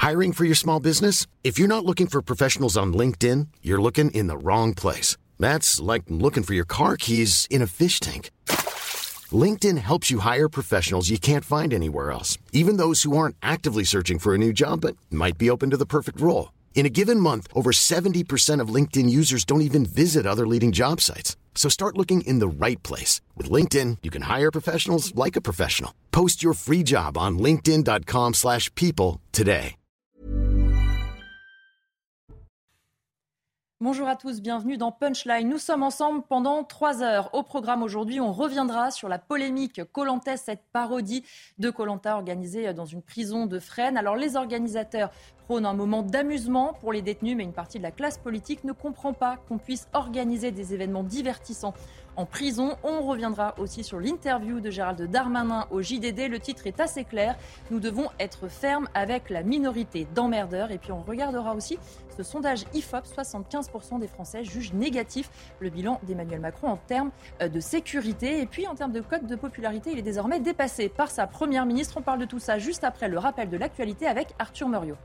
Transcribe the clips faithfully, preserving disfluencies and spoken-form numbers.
Hiring for your small business? If you're not looking for professionals on LinkedIn, you're looking in the wrong place. That's like looking for your car keys in a fish tank. LinkedIn helps you hire professionals you can't find anywhere else, even those who aren't actively searching for a new job but might be open to the perfect role. In a given month, over seventy percent of LinkedIn users don't even visit other leading job sites. So start looking in the right place. With LinkedIn, you can hire professionals like a professional. Post your free job on linkedin dot com slash people today. Bonjour à tous, bienvenue dans Punchline. Nous sommes ensemble pendant trois heures. Au programme aujourd'hui, on reviendra sur la polémique Koh-Lanta, cette parodie de Koh-Lanta organisée dans une prison de Fresnes. Alors les organisateurs prônent un moment d'amusement pour les détenus, mais une partie de la classe politique ne comprend pas qu'on puisse organiser des événements divertissants en prison. On reviendra aussi sur l'interview de Gérald Darmanin au J D D. Le titre est assez clair. Nous devons être fermes avec la minorité d'emmerdeurs. Et puis on regardera aussi ce sondage I F O P. soixante-quinze pour cent des Français jugent négatif le bilan d'Emmanuel Macron en termes de sécurité. Et puis en termes de cote de popularité, il est désormais dépassé par sa première ministre. On parle de tout ça juste après le rappel de l'actualité avec Arthur Muriot.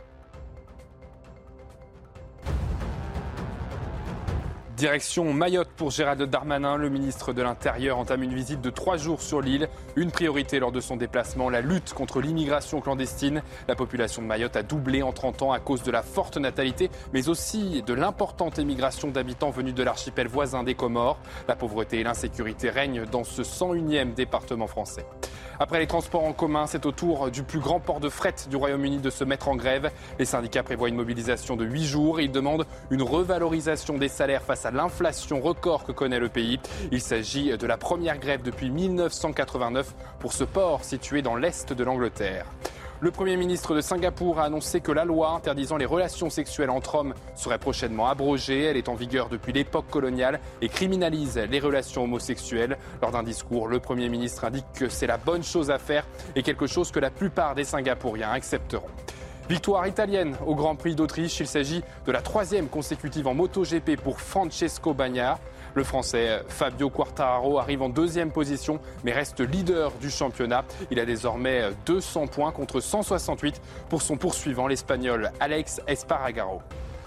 Direction Mayotte pour Gérald Darmanin. Le ministre de l'Intérieur entame une visite de trois jours sur l'île. Une priorité lors de son déplacement, la lutte contre l'immigration clandestine. La population de Mayotte a doublé en trente ans à cause de la forte natalité, mais aussi de l'importante émigration d'habitants venus de l'archipel voisin des Comores. La pauvreté et l'insécurité règnent dans ce cent unième département français. Après les transports en commun, c'est au tour du plus grand port de fret du Royaume-Uni de se mettre en grève. Les syndicats prévoient une mobilisation de huit jours. Ils demandent une revalorisation des salaires face à l'inflation record que connaît le pays. Il s'agit de la première grève depuis mille neuf cent quatre-vingt-neuf pour ce port situé dans l'est de l'Angleterre. Le Premier ministre de Singapour a annoncé que la loi interdisant les relations sexuelles entre hommes serait prochainement abrogée. Elle est en vigueur depuis l'époque coloniale et criminalise les relations homosexuelles. Lors d'un discours, le Premier ministre indique que c'est la bonne chose à faire et quelque chose que la plupart des Singapouriens accepteront. Victoire italienne au Grand Prix d'Autriche. Il s'agit de la troisième consécutive en MotoGP pour Francesco Bagnaia. Le Français Fabio Quartararo arrive en deuxième position, mais reste leader du championnat. Il a désormais deux cents points contre cent soixante-huit pour son poursuivant, l'Espagnol Alex Espargaro.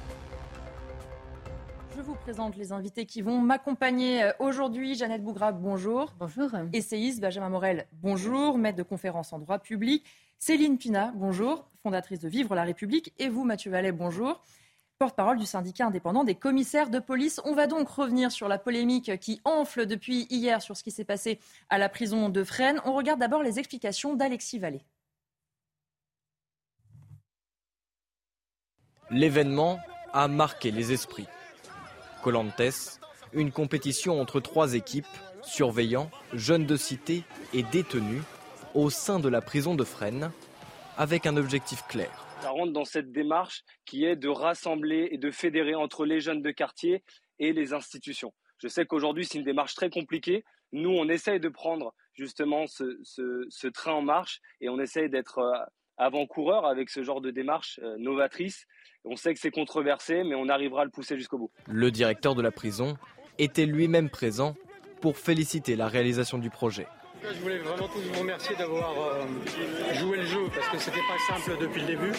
Je vous présente les invités qui vont m'accompagner aujourd'hui. Jeannette Bougra, bonjour. Bonjour. Essayiste, Benjamin Morel, bonjour. Maître de conférences en droit public. Céline Pina, bonjour. Fondatrice de Vivre la République. Et vous, Mathieu Vallet, bonjour. Porte-parole du syndicat indépendant des commissaires de police. On va donc revenir sur la polémique qui enfle depuis hier sur ce qui s'est passé à la prison de Fresnes. On regarde d'abord les explications d'Alexis Vallée. L'événement a marqué les esprits. Koh-Lanta, une compétition entre trois équipes, surveillants, jeunes de cité et détenus, au sein de la prison de Fresnes, avec un objectif clair. Ça rentre dans cette démarche qui est de rassembler et de fédérer entre les jeunes de quartier et les institutions. Je sais qu'aujourd'hui, c'est une démarche très compliquée. Nous, on essaye de prendre justement ce, ce, ce train en marche et on essaye d'être avant-coureur avec ce genre de démarche novatrice. On sait que c'est controversé, mais on arrivera à le pousser jusqu'au bout. Le directeur de la prison était lui-même présent pour féliciter la réalisation du projet. Je voulais vraiment tous vous remercier d'avoir euh, joué le jeu parce que c'était pas simple depuis le début.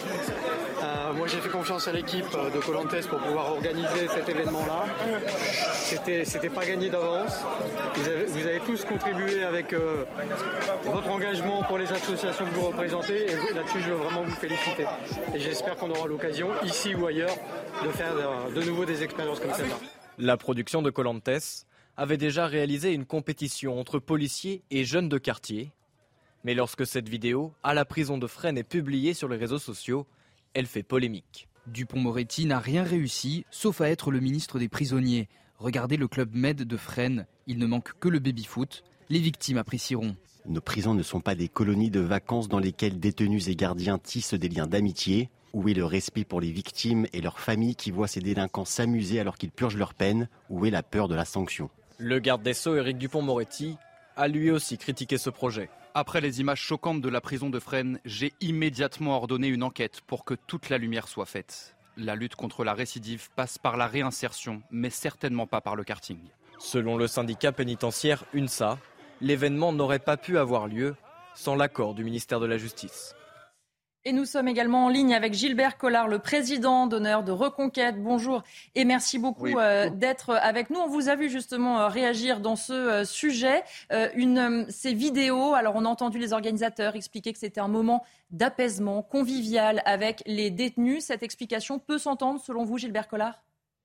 Euh, moi j'ai fait confiance à l'équipe de Koh-Lanta pour pouvoir organiser cet événement-là. C'était, c'était pas gagné d'avance. Vous avez, vous avez tous contribué avec euh, votre engagement pour les associations que vous représentez et là-dessus je veux vraiment vous féliciter. Et j'espère qu'on aura l'occasion, ici ou ailleurs, de faire de, de nouveau des expériences comme celle-là. La production de Koh-Lanta avait déjà réalisé une compétition entre policiers et jeunes de quartier. Mais lorsque cette vidéo à la prison de Fresnes est publiée sur les réseaux sociaux, elle fait polémique. Dupond-Moretti n'a rien réussi, sauf à être le ministre des prisonniers. Regardez le club Med de Fresnes, il ne manque que le baby-foot. Les victimes apprécieront. Nos prisons ne sont pas des colonies de vacances dans lesquelles détenus et gardiens tissent des liens d'amitié. Où est le respect pour les victimes et leurs familles qui voient ces délinquants s'amuser alors qu'ils purgent leur peine? Où est la peur de la sanction? Le garde des Sceaux, Éric Dupond-Moretti, a lui aussi critiqué ce projet. Après les images choquantes de la prison de Fresnes, j'ai immédiatement ordonné une enquête pour que toute la lumière soit faite. La lutte contre la récidive passe par la réinsertion, mais certainement pas par le karting. Selon le syndicat pénitentiaire UNSA, l'événement n'aurait pas pu avoir lieu sans l'accord du ministère de la Justice. Et nous sommes également en ligne avec Gilbert Collard, le président d'honneur de Reconquête. Bonjour et merci beaucoup oui. euh, d'être avec nous. On vous a vu justement euh, réagir dans ce euh, sujet. Euh, une, euh, ces vidéos, alors on a entendu les organisateurs expliquer que c'était un moment d'apaisement convivial avec les détenus. Cette explication peut s'entendre selon vous, Gilbert Collard ?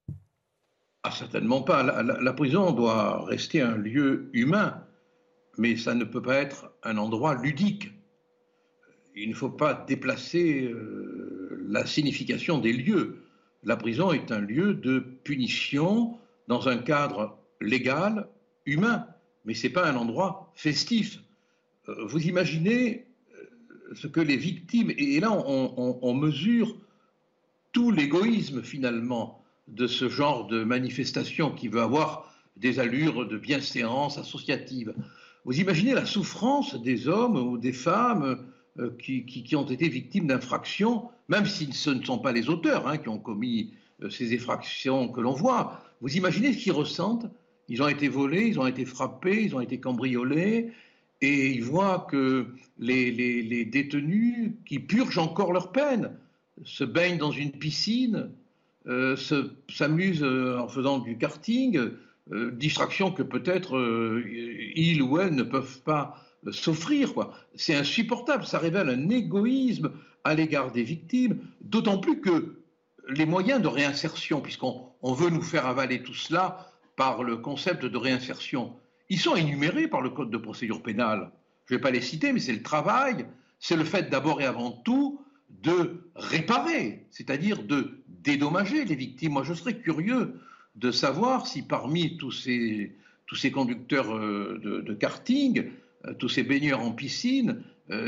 Ah, certainement pas. La, la, la prison doit rester un lieu humain, mais ça ne peut pas être un endroit ludique. Il ne faut pas déplacer euh, la signification des lieux. La prison est un lieu de punition dans un cadre légal, humain, mais ce n'est pas un endroit festif. Euh, vous imaginez ce que les victimes... Et là, on, on, on mesure tout l'égoïsme, finalement, de ce genre de manifestation qui veut avoir des allures de bienséance associative. Vous imaginez la souffrance des hommes ou des femmes... Qui, qui, qui ont été victimes d'infractions, même si ce ne sont pas les auteurs hein, qui ont commis euh, ces infractions que l'on voit. Vous imaginez ce qu'ils ressentent ? Ils ont été volés, ils ont été frappés, ils ont été cambriolés, et ils voient que les, les, les détenus qui purgent encore leur peine se baignent dans une piscine, euh, se, s'amusent euh, en faisant du karting, euh, distraction que peut-être euh, ils ou elles ne peuvent pas s'offrir, quoi. C'est insupportable, ça révèle un égoïsme à l'égard des victimes, d'autant plus que les moyens de réinsertion, puisqu'on on veut nous faire avaler tout cela par le concept de réinsertion, ils sont énumérés par le Code de procédure pénale. Je ne vais pas les citer, mais c'est le travail, c'est le fait d'abord et avant tout de réparer, c'est-à-dire de dédommager les victimes. Moi, je serais curieux de savoir si parmi tous ces, tous ces conducteurs de, de karting, tous ces baigneurs en piscine,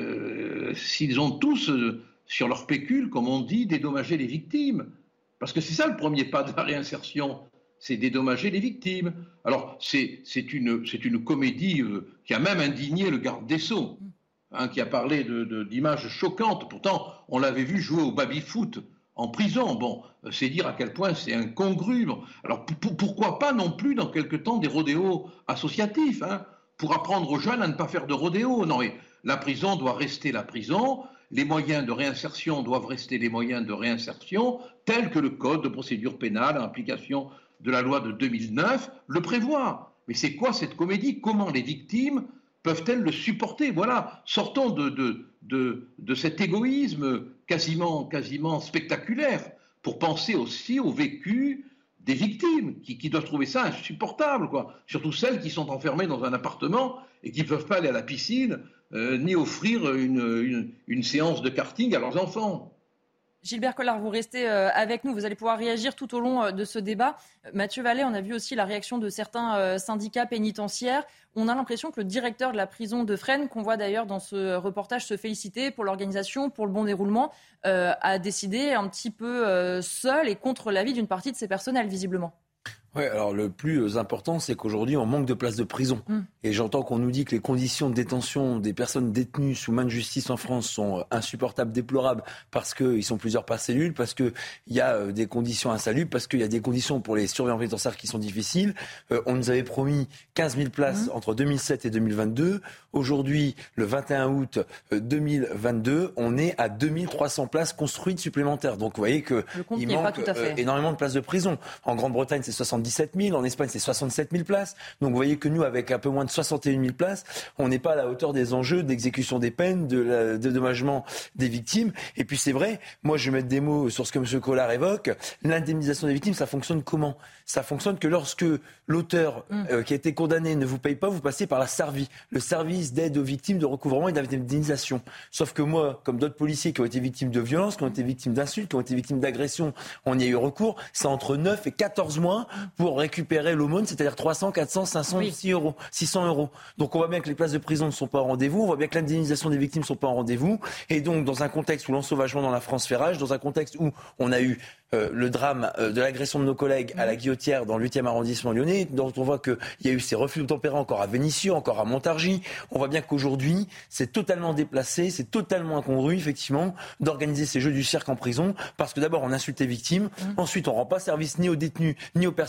euh, s'ils ont tous, euh, sur leur pécule, comme on dit, dédommagé les victimes. Parce que c'est ça le premier pas de la réinsertion, c'est dédommager les victimes. Alors, c'est, c'est, une, c'est une comédie euh, qui a même indigné le garde des Sceaux, hein, qui a parlé de, de, d'images choquantes. Pourtant, on l'avait vu jouer au baby-foot en prison. Bon, c'est dire à quel point c'est incongru. Alors, p- pourquoi pas non plus, dans quelque temps, des rodéos associatifs, hein, pour apprendre aux jeunes à ne pas faire de rodéo. Non, et la prison doit rester la prison, les moyens de réinsertion doivent rester les moyens de réinsertion, tels que le Code de procédure pénale, en application de la loi de deux mille neuf, le prévoit. Mais c'est quoi cette comédie ? Comment les victimes peuvent-elles le supporter ? Voilà, sortons de, de, de, de cet égoïsme quasiment, quasiment spectaculaire pour penser aussi au vécu des victimes qui, qui doivent trouver ça insupportable, quoi. Surtout celles qui sont enfermées dans un appartement et qui ne peuvent pas aller à la piscine, euh, ni offrir une, une, une séance de karting à leurs enfants. Gilbert Collard, vous restez avec nous, vous allez pouvoir réagir tout au long de ce débat. Mathieu Vallée, on a vu aussi la réaction de certains syndicats pénitentiaires. On a l'impression que le directeur de la prison de Fresnes, qu'on voit d'ailleurs dans ce reportage se féliciter pour l'organisation, pour le bon déroulement, euh, a décidé un petit peu euh, seul et contre l'avis d'une partie de ses personnels, visiblement. Oui, alors le plus important, c'est qu'aujourd'hui, on manque de places de prison. Mmh. Et j'entends qu'on nous dit que les conditions de détention des personnes détenues sous main de justice en France sont insupportables, déplorables, parce qu'ils sont plusieurs par cellule, parce qu'il y a des conditions insalubres, parce qu'il y a des conditions pour les surveillants pénitentiaires qui sont difficiles. Euh, on nous avait promis quinze mille places mmh. entre deux mille sept et deux mille vingt-deux. Aujourd'hui, le vingt et un août deux mille vingt-deux, on est à deux mille trois cents places construites supplémentaires. Donc vous voyez qu'il manque euh, énormément de places de prison. En Grande-Bretagne, c'est soixante-dix-sept mille. En Espagne, c'est soixante-sept mille places. Donc vous voyez que nous, avec un peu moins de soixante et une mille places, on n'est pas à la hauteur des enjeux d'exécution des peines, de la, de dédommagement des victimes. Et puis c'est vrai, moi je vais mettre des mots sur ce que M. Collard évoque. L'indemnisation des victimes, ça fonctionne comment ? Ça fonctionne que lorsque l'auteur mmh. euh, qui a été condamné ne vous paye pas, vous passez par la SARVI, le service d'aide aux victimes de recouvrement et d'indemnisation. Sauf que moi, comme d'autres policiers qui ont été victimes de violences, qui ont été victimes d'insultes, qui ont été victimes d'agressions, on y a eu recours, c'est entre neuf et quatorze mois pour récupérer l'aumône, c'est-à-dire trois cents, quatre cents, cinq cents, oui. six cents euros. Donc on voit bien que les places de prison ne sont pas au rendez-vous, on voit bien que l'indemnisation des victimes ne sont pas au rendez-vous. Et donc dans un contexte où l'ensauvagement dans la France fait rage, dans un contexte où on a eu euh, le drame euh, de l'agression de nos collègues à la Guillotière dans le huitième arrondissement lyonnais, dont on voit qu'il y a eu ces refus d'obtempérer encore à Vénissieux, encore à Montargis. On voit bien qu'aujourd'hui, c'est totalement déplacé, c'est totalement incongru, effectivement, d'organiser ces jeux du cirque en prison, parce que d'abord on insulte les victimes, mmh. ensuite on ne rend pas service ni aux détenus, ni aux personnels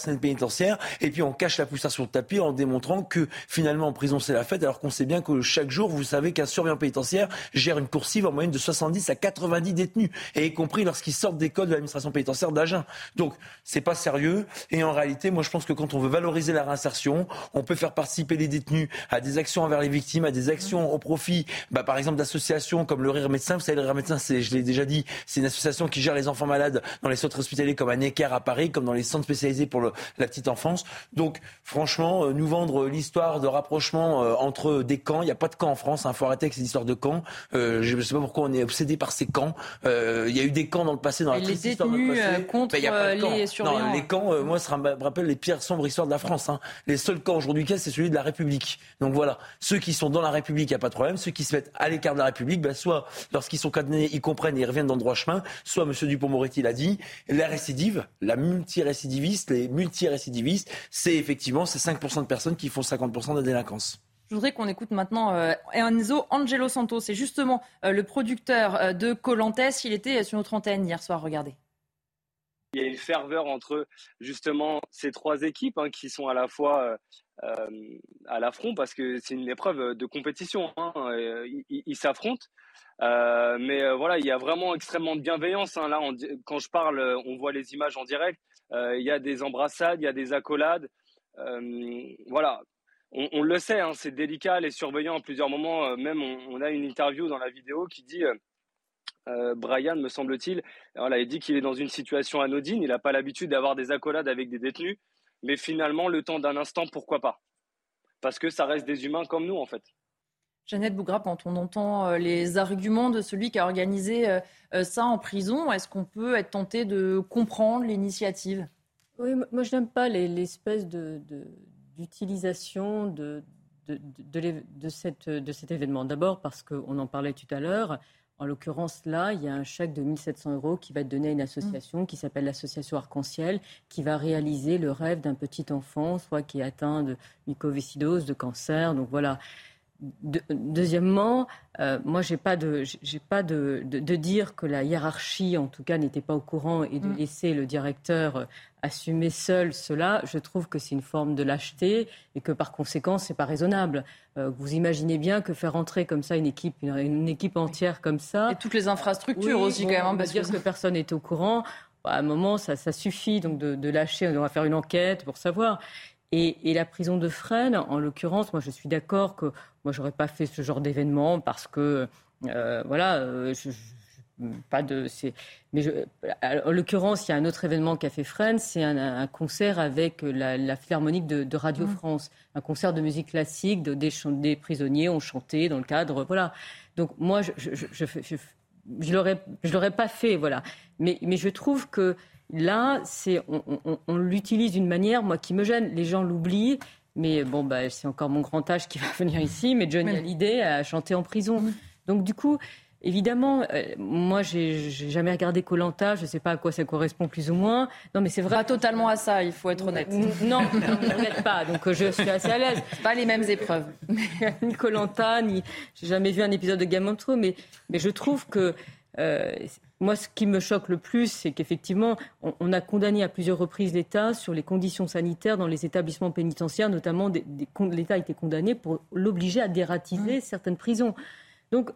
personnel pénitentiaire, et puis on cache la poussière sur le tapis en démontrant que finalement en prison c'est la fête, alors qu'on sait bien que chaque jour, vous savez qu'un surveillant pénitentiaire gère une coursive en moyenne de soixante-dix à quatre-vingt-dix détenus, et y compris lorsqu'ils sortent des codes de l'administration pénitentiaire d'Agen. Donc c'est pas sérieux, et en réalité, moi je pense que quand on veut valoriser la réinsertion, on peut faire participer les détenus à des actions envers les victimes, à des actions au profit, bah, par exemple d'associations comme le Rire Médecin. Vous savez, le Rire Médecin, c'est, je l'ai déjà dit, c'est une association qui gère les enfants malades dans les centres hospitaliers comme à Necker à Paris, comme dans les centres spécialisés pour le, la petite enfance. Donc franchement, euh, nous vendre l'histoire de rapprochement euh, entre des camps, il n'y a pas de camp en France, il hein, faut arrêter avec ces histoires de camps. Euh, je ne sais pas pourquoi on est obsédé par ces camps. Euh, il y a eu des camps dans le passé, dans la triste histoire de le passé. Contre ben, y a pas de camp. les surveillants. Non, les camps, euh, moi, ça me rappelle les pires sombres histoires de la France. Hein. Les seuls camps aujourd'hui qu'il y a, c'est celui de la République. Donc voilà, ceux qui sont dans la République, il n'y a pas de problème. Ceux qui se mettent à l'écart de la République, ben, soit lorsqu'ils sont condamnés, ils comprennent et ils reviennent dans le droit chemin, soit M. Dupond-Moretti l'a dit, la récidive, la multirécidiviste, les multirécidivistes, c'est effectivement ces cinq pour cent de personnes qui font cinquante pour cent de la délinquance. Je voudrais qu'on écoute maintenant euh, Enzo Angelo Santos. C'est justement euh, le producteur euh, de Kolantes. Il était sur notre antenne hier soir. Regardez. Il y a une ferveur entre justement ces trois équipes hein, qui sont à la fois euh, à l'affront parce que c'est une épreuve de compétition. Hein, ils, ils s'affrontent. Euh, mais euh, voilà, il y a vraiment extrêmement de bienveillance. Hein. Là, on, quand je parle, on voit les images en direct. Euh, il y a des embrassades, il y a des accolades. Euh, voilà. On, on le sait, hein, c'est délicat, les surveillants à plusieurs moments, euh, même on, on a une interview dans la vidéo qui dit, euh, euh, Brian me semble-t-il, voilà, il dit qu'il est dans une situation anodine, il n'a pas l'habitude d'avoir des accolades avec des détenus, mais finalement le temps d'un instant, pourquoi pas ? Parce que ça reste des humains comme nous en fait. Jeannette Bougra, quand on entend les arguments de celui qui a organisé euh, ça en prison, est-ce qu'on peut être tenté de comprendre l'initiative ? Oui, moi je n'aime pas les, l'espèce de... de... d'utilisation de, de, de, de, de, cette, de cet événement. D'abord parce qu'on en parlait tout à l'heure. En l'occurrence, là, il y a un chèque de mille sept cents euros qui va être donné à une association mmh. qui s'appelle l'Association Arc-en-Ciel, qui va réaliser le rêve d'un petit enfant, soit qui est atteint de mucoviscidose, de cancer. Donc voilà. De, deuxièmement, euh, moi, j'ai pas de, j'ai pas de, de, de dire que la hiérarchie, en tout cas, n'était pas au courant et de mmh. laisser le directeur assumer seul cela. Je trouve que c'est une forme de lâcheté et que par conséquent, c'est pas raisonnable. Euh, vous imaginez bien que faire entrer comme ça une équipe, une, une équipe entière comme ça, et toutes les infrastructures oui, aussi bon, quand même. Hein, parce dire que, que personne n'était au courant. Bah, à un moment, ça, ça suffit donc de, de lâcher. On va faire une enquête pour savoir. Et, et la prison de Fresnes, en l'occurrence, moi je suis d'accord que moi j'aurais pas fait ce genre d'événement parce que euh, voilà, euh, je, je, pas de, c'est, mais je, en l'occurrence il y a un autre événement qu'a fait Fresnes, c'est un, un concert avec la, la Philharmonique de, de Radio mmh. France, un concert de musique classique, de, des, des prisonniers ont chanté dans le cadre, voilà. Donc moi je je je, je, je, je l'aurais je l'aurais pas fait, voilà. Mais mais je trouve que là, c'est, on, on, on l'utilise d'une manière, moi, qui me gêne. Les gens l'oublient, mais bon, bah, c'est encore mon grand âge qui va venir ici, mais Johnny Hallyday a chanté en prison. Mmh. Donc, du coup, évidemment, euh, moi, j'ai, j'ai jamais regardé Koh-Lanta, je ne sais pas à quoi ça correspond plus ou moins. Non, mais c'est vrai. Pas totalement à ça, il faut être honnête. Non, honnête pas, donc je suis assez à l'aise. C'est pas les mêmes épreuves. Ni Koh-Lanta, ni... J'ai jamais vu un épisode de Game of Thrones, mais, mais je trouve que... Euh, moi, ce qui me choque le plus, c'est qu'effectivement, on, on a condamné à plusieurs reprises l'État sur les conditions sanitaires dans les établissements pénitentiaires, notamment des, des, l'État a été condamné pour l'obliger à dératiser mmh. certaines prisons. Donc,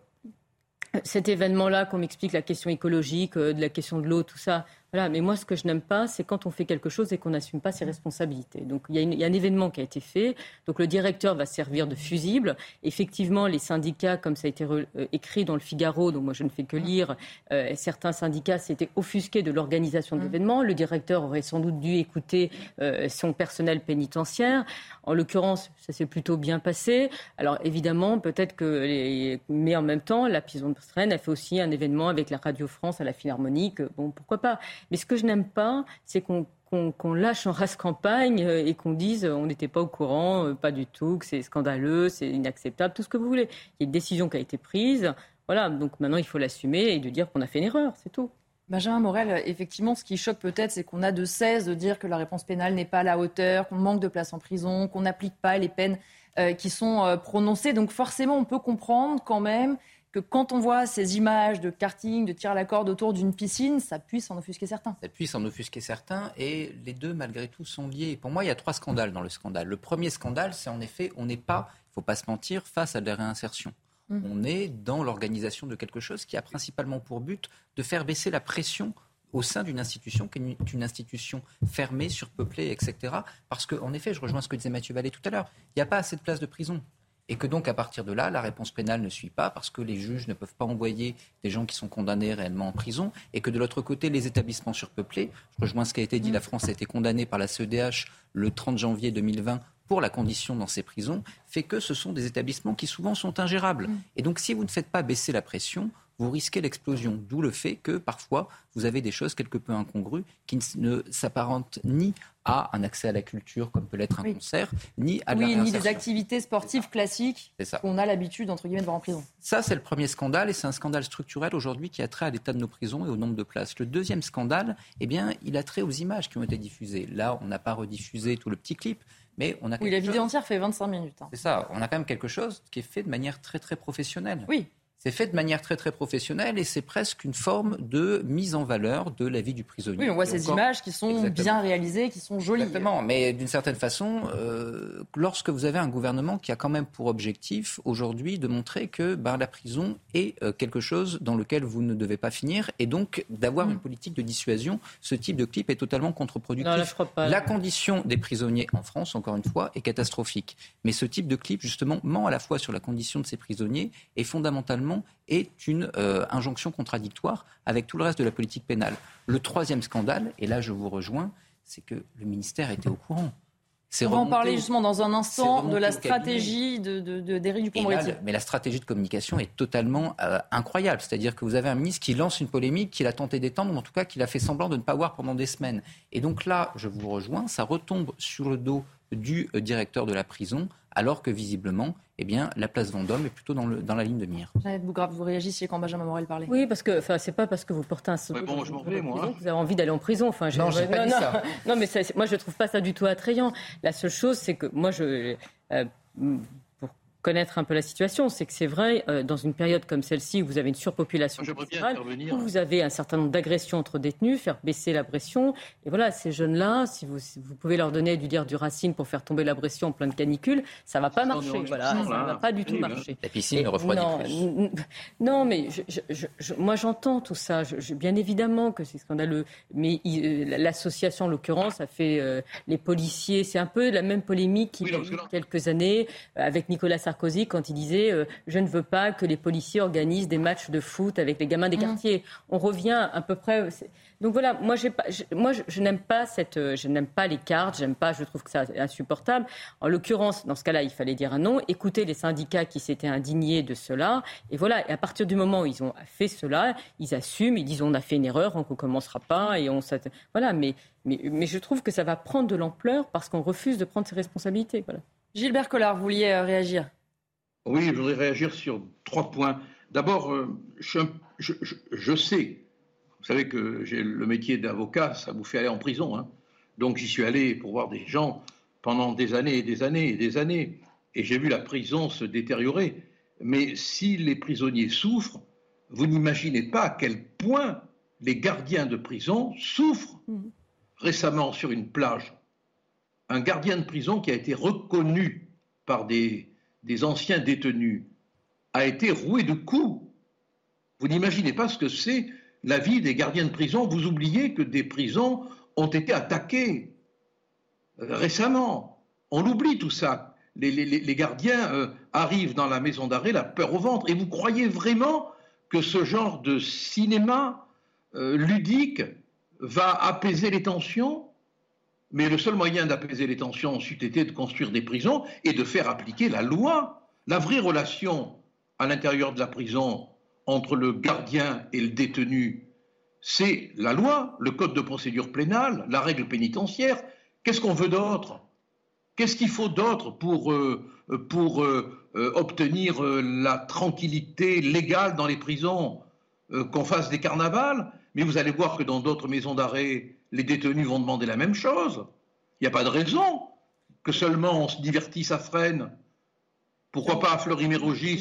cet événement-là, qu'on m'explique la question écologique, euh, de la question de l'eau, tout ça, voilà. Mais moi, ce que je n'aime pas, c'est quand on fait quelque chose et qu'on n'assume pas ses responsabilités. Donc, il y a une, il y a un événement qui a été fait. Donc, le directeur va servir de fusible. Effectivement, les syndicats, comme ça a été re, euh, écrit dans le Figaro, donc moi, je ne fais que lire, euh, certains syndicats s'étaient offusqués de l'organisation de l'événement. Le directeur aurait sans doute dû écouter euh, son personnel pénitentiaire. En l'occurrence, ça s'est plutôt bien passé. Alors, évidemment, peut-être que... Les... Mais en même temps, la prison de Fresnes a fait aussi un événement avec la Radio France à la Philharmonique. Bon, pourquoi pas ? Mais ce que je n'aime pas, c'est qu'on, qu'on, qu'on lâche en race campagne et qu'on dise on n'était pas au courant, pas du tout, que c'est scandaleux, c'est inacceptable, tout ce que vous voulez. Il y a une décision qui a été prise. Voilà, donc maintenant il faut l'assumer et de dire qu'on a fait une erreur, c'est tout. Benjamin Morel, effectivement, ce qui choque peut-être, c'est qu'on a de cesse de dire que la réponse pénale n'est pas à la hauteur, qu'on manque de place en prison, qu'on n'applique pas les peines euh, qui sont euh, prononcées. Donc forcément, on peut comprendre quand même que quand on voit ces images de karting, de tir à la corde autour d'une piscine, ça puisse en offusquer certains. Ça puisse en offusquer certains, et les deux, malgré tout, sont liés. Pour moi, il y a trois scandales dans le scandale. Le premier scandale, c'est en effet, on n'est pas, il ne faut pas se mentir, face à de la réinsertion. Mmh. On est dans l'organisation de quelque chose qui a principalement pour but de faire baisser la pression au sein d'une institution qui est une institution fermée, surpeuplée, et cetera. Parce qu'en effet, je rejoins ce que disait Mathieu Vallée tout à l'heure, il n'y a pas assez de places de prison. Et que donc, à partir de là, la réponse pénale ne suit pas parce que les juges ne peuvent pas envoyer des gens qui sont condamnés réellement en prison. Et que de l'autre côté, les établissements surpeuplés, je rejoins ce qui a été dit, la France a été condamnée par la C E D H le trente janvier deux mille vingt pour la condition dans ces prisons, fait que ce sont des établissements qui souvent sont ingérables. Et donc, si vous ne faites pas baisser la pression, vous risquez l'explosion. D'où le fait que, parfois, vous avez des choses quelque peu incongrues qui ne s'apparentent ni à un accès à la culture, comme peut l'être un oui. concert, ni à de oui, la réinsertion. ni des activités sportives classiques qu'on a l'habitude, entre guillemets, de voir en prison. Ça, c'est le premier scandale, et c'est un scandale structurel aujourd'hui qui a trait à l'état de nos prisons et au nombre de places. Le deuxième scandale, eh bien, il a trait aux images qui ont été diffusées. Là, on n'a pas rediffusé tout le petit clip, mais on a oui, la vidéo chose... entière fait vingt-cinq minutes. Hein. C'est ça, on a quand même quelque chose qui est fait de manière très, très professionnelle. Oui. C'est fait de manière très très professionnelle et c'est presque une forme de mise en valeur de la vie du prisonnier. Oui, on voit ces encore... images qui sont Exactement. bien réalisées, qui sont jolies. Exactement, mais d'une certaine façon, euh, lorsque vous avez un gouvernement qui a quand même pour objectif aujourd'hui de montrer que ben, la prison est euh, quelque chose dans lequel vous ne devez pas finir et donc d'avoir mmh. une politique de dissuasion, ce type de clip est totalement contre-productif. Non, là, je crois pas, la condition des prisonniers en France, encore une fois, est catastrophique. Mais ce type de clip, justement, ment à la fois sur la condition de ces prisonniers et fondamentalement est une euh, injonction contradictoire avec tout le reste de la politique pénale. Le troisième scandale, et là je vous rejoins, c'est que le ministère était au courant. C'est On va en parler justement dans un instant de la stratégie de, de, de, d'Éric Dupond-Moretti. Mais la stratégie de communication est totalement euh, incroyable. C'est-à-dire que vous avez un ministre qui lance une polémique, qu'il a tenté d'étendre, ou en tout cas qu'il a fait semblant de ne pas voir pendant des semaines. Et donc là, je vous rejoins, ça retombe sur le dos du euh, directeur de la prison, alors que visiblement, eh bien, la place Vendôme est plutôt dans, le, dans la ligne de mire. Jeannette Bougrave, vous réagissiez quand Benjamin Morel parlait. Oui, parce que c'est pas parce que vous portez un ouais, bon, je m'en vais, moi. que vous avez envie d'aller en prison. Enfin, non, je n'ai pas non, dit non, ça. Non, mais ça, moi, je trouve pas ça du tout attrayant. La seule chose, c'est que moi, je... Euh, pour connaître un peu la situation, c'est que c'est vrai, euh, dans une période comme celle-ci, où vous avez une surpopulation carcérale, où vous avez un certain nombre d'agressions entre détenus, faire baisser la pression. Et voilà, ces jeunes-là, si vous, si vous pouvez leur donner du lire du Racine pour faire tomber la pression en pleine canicule, ça ne va pas marcher. Voilà, ça ne va pas du tout marcher. La piscine ne refroidit non, plus. Non, mais je, je, je, je, moi j'entends tout ça. Je, je, bien évidemment que c'est scandaleux. Mais il, l'association, en l'occurrence, a fait euh, les policiers. C'est un peu la même polémique qu'il y a eu il y a quelques années euh, avec Nicolas Sarkozy. Sarkozy quand il disait euh, « Je ne veux pas que les policiers organisent des matchs de foot avec les gamins des quartiers. Mmh. » On revient à peu près... C'est... Donc voilà, moi, j'ai pas, je, moi je, je, n'aime pas cette, je n'aime pas les cartes, j'aime pas, je trouve que c'est insupportable. En l'occurrence, dans ce cas-là, il fallait dire un non, écouter les syndicats qui s'étaient indignés de cela. Et voilà, et à partir du moment où ils ont fait cela, ils assument, ils disent on a fait une erreur, on ne recommencera pas. Et on, voilà, mais, mais, mais je trouve que ça va prendre de l'ampleur parce qu'on refuse de prendre ses responsabilités. Voilà. Gilbert Collard, vous vouliez euh, réagir ? Oui, je voudrais réagir sur trois points. D'abord, euh, je, je, je, je sais... Vous savez que j'ai le métier d'avocat, ça vous fait aller en prison. Hein. Donc j'y suis allé pour voir des gens pendant des années et des années et des années. Et j'ai vu la prison se détériorer. Mais si les prisonniers souffrent, vous n'imaginez pas à quel point les gardiens de prison souffrent. Mmh. Récemment, sur une plage, un gardien de prison qui a été reconnu par des, des anciens détenus a été roué de coups. Vous n'imaginez pas ce que c'est la vie des gardiens de prison. Vous oubliez que des prisons ont été attaquées euh, récemment. On l'oublie tout ça. Les, les, les gardiens euh, arrivent dans la maison d'arrêt, la peur au ventre. Et vous croyez vraiment que ce genre de cinéma euh, ludique va apaiser les tensions ? Mais le seul moyen d'apaiser les tensions c'eût été de construire des prisons et de faire appliquer la loi. La vraie relation à l'intérieur de la prison entre le gardien et le détenu, c'est la loi, le code de procédure pénale, la règle pénitentiaire. Qu'est-ce qu'on veut d'autre ? Qu'est-ce qu'il faut d'autre pour, euh, pour euh, euh, obtenir euh, la tranquillité légale dans les prisons ? euh, Qu'on fasse des carnavals ? Mais vous allez voir que dans d'autres maisons d'arrêt, les détenus vont demander la même chose. Il n'y a pas de raison que seulement on se divertisse à Fresnes. Pourquoi pas à Fleury-Mérogis et ailleurs ?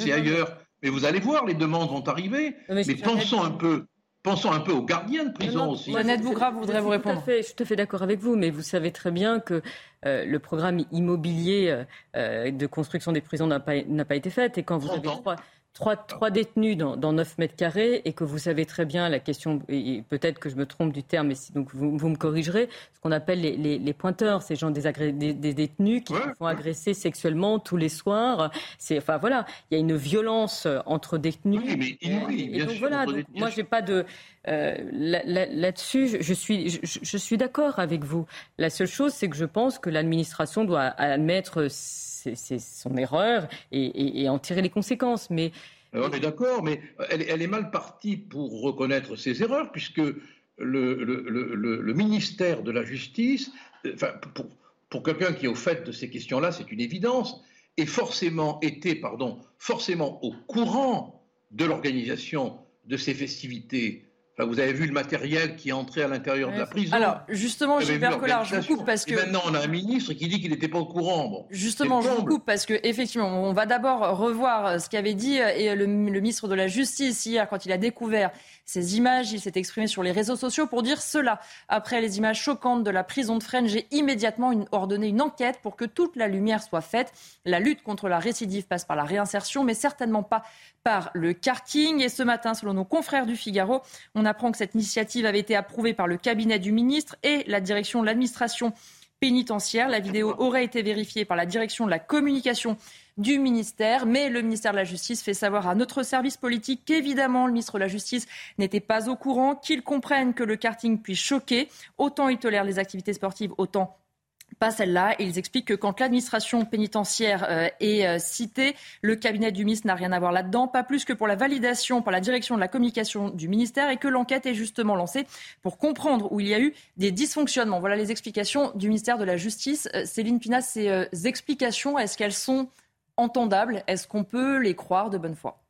Mais vous allez voir, les demandes vont arriver. Mais, mais pensons un peu... Pensons un peu aux gardiens de prison non, aussi. Jeannette Bougra voudrait vous répondre. Tout à fait, je suis tout à fait d'accord avec vous, mais vous savez très bien que euh, le programme immobilier euh, de construction des prisons n'a pas, n'a pas été fait. Et quand vous avez trois, trois, trois détenus dans, dans neuf mètres carrés et que vous savez très bien la question, et peut-être que je me trompe du terme, mais si, donc vous, vous me corrigerez, ce qu'on appelle les, les, les pointeurs, ces gens des, agré, des, des détenus qui ouais, se font agresser sexuellement tous les soirs. C'est, enfin voilà, il y a une violence entre détenus. Oui, mais inouïe, bien et donc, sûr. Voilà, donc, moi j'ai pas de... Euh, là, là, là-dessus, je, je suis, je, je suis d'accord avec vous. La seule chose, c'est que je pense que l'administration doit admettre ses, ses, son erreur et, et, et en tirer les conséquences. Mais on est d'accord, mais elle, elle est mal partie pour reconnaître ses erreurs, puisque le, le, le, le, le ministère de la Justice, enfin, pour, pour quelqu'un qui est au fait de ces questions-là, c'est une évidence, est forcément été, pardon, forcément au courant de l'organisation de ces festivités. Enfin, vous avez vu le matériel qui est entré à l'intérieur ouais, de la prison. Alors, justement, Gilbert Collard, je vous coupe parce que... Et maintenant, on a un ministre qui dit qu'il n'était pas au courant. Bon, justement, je vous coupe parce que, effectivement, on va d'abord revoir ce qu'avait dit et le, le ministre de la Justice hier quand il a découvert ces images. Il s'est exprimé sur les réseaux sociaux pour dire cela. Après les images choquantes de la prison de Fresnes, j'ai immédiatement une, ordonné une enquête pour que toute la lumière soit faite. La lutte contre la récidive passe par la réinsertion, mais certainement pas par le karting. Et ce matin, selon nos confrères du Figaro, on apprend que cette initiative avait été approuvée par le cabinet du ministre et la direction de l'administration pénitentiaire. La vidéo aurait été vérifiée par la direction de la communication du ministère, mais le ministère de la Justice fait savoir à notre service politique qu'évidemment le ministre de la Justice n'était pas au courant, qu'il comprenne que le karting puisse choquer. Autant il tolère les activités sportives, autant pas celle-là. Et ils expliquent que quand l'administration pénitentiaire euh, est euh, citée, le cabinet du ministre n'a rien à voir là-dedans, pas plus que pour la validation par la direction de la communication du ministère, et que l'enquête est justement lancée pour comprendre où il y a eu des dysfonctionnements. Voilà les explications du ministère de la Justice. Euh, Céline Pina, ces euh, explications, est-ce qu'elles sont entendables? Est-ce qu'on peut les croire de bonne foi?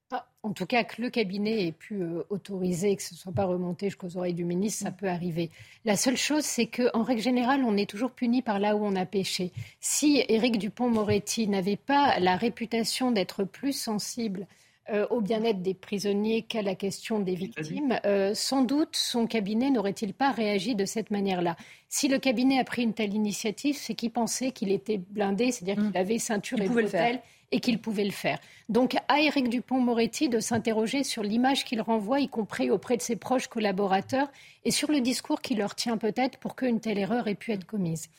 En tout cas, que le cabinet ait pu euh, autoriser, que ce ne soit pas remonté jusqu'aux oreilles du ministre, ça peut arriver. La seule chose, c'est qu'en règle générale, on est toujours puni par là où on a péché. Si Éric Dupond-Moretti n'avait pas la réputation d'être plus sensible euh, au bien-être des prisonniers qu'à la question des victimes, euh, sans doute son cabinet n'aurait-il pas réagi de cette manière-là. Si le cabinet a pris une telle initiative, c'est qu'il pensait qu'il était blindé, c'est-à-dire mmh. qu'il avait ceinture et bretelles, et qu'il pouvait le faire. Donc à Éric Dupond-Moretti de s'interroger sur l'image qu'il renvoie, y compris auprès de ses proches collaborateurs, et sur le discours qui leur tient peut-être pour qu'une telle erreur ait pu être commise.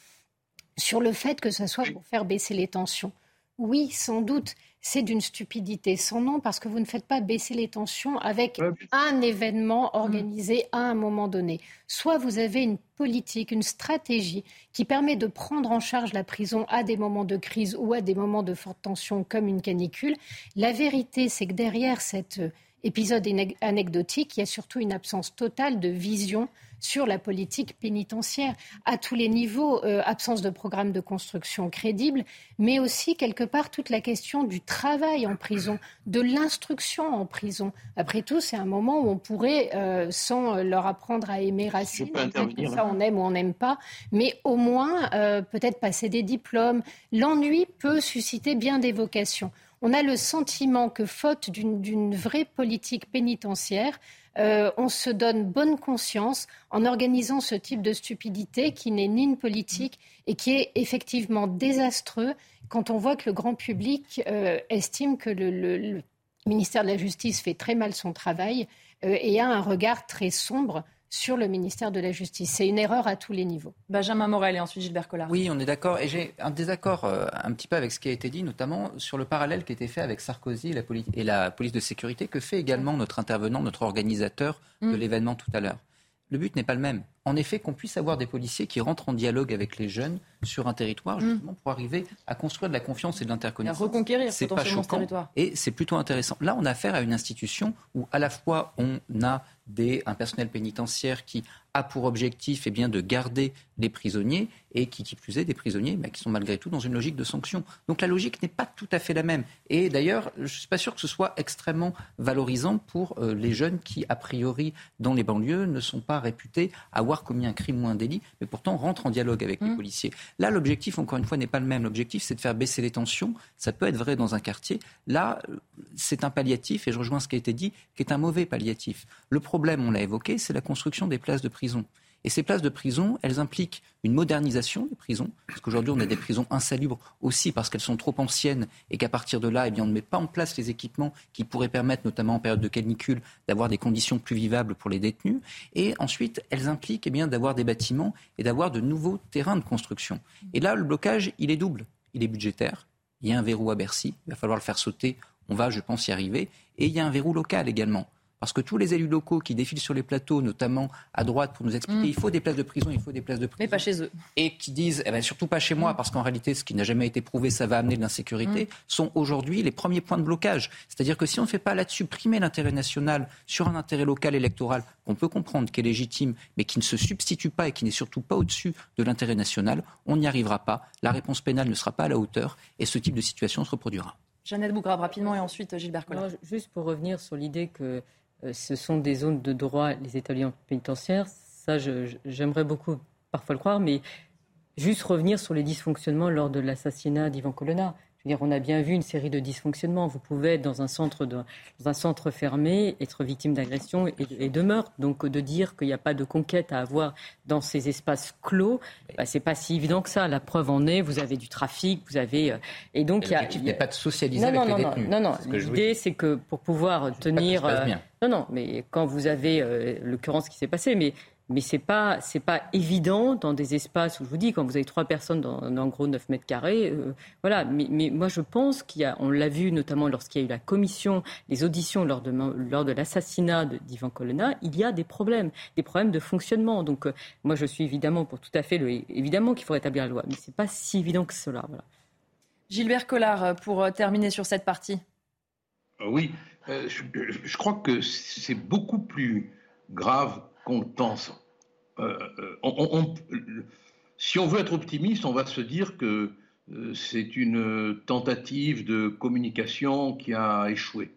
Sur le fait que ce soit pour faire baisser les tensions, oui, sans doute, c'est d'une stupidité sans nom, parce que vous ne faites pas baisser les tensions avec un événement organisé à un moment donné. Soit vous avez une politique, une stratégie qui permet de prendre en charge la prison à des moments de crise ou à des moments de forte tension comme une canicule. La vérité, c'est que derrière cet épisode anecdotique, il y a surtout une absence totale de vision sur la politique pénitentiaire à tous les niveaux, euh, absence de programme de construction crédible, mais aussi quelque part toute la question du travail en prison, de l'instruction en prison. Après tout, c'est un moment où on pourrait, euh, sans leur apprendre à aimer Racine, peut-être que ça on aime ou on n'aime pas, mais au moins euh, peut-être passer des diplômes. L'ennui peut susciter bien des vocations. On a le sentiment que, faute d'une, d'une vraie politique pénitentiaire, euh, on se donne bonne conscience en organisant ce type de stupidité qui n'est ni une politique et qui est effectivement désastreux quand on voit que le grand public euh, estime que le, le, le ministère de la Justice fait très mal son travail euh, et a un regard très sombre sur le ministère de la Justice. C'est une erreur à tous les niveaux. Benjamin Morel et ensuite Gilbert Collard. Oui, on est d'accord. Et j'ai un désaccord euh, un petit peu avec ce qui a été dit, notamment sur le parallèle qui a été fait avec Sarkozy et la, poli- et la police de sécurité, que fait également notre intervenant, notre organisateur de mmh. l'événement tout à l'heure. Le but n'est pas le même. En effet, qu'on puisse avoir des policiers qui rentrent en dialogue avec les jeunes sur un territoire, justement, mmh. pour arriver à construire de la confiance et de l'interconnaissance. À reconquérir c'est potentiellement pas choquant, ce territoire. et c'est plutôt intéressant. Là, on a affaire à une institution où, à la fois, on a des, un personnel pénitentiaire qui a pour objectif eh bien, de garder les prisonniers et qui, qui plus est, des prisonniers bah, qui sont malgré tout dans une logique de sanction. Donc la logique n'est pas tout à fait la même. Et d'ailleurs, je ne suis pas sûr que ce soit extrêmement valorisant pour euh, les jeunes qui, a priori, dans les banlieues, ne sont pas réputés avoir commis un crime ou un délit, mais pourtant rentrent en dialogue avec mmh. les policiers. Là, l'objectif, encore une fois, n'est pas le même. L'objectif, c'est de faire baisser les tensions. Ça peut être vrai dans un quartier. Là, c'est un palliatif, et je rejoins ce qui a été dit, qui est un mauvais palliatif. Le problème, on l'a évoqué, c'est la construction des places de prison. Et ces places de prison, elles impliquent une modernisation des prisons, parce qu'aujourd'hui on a des prisons insalubres aussi parce qu'elles sont trop anciennes et qu'à partir de là, eh bien, on ne met pas en place les équipements qui pourraient permettre, notamment en période de canicule, d'avoir des conditions plus vivables pour les détenus. Et ensuite, elles impliquent eh bien, d'avoir des bâtiments et d'avoir de nouveaux terrains de construction. Et là, le blocage, il est double. Il est budgétaire, il y a un verrou à Bercy, il va falloir le faire sauter, on va, je pense, y arriver. Et il y a un verrou local également. Parce que tous les élus locaux qui défilent sur les plateaux, notamment à droite, pour nous expliquer mmh. il faut des places de prison, il faut des places de prison. Mais pas chez eux. Et qui disent, eh ben, surtout pas chez moi, mmh. parce qu'en réalité, ce qui n'a jamais été prouvé, ça va amener de l'insécurité, mmh. sont aujourd'hui les premiers points de blocage. C'est-à-dire que si on ne fait pas là-dessus primer l'intérêt national sur un intérêt local électoral, qu'on peut comprendre, qui est légitime, mais qui ne se substitue pas et qui n'est surtout pas au-dessus de l'intérêt national, on n'y arrivera pas. La réponse pénale ne sera pas à la hauteur et ce type de situation se reproduira. Jeannette Bougrabe, rapidement, et ensuite Gilbert Collard. Non, juste pour revenir sur l'idée que Euh, ce sont des zones de droit, les établissements pénitentiaires. Ça, je, je, j'aimerais beaucoup parfois le croire, mais juste revenir sur les dysfonctionnements lors de l'assassinat d'Ivan Colonna. Je veux dire, on a bien vu une série de dysfonctionnements. Vous pouvez être dans un centre, de, dans un centre fermé, être victime d'agression et, et de meurtre. Donc, de dire qu'il n'y a pas de conquête à avoir dans ces espaces clos, bah, c'est pas si évident que ça. La preuve en est, vous avez du trafic, vous avez... Euh, et donc, il y a... L'objectif n'est pas de socialiser non, avec non, les non, détenus. Non, non, non. L'idée, c'est que pour pouvoir tenir... Pas que euh, non, non, mais quand vous avez, euh, l'occurrence qui s'est passée, mais... Mais ce n'est pas, c'est pas évident dans des espaces où, je vous dis, quand vous avez trois personnes dans, dans en gros neuf mètres carrés. Euh, voilà. Mais, mais moi, je pense qu'il y a, on l'a vu notamment lorsqu'il y a eu la commission, les auditions lors de, lors de l'assassinat de, d'Ivan Colonna, il y a des problèmes, des problèmes de fonctionnement. Donc, euh, moi, je suis évidemment pour tout à fait, le, évidemment qu'il faut rétablir la loi. Mais ce n'est pas si évident que cela. Voilà. Gilbert Collard, pour terminer sur cette partie. Oui, euh, je, je crois que c'est beaucoup plus grave qu'on pense. Euh, on, on, si on veut être optimiste, on va se dire que euh, c'est une tentative de communication qui a échoué.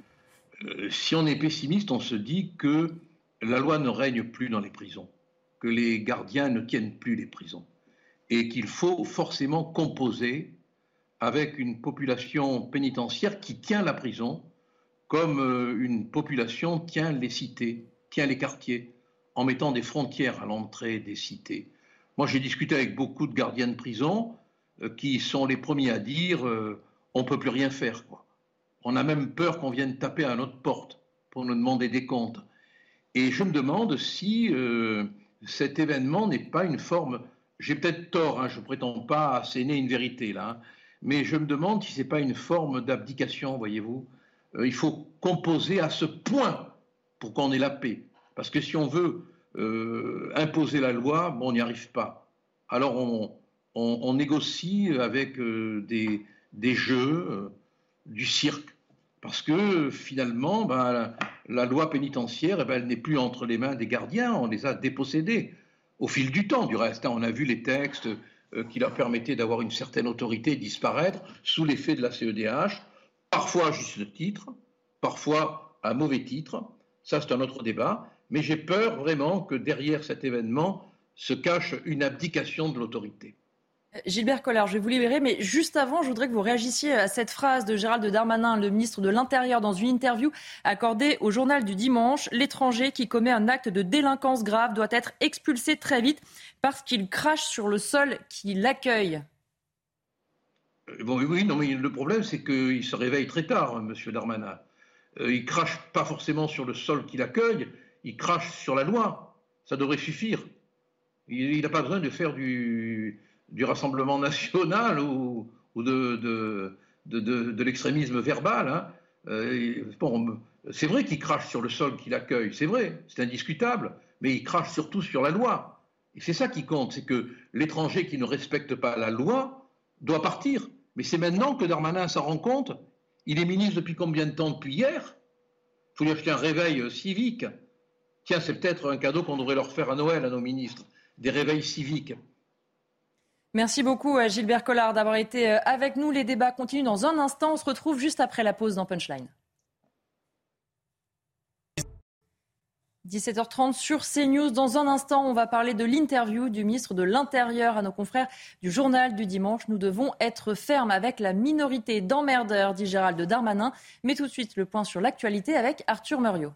Euh, si on est pessimiste, on se dit que la loi ne règne plus dans les prisons, que les gardiens ne tiennent plus les prisons, et qu'il faut forcément composer avec une population pénitentiaire qui tient la prison comme euh, une population tient les cités, tient les quartiers, en mettant des frontières à l'entrée des cités. Moi, j'ai discuté avec beaucoup de gardiens de prison euh, qui sont les premiers à dire euh, on ne peut plus rien faire, quoi. On a même peur qu'on vienne taper à notre porte pour nous demander des comptes. Et je me demande si euh, cet événement n'est pas une forme... J'ai peut-être tort, hein, je ne prétends pas asséner une vérité, là, hein, mais je me demande si ce n'est pas une forme d'abdication, voyez-vous. Euh, il faut composer à ce point pour qu'on ait la paix. Parce que si on veut euh, imposer la loi, bon, on n'y arrive pas. Alors on, on, on négocie avec euh, des, des jeux, euh, du cirque. Parce que finalement, ben, la, la loi pénitentiaire, eh ben, elle n'est plus entre les mains des gardiens, on les a dépossédés. Au fil du temps, du reste, hein, on a vu les textes euh, qui leur permettaient d'avoir une certaine autorité disparaître sous l'effet de la C E D H, parfois à juste titre, parfois à mauvais titre. Ça, c'est un autre débat. Mais j'ai peur vraiment que derrière cet événement se cache une abdication de l'autorité. Gilbert Collard, je vais vous libérer, mais juste avant, je voudrais que vous réagissiez à cette phrase de Gérald Darmanin, le ministre de l'Intérieur, dans une interview accordée au journal du dimanche. L'étranger qui commet un acte de délinquance grave doit être expulsé très vite parce qu'il crache sur le sol qui l'accueille. Bon, oui, non, mais le problème, c'est qu'il se réveille très tard, hein, M. Darmanin. Euh, il crache pas forcément sur le sol qui l'accueille, il crache sur la loi. Ça devrait suffire. Il n'a pas besoin de faire du, du Rassemblement national ou, ou de, de, de, de, de l'extrémisme verbal. Hein. Euh, bon, c'est vrai qu'il crache sur le sol qui l'accueille, c'est vrai, c'est indiscutable, mais il crache surtout sur la loi. Et c'est ça qui compte, c'est que l'étranger qui ne respecte pas la loi doit partir. Mais c'est maintenant que Darmanin s'en rend compte. Il est ministre depuis combien de temps? Depuis hier. Il faut lui acheter un réveil civique. Tiens, c'est peut-être un cadeau qu'on devrait leur faire à Noël à nos ministres. Des réveils civiques. Merci beaucoup Gilbert Collard d'avoir été avec nous. Les débats continuent dans un instant. On se retrouve juste après la pause dans Punchline. dix-sept heures trente sur CNews. Dans un instant, on va parler de l'interview du ministre de l'Intérieur à nos confrères du Journal du Dimanche. Nous devons être fermes avec la minorité d'emmerdeurs, dit Gérald Darmanin. Mais tout de suite, le point sur l'actualité avec Arthur Muriot.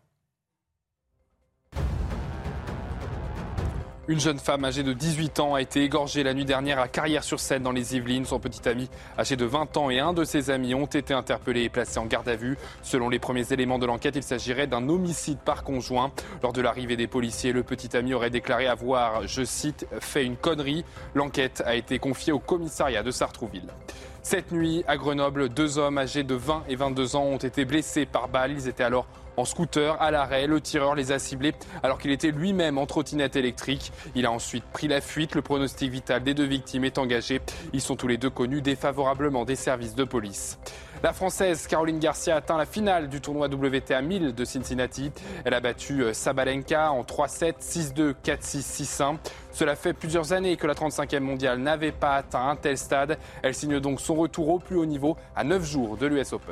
Une jeune femme âgée de dix-huit ans a été égorgée la nuit dernière à Carrières-sur-Seine dans les Yvelines. Son petit ami âgé de vingt ans et un de ses amis ont été interpellés et placés en garde à vue. Selon les premiers éléments de l'enquête, il s'agirait d'un homicide par conjoint. Lors de l'arrivée des policiers, le petit ami aurait déclaré avoir, je cite, fait une connerie. L'enquête a été confiée au commissariat de Sartrouville. Cette nuit, à Grenoble, deux hommes âgés de vingt et vingt-deux ans ont été blessés par balle. Ils étaient alors en scooter à l'arrêt. Le tireur les a ciblés alors qu'il était lui-même en trottinette électrique. Il a ensuite pris la fuite. Le pronostic vital des deux victimes est engagé. Ils sont tous les deux connus défavorablement des services de police. La Française Caroline Garcia atteint la finale du tournoi W T A mille de Cincinnati. Elle a battu Sabalenka en trois sept, six deux, quatre six, six un. Cela fait plusieurs années que la trente-cinquième mondiale n'avait pas atteint un tel stade. Elle signe donc son retour au plus haut niveau à neuf jours de l'U S Open.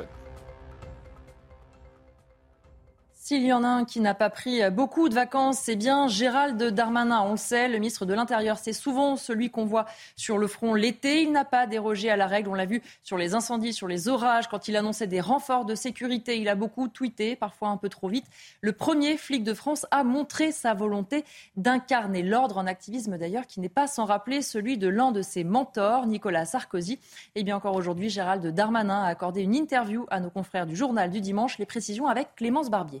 S'il y en a un qui n'a pas pris beaucoup de vacances, c'est bien Gérald Darmanin. On le sait, le ministre de l'Intérieur, c'est souvent celui qu'on voit sur le front l'été. Il n'a pas dérogé à la règle. On l'a vu sur les incendies, sur les orages. Quand il annonçait des renforts de sécurité, il a beaucoup tweeté, parfois un peu trop vite. Le premier flic de France a montré sa volonté d'incarner l'ordre, en activisme d'ailleurs qui n'est pas sans rappeler celui de l'un de ses mentors, Nicolas Sarkozy. Et bien encore aujourd'hui, Gérald Darmanin a accordé une interview à nos confrères du Journal du Dimanche. Les précisions avec Clémence Barbier.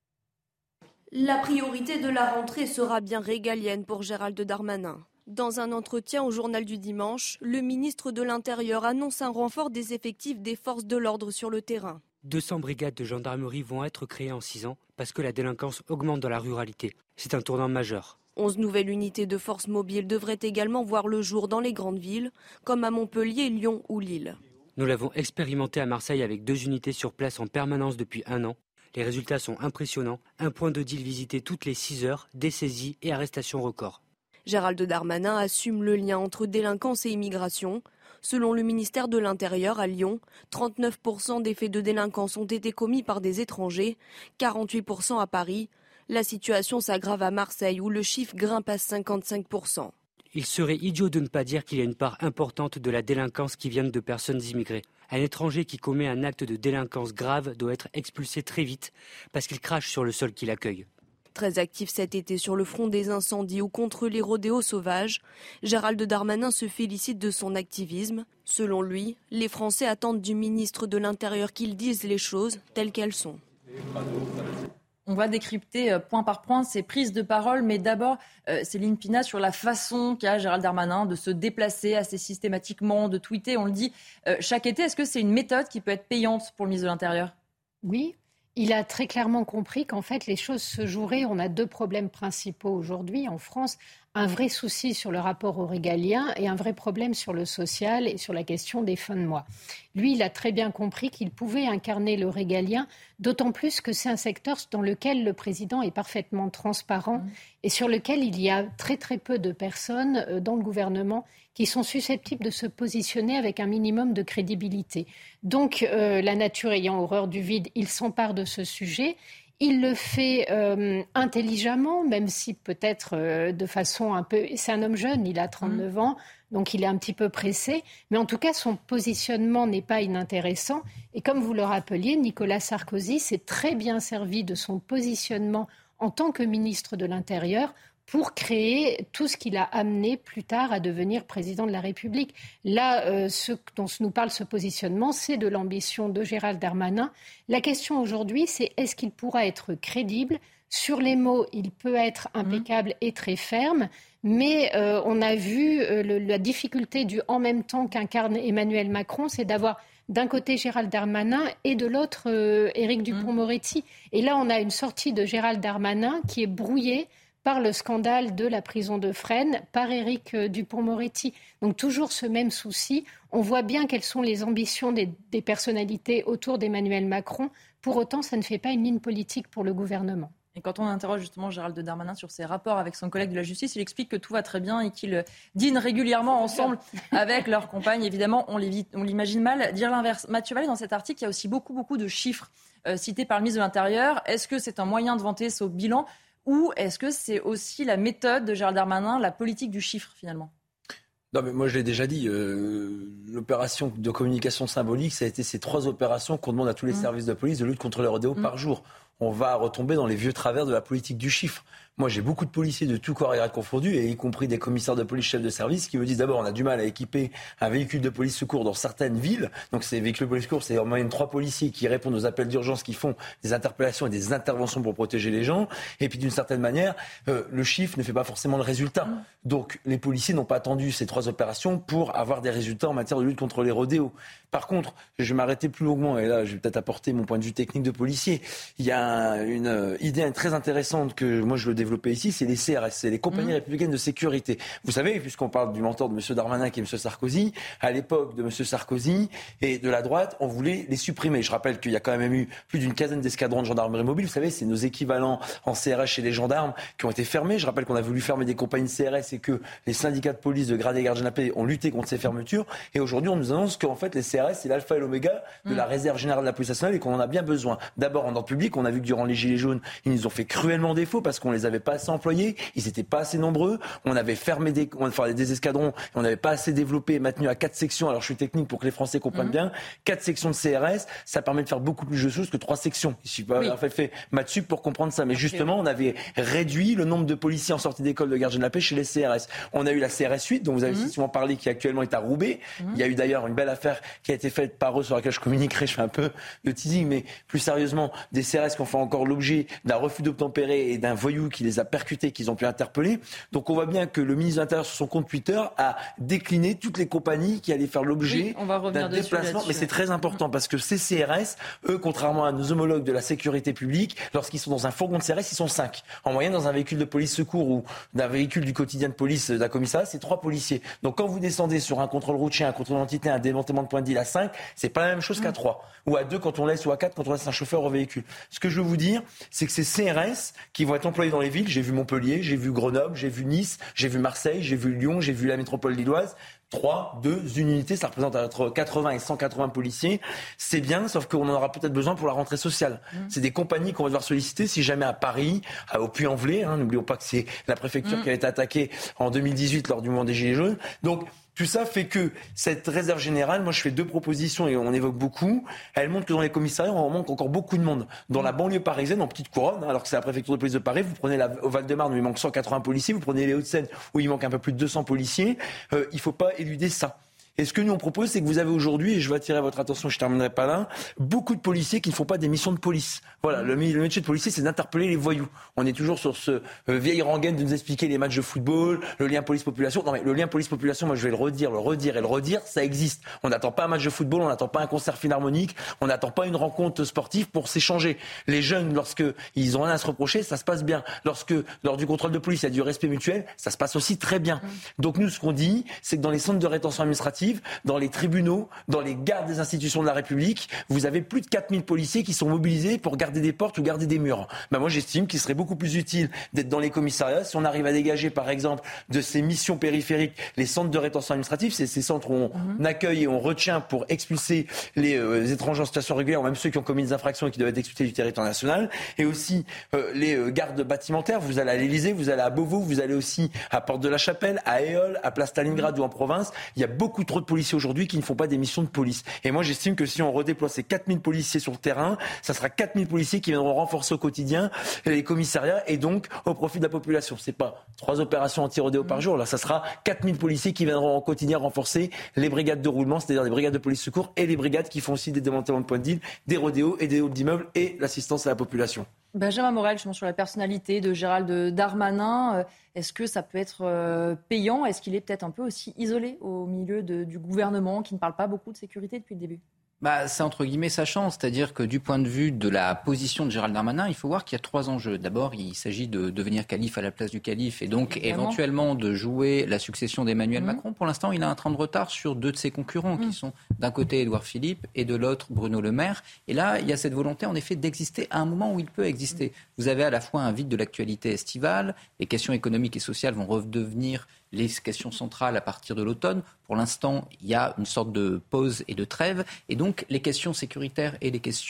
La priorité de la rentrée sera bien régalienne pour Gérald Darmanin. Dans un entretien au Journal du Dimanche, le ministre de l'Intérieur annonce un renfort des effectifs des forces de l'ordre sur le terrain. deux cents brigades de gendarmerie vont être créées en six ans parce que la délinquance augmente dans la ruralité. C'est un tournant majeur. onze nouvelles unités de forces mobiles devraient également voir le jour dans les grandes villes, comme à Montpellier, Lyon ou Lille. Nous l'avons expérimenté à Marseille avec deux unités sur place en permanence depuis un an. Les résultats sont impressionnants. Un point de deal visité toutes les six heures, des saisies et arrestations records. Gérald Darmanin assume le lien entre délinquance et immigration. Selon le ministère de l'Intérieur à Lyon, trente-neuf pour cent des faits de délinquance ont été commis par des étrangers, quarante-huit pour cent à Paris. La situation s'aggrave à Marseille où le chiffre grimpe à cinquante-cinq pour cent. Il serait idiot de ne pas dire qu'il y a une part importante de la délinquance qui vient de personnes immigrées. Un étranger qui commet un acte de délinquance grave doit être expulsé très vite parce qu'il crache sur le sol qui l'accueille. Très actif cet été sur le front des incendies ou contre les rodéos sauvages, Gérald Darmanin se félicite de son activisme. Selon lui, les Français attendent du ministre de l'Intérieur qu'il dise les choses telles qu'elles sont. On va décrypter point par point ces prises de parole, mais d'abord, euh, Céline Pina, sur la façon qu'a Gérald Darmanin de se déplacer assez systématiquement, de tweeter, on le dit, euh, chaque été. Est-ce que c'est une méthode qui peut être payante pour le ministre de l'Intérieur ? Oui, il a très clairement compris qu'en fait, les choses se joueraient. On a deux problèmes principaux aujourd'hui en France. Un vrai souci sur le rapport au régalien et un vrai problème sur le social et sur la question des fins de mois. Lui, il a très bien compris qu'il pouvait incarner le régalien, d'autant plus que c'est un secteur dans lequel le président est parfaitement transparent mmh. et sur lequel il y a très très peu de personnes dans le gouvernement qui sont susceptibles de se positionner avec un minimum de crédibilité. Donc, euh, la nature ayant horreur du vide, il s'empare de ce sujet. Il le fait euh, intelligemment, même si peut-être euh, de façon un peu... C'est un homme jeune, il a trente-neuf mmh. ans, donc il est un petit peu pressé. Mais en tout cas, son positionnement n'est pas inintéressant. Et comme vous le rappeliez, Nicolas Sarkozy s'est très bien servi de son positionnement en tant que ministre de l'Intérieur pour créer tout ce qu'il a amené plus tard à devenir président de la République. Là, euh, ce dont nous parle ce positionnement, c'est de l'ambition de Gérald Darmanin. La question aujourd'hui, c'est est-ce qu'il pourra être crédible ? Sur les mots, il peut être impeccable mmh. et très ferme, mais euh, on a vu euh, le, la difficulté du « en même temps » qu'incarne Emmanuel Macron, c'est d'avoir d'un côté Gérald Darmanin et de l'autre euh, Éric Dupond-Moretti. Et là, on a une sortie de Gérald Darmanin qui est brouillée par le scandale de la prison de Fresnes, par Éric Dupond-Moretti. Donc toujours ce même souci. On voit bien quelles sont les ambitions des, des personnalités autour d'Emmanuel Macron. Pour autant, ça ne fait pas une ligne politique pour le gouvernement. Et quand on interroge justement Gérald Darmanin sur ses rapports avec son collègue de la justice, il explique que tout va très bien et qu'ils dînent régulièrement ensemble avec leurs compagnes. Évidemment, on l'imagine mal dire l'inverse. Mathieu Vallée, dans cet article, il y a aussi beaucoup, beaucoup de chiffres euh, cités par le ministre de l'Intérieur. Est-ce que c'est un moyen de vanter ce bilan ? ou est-ce que c'est aussi la méthode de Gérald Darmanin, la politique du chiffre finalement ? Non, mais moi je l'ai déjà dit, euh, l'opération de communication symbolique, ça a été ces trois opérations qu'on demande à tous les mmh. services de police de lutte contre le rodéo mmh. par jour. On va retomber dans les vieux travers de la politique du chiffre. Moi, j'ai beaucoup de policiers de tout corps et grade confondus, et y compris des commissaires de police, chefs de service, qui me disent d'abord, on a du mal à équiper un véhicule de police secours dans certaines villes. Donc, ces véhicules de police secours, c'est en moyenne trois policiers qui répondent aux appels d'urgence, qui font des interpellations et des interventions pour protéger les gens. Et puis, d'une certaine manière, euh, le chiffre ne fait pas forcément le résultat. Donc, les policiers n'ont pas attendu ces trois opérations pour avoir des résultats en matière de lutte contre les rodéos. Par contre, je vais m'arrêter plus longuement, et là, je vais peut-être apporter mon point de vue technique de policier. Il y a une idée très intéressante que moi, je veux développer ici, c'est les C R S, c'est les compagnies mmh. républicaines de sécurité. Vous savez, puisqu'on parle du mentor de M. Darmanin qui est M. Sarkozy, à l'époque de M. Sarkozy et de la droite, on voulait les supprimer. Je rappelle qu'il y a quand même eu plus d'une quinzaine d'escadrons de gendarmerie mobile. Vous savez, c'est nos équivalents en C R S chez les gendarmes qui ont été fermés. Je rappelle qu'on a voulu fermer des compagnies de C R S et que les syndicats de police de grade et gardiens de la paix ont lutté contre ces fermetures. Et aujourd'hui, on nous annonce qu'en fait, les C R S, c'est l'alpha et l'oméga de mmh. la réserve générale de la police nationale et qu'on en a bien besoin. D'abord, en ordre public, on a vu que durant les Gilets jaunes, ils nous ont fait cruellement défaut parce qu'on les avait pas assez employés, ils n'étaient pas assez nombreux, on avait fermé des, enfin, des escadrons, on n'avait pas assez développé et maintenu à quatre sections, alors je suis technique pour que les Français comprennent mmh. bien, quatre sections de C R S, ça permet de faire beaucoup plus de choses que trois sections. Il suffit pas d'avoir oui. fait maths sup pour comprendre ça, mais justement, on avait réduit le nombre de policiers en sortie d'école de gardien de la paix chez les C R S. On a eu la C R S huit, dont vous avez mmh. souvent parlé, qui actuellement est à Roubaix. Mmh. Il y a eu d'ailleurs une belle affaire qui a été faite par eux sur laquelle je communiquerai, je fais un peu de teasing, mais plus sérieusement, des C R S qui ont fait encore l'objet d'un refus d'obtempérer et d'un voyou qui les a percutés, qu'ils ont pu interpeller. Donc on voit bien que le ministre de l'Intérieur, sur son compte Twitter, a décliné toutes les compagnies qui allaient faire l'objet oui, d'un déplacement. Mais c'est très important parce que ces C R S, eux, contrairement à nos homologues de la sécurité publique, lorsqu'ils sont dans un fourgon de C R S, ils sont cinq. En moyenne, dans un véhicule de police secours ou d'un véhicule du quotidien de police d'un commissariat, c'est trois policiers. Donc quand vous descendez sur un contrôle routier, un contrôle d'identité, un démantèlement de point de deal à cinq, c'est pas la même chose mmh. qu'à trois. Ou à deux quand on laisse, ou à quatre quand on laisse un chauffeur au véhicule. Ce que je veux vous dire, c'est que ces C R S qui vont être employés dans les villes, j'ai vu Montpellier, j'ai vu Grenoble, j'ai vu Nice, j'ai vu Marseille, j'ai vu Lyon, j'ai vu la métropole lilloise. Trois, deux unités, ça représente entre quatre-vingts et cent quatre-vingts policiers. C'est bien, sauf qu'on en aura peut-être besoin pour la rentrée sociale. Mmh. C'est des compagnies qu'on va devoir solliciter si jamais à Paris, au Puy-en-Velay, hein, n'oublions pas que c'est la préfecture mmh. qui a été attaquée en deux mille dix-huit lors du mouvement des Gilets jaunes. Donc, tout ça fait que cette réserve générale, moi je fais deux propositions et on évoque beaucoup, elle montre que dans les commissariats, on manque encore beaucoup de monde. Dans la banlieue parisienne, en petite couronne, alors que c'est la préfecture de police de Paris, vous prenez la, au Val-de-Marne où il manque cent quatre-vingts policiers, vous prenez les Hauts-de-Seine où il manque un peu plus de deux cents policiers, euh, il ne faut pas éluder ça. Et ce que nous on propose, c'est que vous avez aujourd'hui, et je vais attirer votre attention, je ne terminerai pas là, beaucoup de policiers qui ne font pas des missions de police. Voilà, le, le métier de policier, c'est d'interpeller les voyous. On est toujours sur ce euh, vieille rengaine de nous expliquer les matchs de football, le lien police-population. Non mais le lien police-population, moi je vais le redire, le redire et le redire, ça existe. On n'attend pas un match de football, on n'attend pas un concert philharmonique, on n'attend pas une rencontre sportive pour s'échanger. Les jeunes, lorsque ils ont rien à se reprocher, ça se passe bien. Lorsque, lors du contrôle de police, il y a du respect mutuel, ça se passe aussi très bien. Donc nous, ce qu'on dit, c'est que dans les centres de rétention administrative, dans les tribunaux, dans les gardes des institutions de la République, vous avez plus de quatre mille policiers qui sont mobilisés pour garder des portes ou garder des murs. Ben moi, j'estime qu'il serait beaucoup plus utile d'être dans les commissariats si on arrive à dégager, par exemple, de ces missions périphériques, les centres de rétention administrative, c'est ces centres où on mmh. accueille et on retient pour expulser les euh, étrangers en situation régulière, ou même ceux qui ont commis des infractions et qui doivent être expulsés du territoire national, et aussi euh, les euh, gardes bâtimentaires. Vous allez à l'Élysée, vous allez à Beauvau, vous allez aussi à Porte de la Chapelle, à Éole, à Place Stalingrad mmh. ou en province. Il y a beaucoup trop de policiers aujourd'hui qui ne font pas des missions de police. Et moi, j'estime que si on redéploie ces quatre mille policiers sur le terrain, ça sera quatre mille policiers qui viendront renforcer au quotidien les commissariats et donc au profit de la population. C'est pas trois opérations anti-rodéo par jour. Là, ça sera quatre mille policiers qui viendront au quotidien renforcer les brigades de roulement, c'est-à-dire les brigades de police secours et les brigades qui font aussi des démantèlements de points de deal, des rodéos et des halls d'immeubles et l'assistance à la population. Benjamin Morel, justement sur la personnalité de Gérald Darmanin, est-ce que ça peut être payant ? Est-ce qu'il est peut-être un peu aussi isolé au milieu de, du gouvernement qui ne parle pas beaucoup de sécurité depuis le début ? Bah, c'est entre guillemets sa chance, c'est-à-dire que du point de vue de la position de Gérald Darmanin, il faut voir qu'il y a trois enjeux. D'abord, il s'agit de devenir calife à la place du calife et donc Évidemment. éventuellement de jouer la succession d'Emmanuel mmh. Macron. Pour l'instant, il a un train de retard sur deux de ses concurrents mmh. qui sont d'un côté Édouard Philippe et de l'autre Bruno Le Maire. Et là, il y a cette volonté en effet d'exister à un moment où il peut exister. Mmh. Vous avez à la fois un vide de l'actualité estivale, les questions économiques et sociales vont redevenir les questions centrales à partir de l'automne. Pour l'instant, il y a une sorte de pause et de trêve. Et donc, les questions sécuritaires et les questions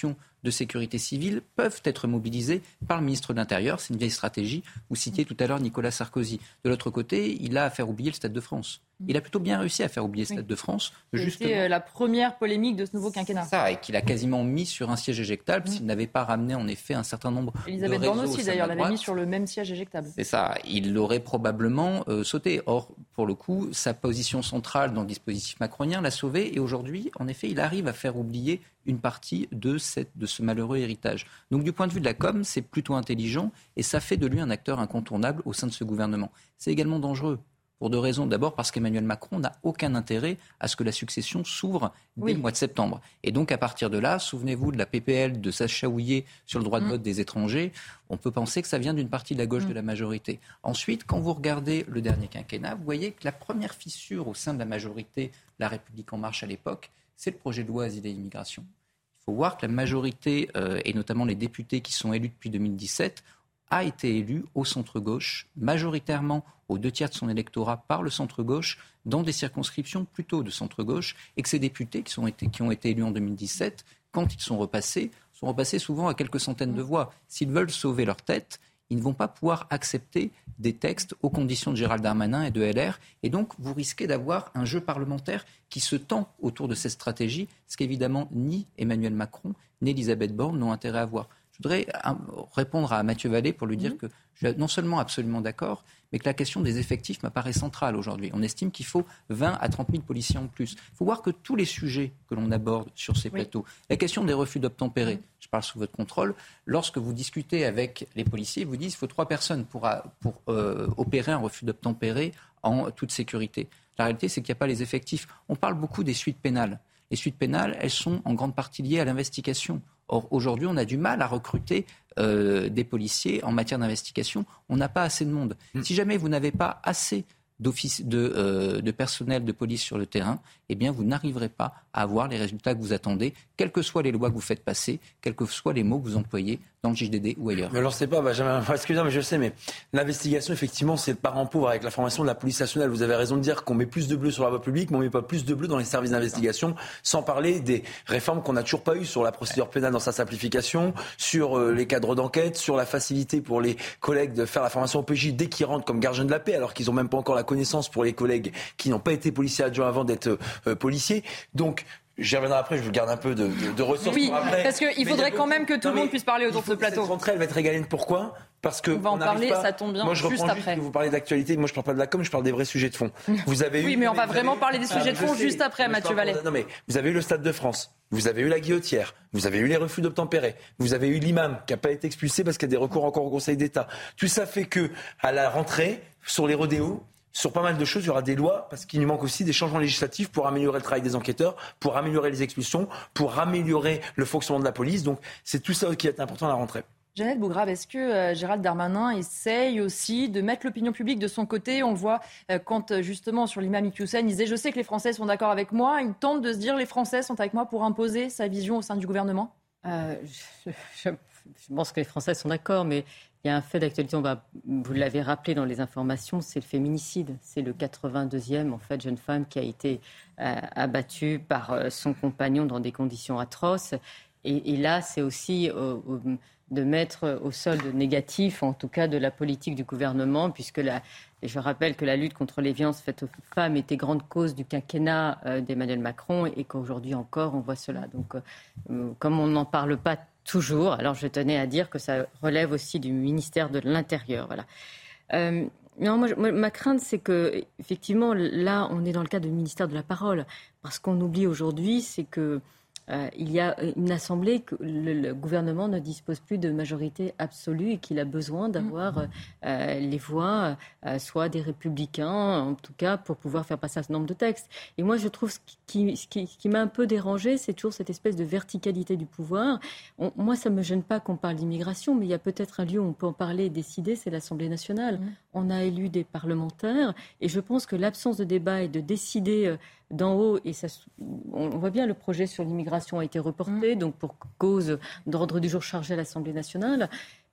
de sécurité civile peuvent être mobilisés par le ministre de l'Intérieur. C'est une vieille stratégie. Vous citiez tout à l'heure Nicolas Sarkozy. De l'autre côté, il a à faire oublier le Stade de France. Il a plutôt bien réussi à faire oublier le Stade oui. de France. C'était euh, la première polémique de ce nouveau quinquennat. Ça, et qu'il a quasiment mis sur un siège éjectable mmh. s'il n'avait pas ramené en effet un certain nombre Elisabeth de réseaux. Borne aussi d'ailleurs l'avait mis sur le même siège éjectable. C'est ça, il l'aurait probablement euh, sauté. Or, pour le coup, sa position centrale dans le dispositif macronien l'a sauvé et aujourd'hui, en effet, il arrive à faire oublier une partie de, cette, de ce malheureux héritage. Donc du point de vue de la com, c'est plutôt intelligent et ça fait de lui un acteur incontournable au sein de ce gouvernement. C'est également dangereux. Pour deux raisons. D'abord parce qu'Emmanuel Macron n'a aucun intérêt à ce que la succession s'ouvre dès oui. le mois de septembre. Et donc à partir de là, souvenez-vous de la P P L de Sacha Houillet sur le droit de mmh. vote des étrangers. On peut penser que ça vient d'une partie de la gauche mmh. de la majorité. Ensuite, quand vous regardez le dernier quinquennat, vous voyez que la première fissure au sein de la majorité, La République En Marche à l'époque, c'est le projet de loi Asile et Immigration. Il faut voir que la majorité, euh, et notamment les députés qui sont élus depuis deux mille dix-sept, a été élu au centre-gauche, majoritairement aux deux tiers de son électorat par le centre-gauche, dans des circonscriptions plutôt de centre-gauche, et que ces députés qui, sont été, qui ont été élus en deux mille dix-sept, quand ils sont repassés, sont repassés souvent à quelques centaines de voix. S'ils veulent sauver leur tête, ils ne vont pas pouvoir accepter des textes aux conditions de Gérald Darmanin et de L R. Et donc, vous risquez d'avoir un jeu parlementaire qui se tend autour de cette stratégie, ce qu'évidemment ni Emmanuel Macron ni Elisabeth Borne n'ont intérêt à voir. Je voudrais répondre à Mathieu Vallée pour lui dire mmh. que je suis non seulement absolument d'accord, mais que la question des effectifs m'apparaît centrale aujourd'hui. On estime qu'il faut vingt à trente mille policiers en plus. Il faut voir que tous les sujets que l'on aborde sur ces oui. plateaux, la question des refus d'obtempérer, mmh. je parle sous votre contrôle, lorsque vous discutez avec les policiers, ils vous disent qu'il faut trois personnes pour, pour euh, opérer un refus d'obtempérer en toute sécurité. La réalité, c'est qu'il n'y a pas les effectifs. On parle beaucoup des suites pénales. Les suites pénales, elles sont en grande partie liées à l'investigation. Or, aujourd'hui, on a du mal à recruter euh, des policiers en matière d'investigation. On n'a pas assez de monde. Mmh. Si jamais vous n'avez pas assez d'office, de, euh, de personnel de police sur le terrain, eh bien, vous n'arriverez pas à avoir les résultats que vous attendez, quelles que soient les lois que vous faites passer, quels que soient les mots que vous employez dans le J D D ou ailleurs. Mais alors, c'est pas, Benjamin, excusez-moi, mais je sais, mais l'investigation, effectivement, c'est le parent pauvre avec la formation de la police nationale. Vous avez raison de dire qu'on met plus de bleu sur la voie publique, mais on met pas plus de bleu dans les services d'investigation, sans parler des réformes qu'on n'a toujours pas eues sur la procédure pénale dans sa simplification, sur euh, les cadres d'enquête, sur la facilité pour les collègues de faire la formation au P J dès qu'ils rentrent comme gardiens de la paix, alors qu'ils n'ont même pas encore la connaissance pour les collègues qui n'ont pas été policiers adjoints avant d'être euh, policiers. Donc, j'y reviendrai après, je vous garde un peu de, de, de ressources oui, pour après. Parce qu'il faudrait quand même que tout le monde puisse parler autour de ce plateau. Cette rentrée, elle va être régalienne. Pourquoi ? Parce que on va en parler, pas... ça tombe bien. Moi, je juste reprends après. Juste que vous parlez d'actualité. Moi, je parle pas de la com, je parle des vrais sujets de fond. Vous avez oui, eu... mais on va vous vraiment avez... parler des sujets ah, de fond juste sais, après, Mathieu Vallée. Non, mais vous avez eu le Stade de France, vous avez eu la Guillotière, vous avez eu les refus d'obtempérer, vous avez eu l'imam qui n'a pas été expulsé parce qu'il y a des recours encore au Conseil d'État. Tout ça fait que, à la rentrée, sur les rodéos, sur pas mal de choses, il y aura des lois, parce qu'il nous manque aussi des changements législatifs pour améliorer le travail des enquêteurs, pour améliorer les expulsions, pour améliorer le fonctionnement de la police. Donc c'est tout ça qui est important à la rentrée. Jeannette Bougrave, est-ce que euh, Gérald Darmanin essaye aussi de mettre l'opinion publique de son côté ? On le voit euh, quand euh, justement sur l'imam Iqiyoussen, il disait « je sais que les Français sont d'accord avec moi ». Il tente de se dire « les Français sont avec moi » pour imposer sa vision au sein du gouvernement euh, je, je, je pense que les Français sont d'accord, mais il y a un fait d'actualité, on va, vous l'avez rappelé dans les informations, c'est le féminicide. C'est le quatre-vingt-deuxième en fait, jeune femme qui a été euh, abattue par euh, son compagnon dans des conditions atroces. Et, et là, c'est aussi euh, euh, de mettre au solde négatif, en tout cas de la politique du gouvernement, puisque la, et je rappelle que la lutte contre les violences faites aux femmes était grande cause du quinquennat euh, d'Emmanuel Macron et qu'aujourd'hui encore, on voit cela. Donc, euh, comme on n'en parle pas toujours, alors je tenais à dire que ça relève aussi du ministère de l'Intérieur. Voilà. Euh, non, moi, moi, ma crainte, c'est que, effectivement, là, on est dans le cadre du ministère de la Parole. Parce qu'on oublie aujourd'hui, c'est que Euh, il y a une assemblée que le, le gouvernement ne dispose plus de majorité absolue et qu'il a besoin d'avoir euh, les voix, euh, soit des républicains, en tout cas, pour pouvoir faire passer un certain nombre de textes. Et moi, je trouve ce qui, ce qui, ce qui m'a un peu dérangée, c'est toujours cette espèce de verticalité du pouvoir. On, moi, ça ne me gêne pas qu'on parle d'immigration, mais il y a peut-être un lieu où on peut en parler et décider, c'est l'Assemblée nationale. Mmh. On a élu des parlementaires et je pense que l'absence de débat et de décider euh, d'en haut, et ça, on voit bien le projet sur l'immigration a été reporté, mmh. donc pour cause d'ordre du jour chargé à l'Assemblée nationale.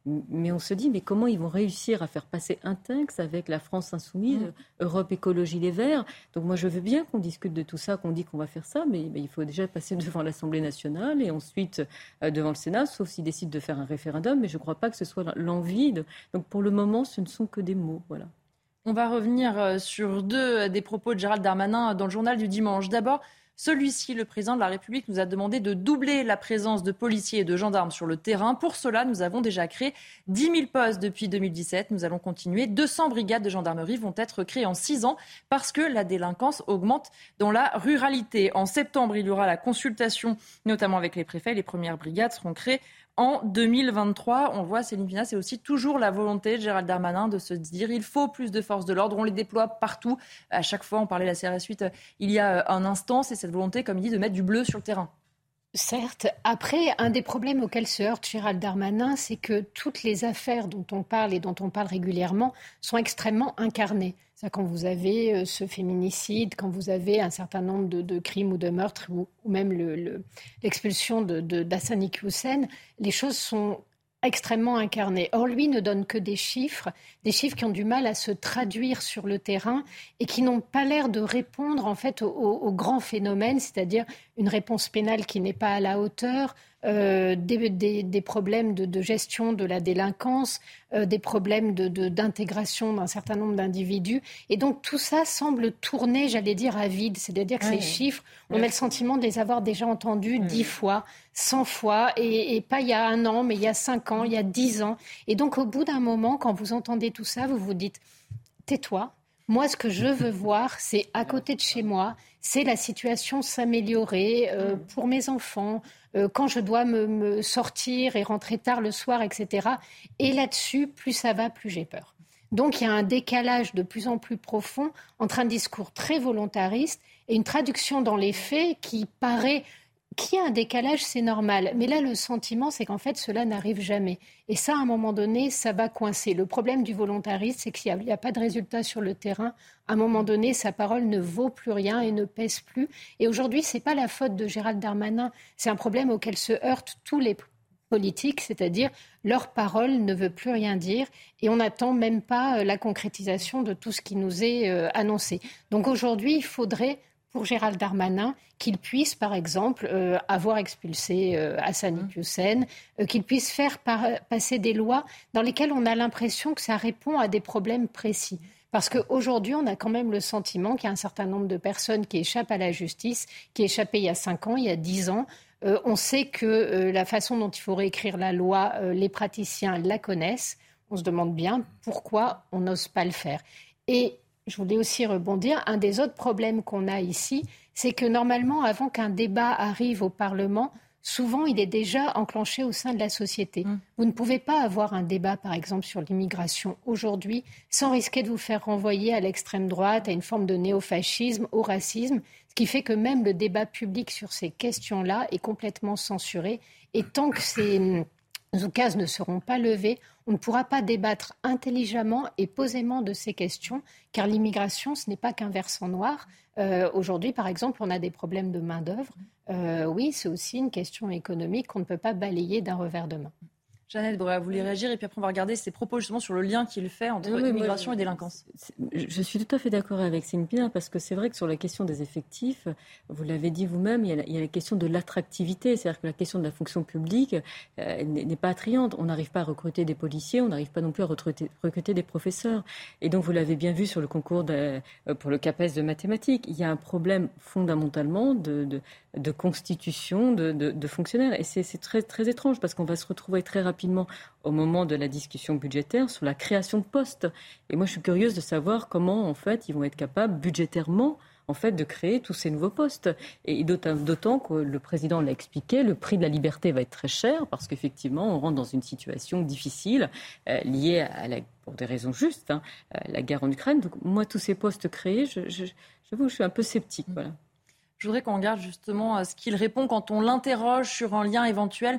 Mais on se dit, mais comment ils vont réussir à faire passer un texte avec la France insoumise, mmh. Europe Écologie Les Verts? Donc moi, je veux bien qu'on discute de tout ça, qu'on dit qu'on va faire ça, mais, mais il faut déjà passer devant l'Assemblée nationale et ensuite euh, devant le Sénat, sauf s'ils décident de faire un référendum. Mais je ne crois pas que ce soit l'envie. De... Donc pour le moment, ce ne sont que des mots. Voilà. On va revenir sur deux des propos de Gérald Darmanin dans le journal du dimanche. D'abord, celui-ci, le président de la République, nous a demandé de doubler la présence de policiers et de gendarmes sur le terrain. Pour cela, nous avons déjà créé dix mille postes depuis deux mille dix-sept. Nous allons continuer. deux cents brigades de gendarmerie vont être créées en six ans parce que la délinquance augmente dans la ruralité. En septembre, il y aura la consultation, notamment avec les préfets. Les premières brigades seront créées en deux mille vingt-trois. On voit, Céline Pina, c'est aussi toujours la volonté de Gérald Darmanin de se dire il faut plus de forces de l'ordre. On les déploie partout. À chaque fois, on parlait de la C R S huit il y a un instant. C'est cette volonté, comme il dit, de mettre du bleu sur le terrain. Certes. Après, un des problèmes auxquels se heurte Gérald Darmanin, c'est que toutes les affaires dont on parle et dont on parle régulièrement sont extrêmement incarnées. C'est-à-dire quand vous avez ce féminicide, quand vous avez un certain nombre de, de crimes ou de meurtres, ou, ou même le, le, l'expulsion de, de, d'Hassani Hussein, les choses sont extrêmement incarné. Or, lui ne donne que des chiffres, des chiffres qui ont du mal à se traduire sur le terrain et qui n'ont pas l'air de répondre en fait au, au grand phénomène, c'est-à-dire une réponse pénale qui n'est pas à la hauteur, euh, des, des, des problèmes de, de gestion de la délinquance, euh, des problèmes de, de, d'intégration d'un certain nombre d'individus. Et donc tout ça semble tourner, j'allais dire, à vide. C'est-à-dire que oui. ces chiffres, on oui. a le sentiment de les avoir déjà entendus oui. dix fois, cent fois, et, et pas il y a un an, mais il y a cinq ans, il y a dix ans. Et donc au bout d'un moment, quand vous entendez tout ça, vous vous dites « tais-toi ». Moi, ce que je veux voir, c'est à côté de chez moi, c'est la situation s'améliorer euh, pour mes enfants, euh, quand je dois me, me sortir et rentrer tard le soir, et cetera. Et là-dessus, plus ça va, plus j'ai peur. Donc, il y a un décalage de plus en plus profond entre un discours très volontariste et une traduction dans les faits qui paraît... Qu'il y a un décalage, c'est normal. Mais là, le sentiment, c'est qu'en fait, cela n'arrive jamais. Et ça, à un moment donné, ça va coincer. Le problème du volontarisme, c'est qu'il n'y a, a pas de résultat sur le terrain. À un moment donné, sa parole ne vaut plus rien et ne pèse plus. Et aujourd'hui, ce n'est pas la faute de Gérald Darmanin. C'est un problème auquel se heurtent tous les politiques, c'est-à-dire leur parole ne veut plus rien dire. Et on n'attend même pas la concrétisation de tout ce qui nous est euh, annoncé. Donc aujourd'hui, il faudrait... pour Gérald Darmanin, qu'il puisse, par exemple, euh, avoir expulsé euh, Hassani Hussein, euh, qu'il puisse faire par, passer des lois dans lesquelles on a l'impression que ça répond à des problèmes précis. Parce qu'aujourd'hui, on a quand même le sentiment qu'il y a un certain nombre de personnes qui échappent à la justice, qui échappaient il y a cinq ans, il y a dix ans. Euh, on sait que euh, la façon dont il faut réécrire la loi, euh, les praticiens la connaissent. On se demande bien pourquoi on n'ose pas le faire. Et je voulais aussi rebondir. Un des autres problèmes qu'on a ici, c'est que normalement, avant qu'un débat arrive au Parlement, souvent, il est déjà enclenché au sein de la société. Mmh. Vous ne pouvez pas avoir un débat, par exemple, sur l'immigration aujourd'hui, sans risquer de vous faire renvoyer à l'extrême droite, à une forme de néofascisme, au racisme, ce qui fait que même le débat public sur ces questions-là est complètement censuré. Et tant que ces oukases ne seront pas levés, on ne pourra pas débattre intelligemment et posément de ces questions, car l'immigration, ce n'est pas qu'un versant noir. Euh, aujourd'hui, par exemple, on a des problèmes de main-d'œuvre. Euh, oui, c'est aussi une question économique qu'on ne peut pas balayer d'un revers de main. Jeannette Breuer, vous voulez réagir et puis après on va regarder ses propos justement sur le lien qu'il fait entre oui, immigration moi, et délinquance. Je suis tout à fait d'accord avec Céline Pina parce que c'est vrai que sur la question des effectifs, vous l'avez dit vous-même, il y a la, il y a la question de l'attractivité, c'est-à-dire que la question de la fonction publique euh, n'est, n'est pas attrayante. On n'arrive pas à recruter des policiers, on n'arrive pas non plus à recruter, recruter des professeurs. Et donc vous l'avez bien vu sur le concours de, pour le CAPES de mathématiques, il y a un problème fondamentalement de, de, de constitution de, de, de fonctionnaires. Et c'est, c'est très, très étrange parce qu'on va se retrouver très rapidement au moment de la discussion budgétaire sur la création de postes. Et moi, je suis curieuse de savoir comment, en fait, ils vont être capables budgétairement, en fait, de créer tous ces nouveaux postes. Et d'autant, d'autant que le président l'a expliqué, le prix de la liberté va être très cher parce qu'effectivement, on rentre dans une situation difficile euh, liée à la, pour des raisons justes, hein, à la guerre en Ukraine. Donc, moi, tous ces postes créés, je, je, j'avoue que je suis un peu sceptique. Voilà. Je voudrais qu'on regarde justement ce qu'il répond quand on l'interroge sur un lien éventuel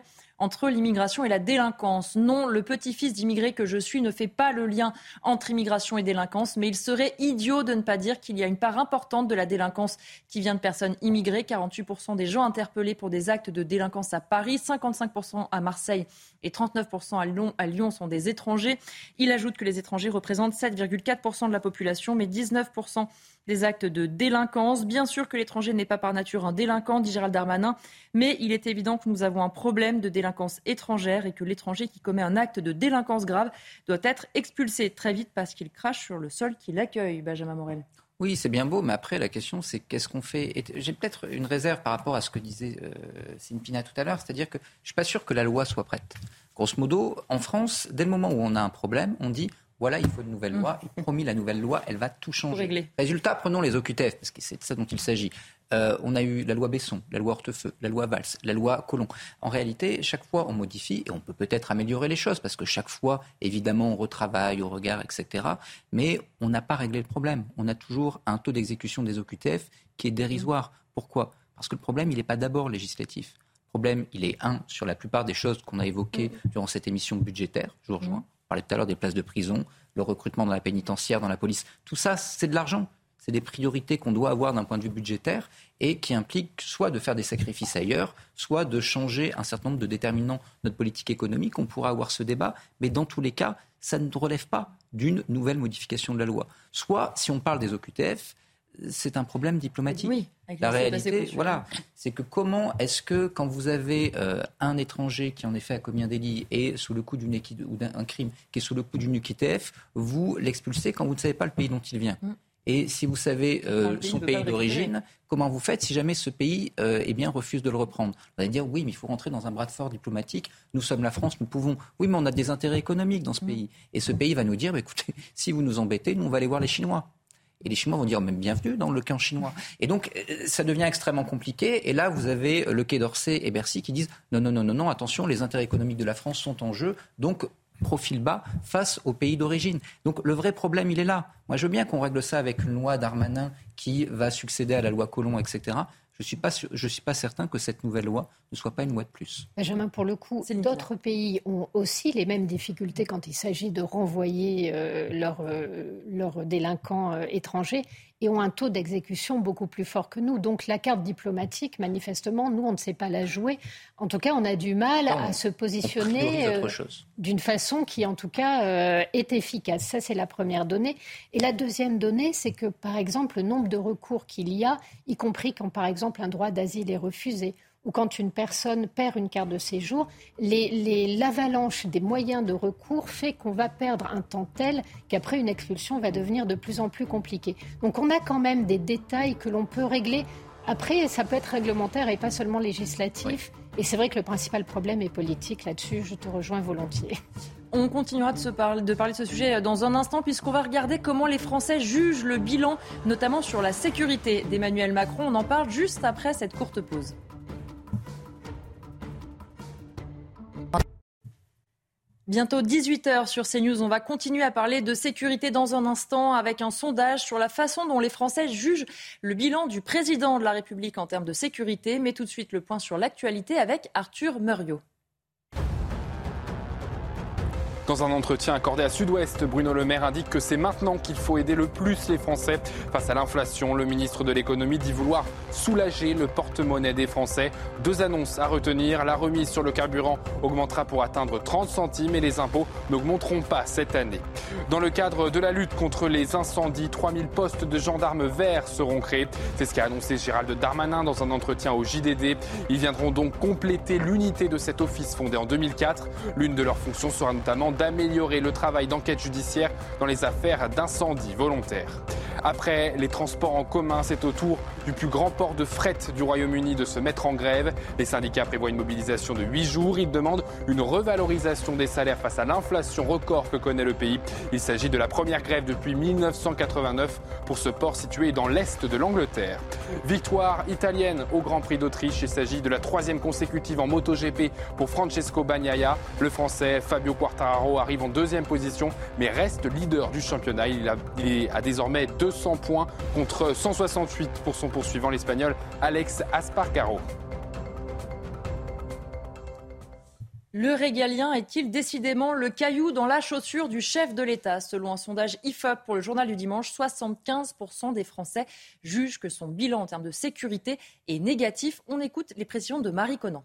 entre l'immigration et la délinquance. Non, le petit-fils d'immigré que je suis ne fait pas le lien entre immigration et délinquance, mais il serait idiot de ne pas dire qu'il y a une part importante de la délinquance qui vient de personnes immigrées. quarante-huit pour cent des gens interpellés pour des actes de délinquance à Paris, cinquante-cinq pour cent à Marseille et trente-neuf pour cent à Lyon, à Lyon sont des étrangers. Il ajoute que les étrangers représentent sept virgule quatre pour cent de la population, mais dix-neuf pour cent des actes de délinquance. Bien sûr que l'étranger n'est pas par nature un délinquant, dit Gérald Darmanin, mais il est évident que nous avons un problème de délinquance étrangère et que l'étranger qui commet un acte de délinquance grave doit être expulsé très vite parce qu'il crache sur le sol qui l'accueille. Benjamin Morel. Oui, c'est bien beau, mais après, la question, c'est qu'est-ce qu'on fait ? Et j'ai peut-être une réserve par rapport à ce que disait euh, Céline Pina tout à l'heure, c'est-à-dire que je ne suis pas sûr que la loi soit prête. Grosso modo, en France, dès le moment où on a un problème, on dit voilà, il faut une nouvelle loi. Et promis, la nouvelle loi, elle va tout changer. Résultat, prenons les O Q T F, parce que c'est de ça dont il s'agit. Euh, on a eu la loi Besson, la loi Hortefeux, la loi Valls, la loi Collomb. En réalité, chaque fois, on modifie et on peut peut-être améliorer les choses, parce que chaque fois, évidemment, on retravaille au regard, et cetera. Mais on n'a pas réglé le problème. On a toujours un taux d'exécution des O Q T F qui est dérisoire. Pourquoi ? Parce que le problème, il n'est pas d'abord législatif. Le problème, il est, un, sur la plupart des choses qu'on a évoquées durant cette émission budgétaire, je vous rejoins. On parlait tout à l'heure des places de prison, le recrutement dans la pénitentiaire, dans la police. Tout ça, c'est de l'argent. C'est des priorités qu'on doit avoir d'un point de vue budgétaire et qui impliquent soit de faire des sacrifices ailleurs, soit de changer un certain nombre de déterminants de notre politique économique. On pourra avoir ce débat, mais dans tous les cas, ça ne relève pas d'une nouvelle modification de la loi. Soit, si on parle des O Q T F, c'est un problème diplomatique. Oui, la réalité, voilà, c'est que comment est-ce que quand vous avez euh, un étranger qui en effet a commis un délit et sous le coup d'une équi- ou d'un crime qui est sous le coup d'une O Q T F, vous l'expulsez quand vous ne savez pas le pays dont il vient. Mm. Et si vous savez euh, son pays d'origine, comment vous faites si jamais ce pays euh, eh bien, refuse de le reprendre ? Vous allez dire oui, mais il faut rentrer dans un bras de fer diplomatique. Nous sommes la France, nous pouvons. Oui, mais on a des intérêts économiques dans ce mmh. pays. Et ce pays va nous dire bah, écoutez, si vous nous embêtez, nous on va aller voir les Chinois. Et les Chinois vont dire même bienvenue dans le camp chinois. Et donc ça devient extrêmement compliqué. Et là, vous avez le Quai d'Orsay et Bercy qui disent non, non, non, non, non, attention, les intérêts économiques de la France sont en jeu. Donc profil bas face au pays d'origine. Donc le vrai problème, il est là. Moi, je veux bien qu'on règle ça avec une loi Darmanin qui va succéder à la loi Collomb, et cetera. Je ne suis pas, je suis pas certain que cette nouvelle loi ne soit pas une loi de plus. Benjamin, pour le coup, d'autres pays ont aussi les mêmes difficultés quand il s'agit de renvoyer euh, leurs euh, leur délinquants euh, étrangers et ont un taux d'exécution beaucoup plus fort que nous. Donc la carte diplomatique, manifestement, nous, on ne sait pas la jouer. En tout cas, on a du mal non, à se positionner euh, d'une façon qui, en tout cas, euh, est efficace. Ça, c'est la première donnée. Et la deuxième donnée, c'est que, par exemple, le nombre de recours qu'il y a, y compris quand, par exemple, un droit d'asile est refusé, ou quand une personne perd une carte de séjour, les, les, l'avalanche des moyens de recours fait qu'on va perdre un temps tel qu'après une expulsion va devenir de plus en plus compliquée. Donc on a quand même des détails que l'on peut régler. Après, ça peut être réglementaire et pas seulement législatif. Oui. Et c'est vrai que le principal problème est politique. Là-dessus, je te rejoins volontiers. On continuera de, se parler, de parler de ce sujet dans un instant puisqu'on va regarder comment les Français jugent le bilan, notamment sur la sécurité d'Emmanuel Macron. On en parle juste après cette courte pause. Bientôt dix-huit heures sur CNews. On va continuer à parler de sécurité dans un instant avec un sondage sur la façon dont les Français jugent le bilan du président de la République en termes de sécurité. Mais tout de suite, le point sur l'actualité avec Arthur Muriot. Dans un entretien accordé à Sud-Ouest, Bruno Le Maire indique que c'est maintenant qu'il faut aider le plus les Français face à l'inflation. Le ministre de l'économie dit vouloir soulager le porte-monnaie des Français. Deux annonces à retenir. La remise sur le carburant augmentera pour atteindre trente centimes et les impôts n'augmenteront pas cette année. Dans le cadre de la lutte contre les incendies, trois mille postes de gendarmes verts seront créés. C'est ce qu'a annoncé Gérald Darmanin dans un entretien au J D D. Ils viendront donc compléter l'unité de cet office fondé en deux mille quatre. L'une de leurs fonctions sera notamment d'améliorer le travail d'enquête judiciaire dans les affaires d'incendie volontaires. Après les transports en commun, c'est au tour du plus grand port de fret du Royaume-Uni de se mettre en grève. Les syndicats prévoient une mobilisation de huit jours. Ils demandent une revalorisation des salaires face à l'inflation record que connaît le pays. Il s'agit de la première grève depuis mille neuf cent quatre-vingt-neuf pour ce port situé dans l'est de l'Angleterre. Victoire italienne au Grand Prix d'Autriche. Il s'agit de la troisième consécutive en MotoGP pour Francesco Bagnaia. Le Français Fabio Quartararo arrive en deuxième position mais reste leader du championnat. Il a, il a désormais deux cents points contre cent soixante-huit pour son poursuivant, l'Espagnol Alex Espargaro. Le régalien est-il décidément le caillou dans la chaussure du chef de l'État ? Selon un sondage I F O P pour le journal du dimanche, soixante-quinze pour cent des Français jugent que son bilan en termes de sécurité est négatif. On écoute les précisions de Marie Conan.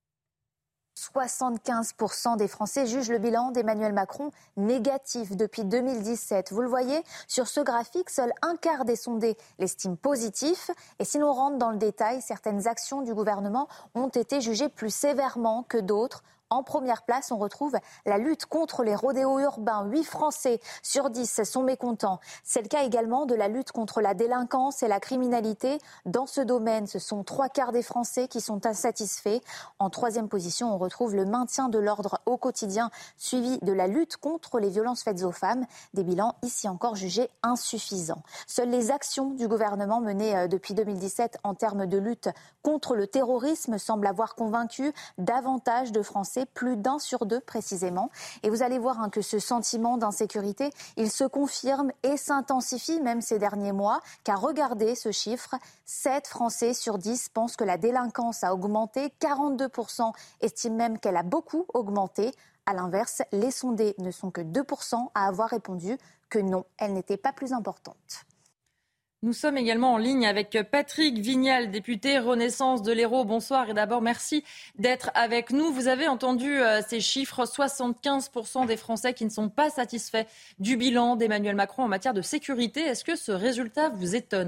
soixante-quinze pour cent des Français jugent le bilan d'Emmanuel Macron négatif depuis deux mille dix-sept. Vous le voyez, sur ce graphique, seul un quart des sondés l'estiment positif. Et si l'on rentre dans le détail, certaines actions du gouvernement ont été jugées plus sévèrement que d'autres. En première place, on retrouve la lutte contre les rodéos urbains. huit Français sur dix sont mécontents. C'est le cas également de la lutte contre la délinquance et la criminalité. Dans ce domaine, ce sont trois quarts des Français qui sont insatisfaits. En troisième position, on retrouve le maintien de l'ordre au quotidien, suivi de la lutte contre les violences faites aux femmes. Des bilans ici encore jugés insuffisants. Seules les actions du gouvernement menées depuis deux mille dix-sept en termes de lutte contre le terrorisme semblent avoir convaincu davantage de Français, plus d'un sur deux précisément. Et vous allez voir hein, que ce sentiment d'insécurité, il se confirme et s'intensifie même ces derniers mois. Car regardez ce chiffre, sept Français sur dix pensent que la délinquance a augmenté, quarante-deux pour cent estiment même qu'elle a beaucoup augmenté. À l'inverse, les sondés ne sont que deux pour cent à avoir répondu que non, elle n'était pas plus importante. Nous sommes également en ligne avec Patrick Vignal, député Renaissance de l'Hérault. Bonsoir et d'abord merci d'être avec nous. Vous avez entendu euh, ces chiffres, soixante-quinze pour cent des Français qui ne sont pas satisfaits du bilan d'Emmanuel Macron en matière de sécurité. Est-ce que ce résultat vous étonne ?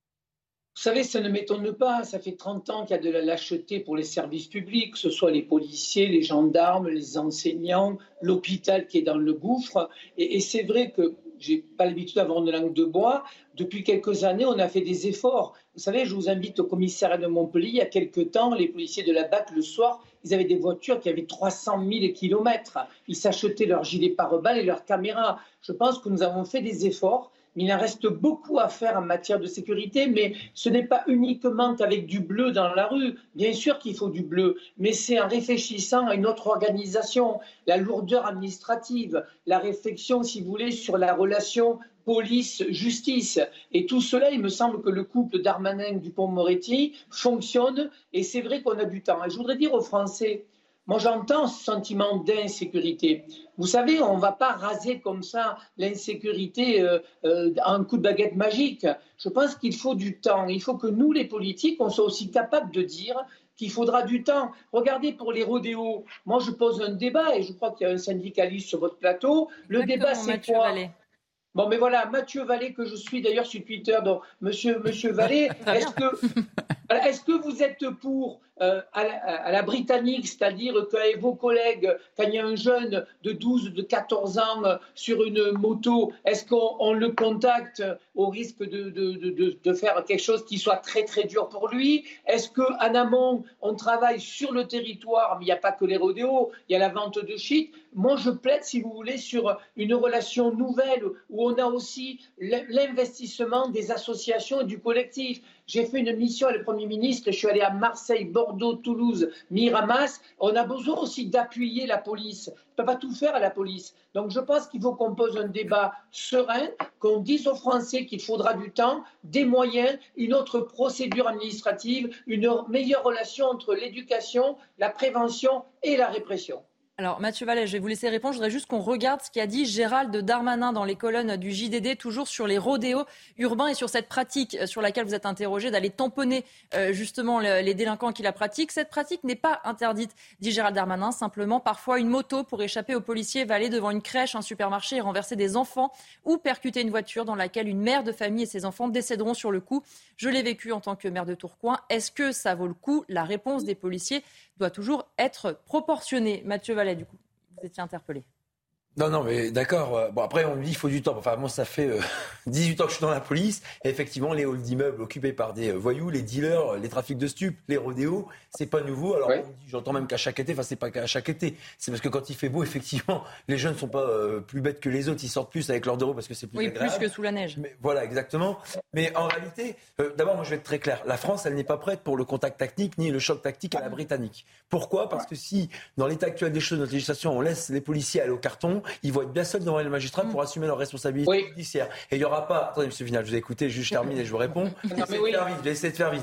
Vous savez, ça ne m'étonne pas. Ça fait trente ans qu'il y a de la lâcheté pour les services publics, que ce soit les policiers, les gendarmes, les enseignants, l'hôpital qui est dans le gouffre. Et, et c'est vrai que je n'ai pas l'habitude d'avoir une langue de bois. Depuis quelques années, on a fait des efforts. Vous savez, je vous invite au commissariat de Montpellier. Il y a quelques temps, les policiers de la B A C, le soir, ils avaient des voitures qui avaient trois cent mille kilomètres. Ils s'achetaient leurs gilets pare-balles et leurs caméras. Je pense que nous avons fait des efforts. Mais il en reste beaucoup à faire en matière de sécurité, mais ce n'est pas uniquement qu'avec du bleu dans la rue. Bien sûr qu'il faut du bleu, mais c'est en réfléchissant à une autre organisation, la lourdeur administrative, la réflexion, si vous voulez, sur la relation police-justice. Et tout cela, il me semble que le couple Darmanin-Dupond-Moretti fonctionne, et c'est vrai qu'on a du temps. Et je voudrais dire aux Français, moi, j'entends ce sentiment d'insécurité. Vous savez, on ne va pas raser comme ça l'insécurité euh, euh, à un coup de baguette magique. Je pense qu'il faut du temps. Il faut que nous, les politiques, on soit aussi capables de dire qu'il faudra du temps. Regardez pour les rodéos. Moi, je pose un débat et je crois qu'il y a un syndicaliste sur votre plateau. Le Exactement, débat, c'est Mathieu quoi Vallée. Bon, mais voilà, Mathieu Vallée, que je suis d'ailleurs sur Twitter, donc Monsieur, Monsieur Vallée, est-ce que, est-ce que vous êtes pour euh, à, la, à la britannique, c'est-à-dire qu'avec vos collègues, quand il y a un jeune de douze, de quatorze ans euh, sur une moto, est-ce qu'on on le contacte au risque de, de, de, de faire quelque chose qui soit très très dur pour lui? Est-ce qu'en amont, on travaille sur le territoire, mais il n'y a pas que les rodéos, il y a la vente de shit. Moi, je plaide, si vous voulez, sur une relation nouvelle où on a aussi l'investissement des associations et du collectif. J'ai fait une mission avec le Premier ministre, je suis allé à Marseille, Bordeaux, Toulouse, Miramas. On a besoin aussi d'appuyer la police. On ne peut pas tout faire à la police. Donc je pense qu'il faut qu'on pose un débat serein, qu'on dise aux Français qu'il faudra du temps, des moyens, une autre procédure administrative, une meilleure relation entre l'éducation, la prévention et la répression. Alors Mathieu Vallée, je vais vous laisser répondre. Je voudrais juste qu'on regarde ce qu'a dit Gérald Darmanin dans les colonnes du J D D, toujours sur les rodéos urbains et sur cette pratique sur laquelle vous êtes interrogé, d'aller tamponner euh, justement le, les délinquants qui la pratiquent. Cette pratique n'est pas interdite, dit Gérald Darmanin. Simplement, parfois, une moto pour échapper aux policiers va aller devant une crèche, un supermarché et renverser des enfants ou percuter une voiture dans laquelle une mère de famille et ses enfants décéderont sur le coup. Je l'ai vécu en tant que maire de Tourcoing. Est-ce que ça vaut le coup? La réponse des policiers doit toujours être proportionnée. Mathieu Vallée, du coup, vous étiez interpellé. Non, non, mais d'accord. Bon, après, on me dit qu'il faut du temps. Enfin, moi, ça fait euh, dix-huit ans que je suis dans la police. Et effectivement, les halls d'immeubles occupés par des voyous, les dealers, les trafics de stupes, les rodéos, c'est pas nouveau. Alors, ouais. on me dit, j'entends même qu'à chaque été, enfin, c'est pas qu'à chaque été. C'est parce que quand il fait beau, effectivement, les jeunes ne sont pas euh, plus bêtes que les autres. Ils sortent plus avec leurs deux roues parce que c'est plus oui, agréable. Oui, plus que sous la neige. Mais, voilà, exactement. Mais en réalité, euh, d'abord, moi, je vais être très clair. La France, elle n'est pas prête pour le contact tactique ni le choc tactique à la britannique. Pourquoi ? Parce que si, dans l'état actuel des choses de notre législation, on laisse les policiers aller au carton, ils vont être bien seuls devant les magistrats pour assumer leurs responsabilités oui. judiciaires. Et il n'y aura pas... Attendez, monsieur Vignal, je vous ai écouté, juste je termine et je vous réponds. Je vais essayer de faire vite. Je vais essayer de faire vite.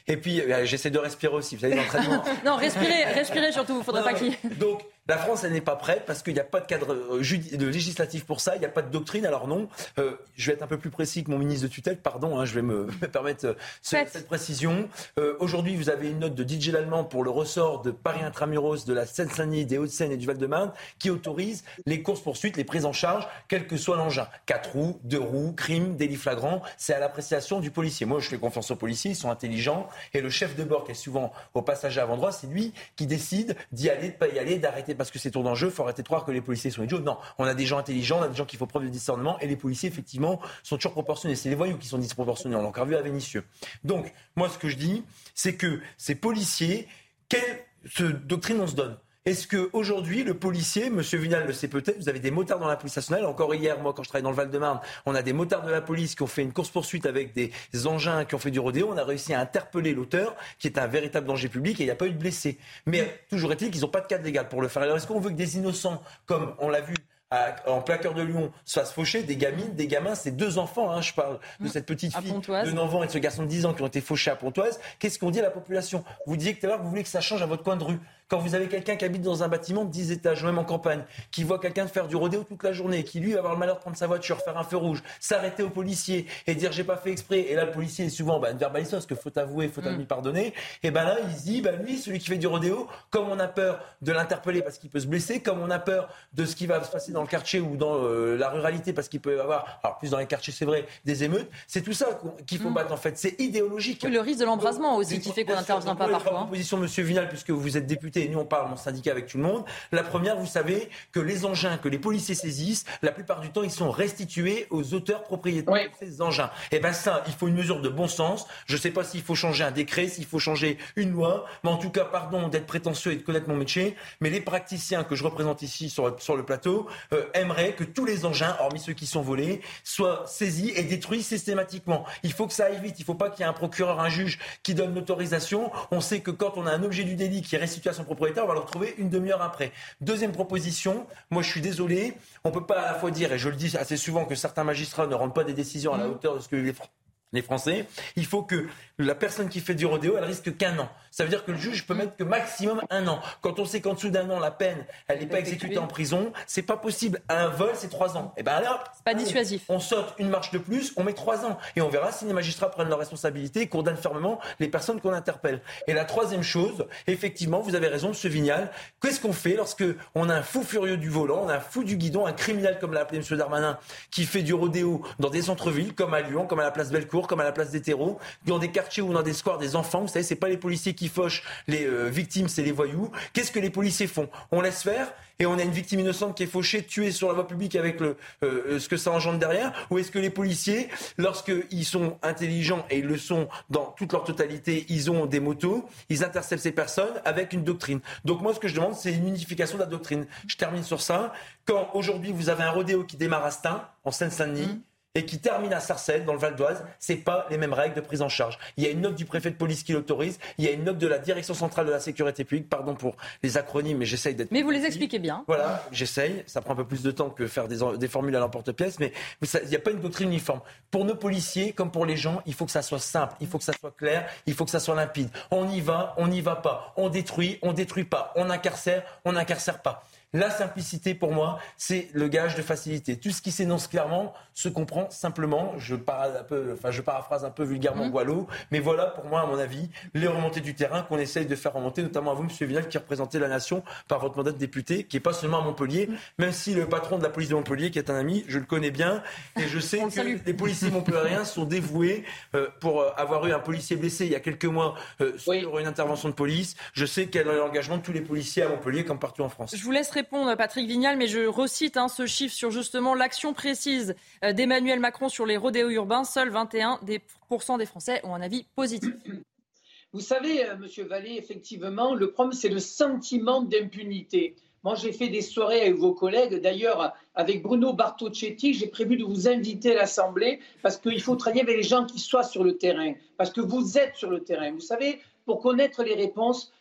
Et puis, euh, j'essaie de respirer aussi. Vous savez, l'entraînement. Non, respirez, respirez surtout. Il ne faudrait non, pas qu'il... Donc, la France, elle n'est pas prête parce qu'il n'y a pas de cadre euh, judi- de législatif pour ça. Il n'y a pas de doctrine. Alors non, euh, je vais être un peu plus précis que mon ministre de tutelle. Pardon, hein, je vais me, me permettre euh, ce, cette précision. Euh, aujourd'hui, vous avez une note de D J Lallemand pour le ressort de Paris Intramuros, de la Seine-Saint-Denis, des Hauts-de-Seine et du Val-de-Marne qui autorise les courses-poursuites, les prises en charge, quel que soit l'engin. Quatre roues, deux roues, crime, délit flagrant. C'est à l'appréciation du policier. Moi, je fais confiance aux policiers. Ils sont intelligents. Et le chef de bord, qui est souvent au passager avant droit, c'est lui qui décide d'y aller, de pas y aller, d'arrêter parce que c'est tour d'enjeu. Il faut arrêter de croire que les policiers sont idiots. Non, on a des gens intelligents, on a des gens qui font preuve de discernement et les policiers, effectivement, sont toujours proportionnés. C'est les voyous qui sont disproportionnés. On l'a encore vu à Vénissieux. Donc, moi, ce que je dis, c'est que ces policiers, quelle doctrine on se donne ? Est-ce qu'aujourd'hui, le policier, M. Vignal le sait peut-être, vous avez des motards dans la police nationale. Encore hier, moi, quand je travaillais dans le Val-de-Marne, on a des motards de la police qui ont fait une course-poursuite avec des engins qui ont fait du rodéo. On a réussi à interpeller l'auteur, qui est un véritable danger public, et il n'y a pas eu de blessés. Mais toujours est-il qu'ils n'ont pas de cadre légal pour le faire. Alors, est-ce qu'on veut que des innocents, comme on l'a vu à, en plein cœur de Lyon, se fassent faucher, des gamines, des gamins, c'est deux enfants, hein, je parle de cette petite fille de neuf ans et de ce garçon de dix ans qui ont été fauchés à Pontoise. Qu'est-ce qu'on dit à la population ? Vous disiez que tout à l'heure, vous voulez que ça change à votre coin de rue. Quand vous avez quelqu'un qui habite dans un bâtiment de dix étages, même en campagne, qui voit quelqu'un faire du rodéo toute la journée, qui lui va avoir le malheur de prendre sa voiture, faire un feu rouge, s'arrêter au policier et dire j'ai pas fait exprès, et là le policier est souvent bah, une verbaliste parce qu'il faut avouer, il faut mm. lui pardonner, et ben là il se dit, bah, lui, celui qui fait du rodéo, comme on a peur de l'interpeller parce qu'il peut se blesser, comme on a peur de ce qui va se passer dans le quartier ou dans euh, la ruralité parce qu'il peut y avoir, alors plus dans les quartiers c'est vrai, des émeutes, c'est tout ça qu'il faut mm. battre en fait, c'est idéologique. Oui, le risque de l'embrasement aussi qui fait qu'on n'intervient pas parfois. La proposition de M. Vignal, puisque vous êtes député et nous on parle mon syndicat avec tout le monde. La première, vous savez que les engins que les policiers saisissent, la plupart du temps, ils sont restitués aux auteurs propriétaires oui. de ces engins. Et bien ça, il faut une mesure de bon sens. Je ne sais pas s'il faut changer un décret, s'il faut changer une loi, mais en tout cas, pardon d'être prétentieux et de connaître mon métier, mais les praticiens que je représente ici sur, sur le plateau euh, aimeraient que tous les engins, hormis ceux qui sont volés, soient saisis et détruits systématiquement. Il faut que ça aille vite. Il ne faut pas qu'il y ait un procureur, un juge qui donne l'autorisation. On sait que quand on a un objet du délit qui est restitué à son propriétaire, on va le retrouver une demi-heure après. Deuxième proposition, moi je suis désolé, on ne peut pas à la fois dire, et je le dis assez souvent, que certains magistrats ne rendent pas des décisions à la hauteur de ce que les Français les Français, il faut que la personne qui fait du rodéo, elle risque qu'un an. Ça veut dire que le juge peut mettre que maximum un an. Quand on sait qu'en dessous d'un an, la peine, elle n'est pas exécutée en prison, c'est pas possible. Un vol, c'est trois ans. Et ben là, c'est pas dissuasif. On saute une marche de plus, on met trois ans. Et on verra si les magistrats prennent leurs responsabilités et condamnent fermement les personnes qu'on interpelle. Et la troisième chose, effectivement, vous avez raison, M. Vignal, qu'est-ce qu'on fait lorsque on a un fou furieux du volant, on a un fou du guidon, un criminel, comme l'a appelé M. Darmanin, qui fait du rodéo dans des centres-villes, comme à Lyon, comme à la place Bellecour, comme à la place des terreaux, dans des quartiers ou dans des squares des enfants. Vous savez, c'est pas les policiers qui fauchent les euh, victimes, c'est les voyous. Qu'est-ce que les policiers font ? On laisse faire et on a une victime innocente qui est fauchée, tuée sur la voie publique avec le, euh, ce que ça engendre derrière ? Ou est-ce que les policiers, lorsqu'ils sont intelligents, et ils le sont dans toute leur totalité, ils ont des motos, ils interceptent ces personnes avec une doctrine. Donc moi, ce que je demande, c'est une unification de la doctrine. Je termine sur ça. Quand aujourd'hui, vous avez un rodéo qui démarre à Stein, en Seine-Saint-Denis, mmh. et qui termine à Sarcelles, dans le Val d'Oise, c'est pas les mêmes règles de prise en charge. Il y a une note du préfet de police qui l'autorise, il y a une note de la Direction centrale de la sécurité publique, pardon pour les acronymes, mais j'essaye d'être... Mais vous les expliquez bien. Voilà, j'essaye, ça prend un peu plus de temps que faire des, des formules à l'emporte-pièce, mais il n'y a pas une doctrine uniforme. Pour nos policiers, comme pour les gens, il faut que ça soit simple, il faut que ça soit clair, il faut que ça soit limpide. On y va, on n'y va pas, on détruit, on détruit pas, on incarcère, on n'incarcère pas. La simplicité, pour moi, c'est le gage de facilité. Tout ce qui s'énonce clairement se comprend simplement. Je, para, un peu, enfin, je paraphrase un peu vulgairement mmh. Boileau, mais voilà, pour moi, à mon avis, les remontées du terrain qu'on essaye de faire remonter, notamment à vous, M. Vignal, qui représentez la nation par votre mandat de député, qui n'est pas seulement à Montpellier, même si le patron de la police de Montpellier, qui est un ami, je le connais bien, et je sais que salue. Les policiers montpelliérains sont dévoués euh, pour euh, avoir eu un policier blessé il y a quelques mois euh, sur oui. une intervention de police. Je sais quel est l'engagement de tous les policiers à Montpellier, comme partout en France. Je vous laisse répondre, Patrick Vignal, mais je recite hein, ce chiffre sur justement l'action précise euh, d'Emmanuel Macron sur les rodéos urbains. Seuls vingt et un pour cent des Français ont un avis positif. Vous savez, euh, Monsieur Vallée, effectivement, le problème, c'est le sentiment d'impunité. Moi, j'ai fait des soirées avec vos collègues. D'ailleurs, avec Bruno Bartocchetti, j'ai prévu de vous inviter à l'Assemblée parce qu'il faut travailler avec les gens qui soient sur le terrain, parce que vous êtes sur le terrain. Vous savez, pour connaître les réponses,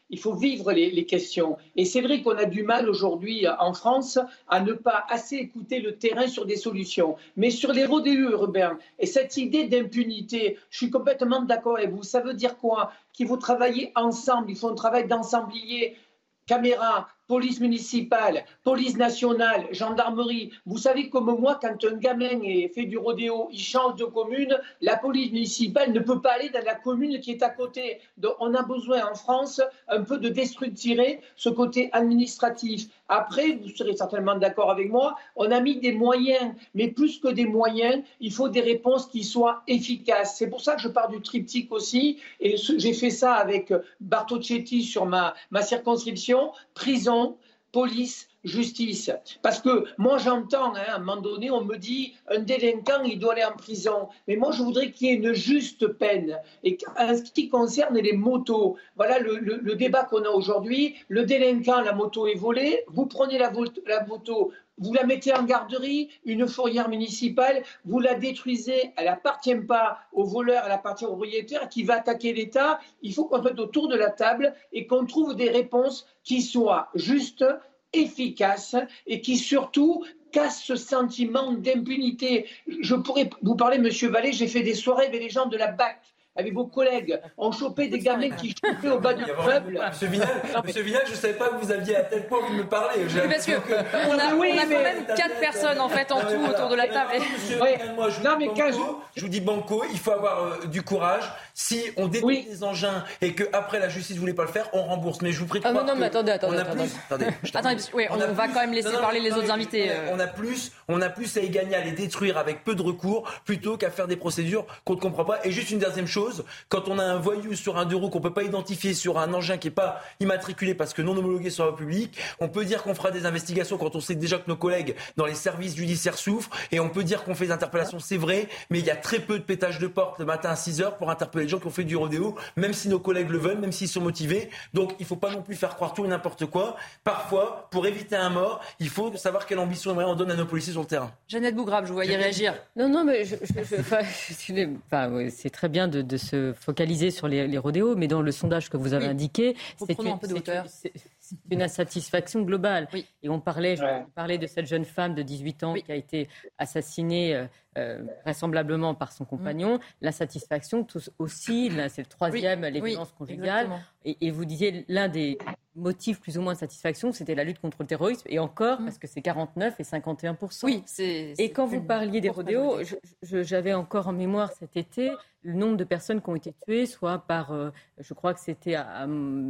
Il faut vivre les, les questions. Et c'est vrai qu'on a du mal aujourd'hui en France à ne pas assez écouter le terrain sur des solutions. Mais sur les rodéos urbains et cette idée d'impunité, je suis complètement d'accord avec vous. Ça veut dire quoi? Qu'il faut travailler ensemble, il faut un travail d'ensemblier. Caméra, police municipale, police nationale, gendarmerie. Vous savez comme moi, quand un gamin est fait du rodéo, il change de commune, la police municipale ne peut pas aller dans la commune qui est à côté. Donc on a besoin en France un peu de déstructurer ce côté administratif. Après, vous serez certainement d'accord avec moi, on a mis des moyens, mais plus que des moyens, il faut des réponses qui soient efficaces. C'est pour ça que je pars du triptyque aussi, et j'ai fait ça avec Bartocchetti sur ma, ma circonscription, prison, police, justice. Parce que moi j'entends, hein, à un moment donné, on me dit un délinquant, il doit aller en prison. Mais moi je voudrais qu'il y ait une juste peine. Et en ce qui concerne les motos, voilà le, le, le débat qu'on a aujourd'hui. Le délinquant, la moto est volée, vous prenez la, la moto, vous la mettez en garderie, une fourrière municipale, vous la détruisez, elle n'appartient pas au voleur, elle appartient au propriétaire qui va attaquer l'État. Il faut qu'on soit autour de la table et qu'on trouve des réponses qui soient justes, efficaces et qui surtout cassent ce sentiment d'impunité. Je pourrais vous parler, Monsieur Vallée, j'ai fait des soirées avec les gens de la B A C. Avec vos collègues, on chopait des gamins qui chopaient au bas du meuble. Monsieur Vinal, Monsieur Vinal, je ne savais pas que vous aviez à tel point vous me parlez. Oui, parce qu'on a, oui, on a quand même quatre personnes en fait en tout autour de la table. Monsieur Vinal, moi, je vous, non, mais banco, je vous dis banco, il faut avoir euh, du courage. Si on détruit oui. des engins et qu'après la justice ne voulait pas le faire, on rembourse. Mais je vous prie de ah, croire non, non, mais attendez, attendez, on a attendez. plus. Attendez, attendez oui, on, on, on va plus, quand même laisser non, parler non, les non, autres invités. Euh... On a plus, on a plus à y gagner à les détruire avec peu de recours plutôt qu'à faire des procédures qu'on ne comprend pas. Et juste une deuxième chose, quand on a un voyou sur un deux roues qu'on ne peut pas identifier sur un engin qui n'est pas immatriculé parce que non homologué sur la voie publique, on peut dire qu'on fera des investigations quand on sait déjà que nos collègues dans les services judiciaires souffrent et on peut dire qu'on fait des interpellations, c'est vrai, mais il y a très peu de pétage de porte le matin à six heures pour interpeller les gens qui ont fait du rodéo, même si nos collègues le veulent, même s'ils sont motivés. Donc il ne faut pas non plus faire croire tout et n'importe quoi. Parfois, pour éviter un mort, il faut savoir quelle ambition on donne à nos policiers sur le terrain. Jeannette Bougrabe, je vous voyais réagir. Non, non, mais je, je, je, enfin, enfin, oui, c'est très bien de, de se focaliser sur les, les rodéos, mais dans le sondage que vous avez oui. indiqué, c'est une, un peu de hauteur. C'est, c'est une insatisfaction globale. Oui. Et on parlait, ouais. on parlait de cette jeune femme de dix-huit ans oui. qui a été assassinée euh, euh, vraisemblablement par son compagnon. Mmh. L'insatisfaction, tous aussi, là, c'est le troisième, oui. les oui. violences conjugales. Et, et vous disiez, l'un des motifs plus ou moins de satisfaction, c'était la lutte contre le terrorisme. Et encore, mmh. parce que c'est quarante-neuf et cinquante et un pour cent. Oui, c'est, c'est et quand vous parliez des rodéos, je, je, j'avais encore en mémoire cet été le nombre de personnes qui ont été tuées, soit par, euh, je crois que c'était à, à,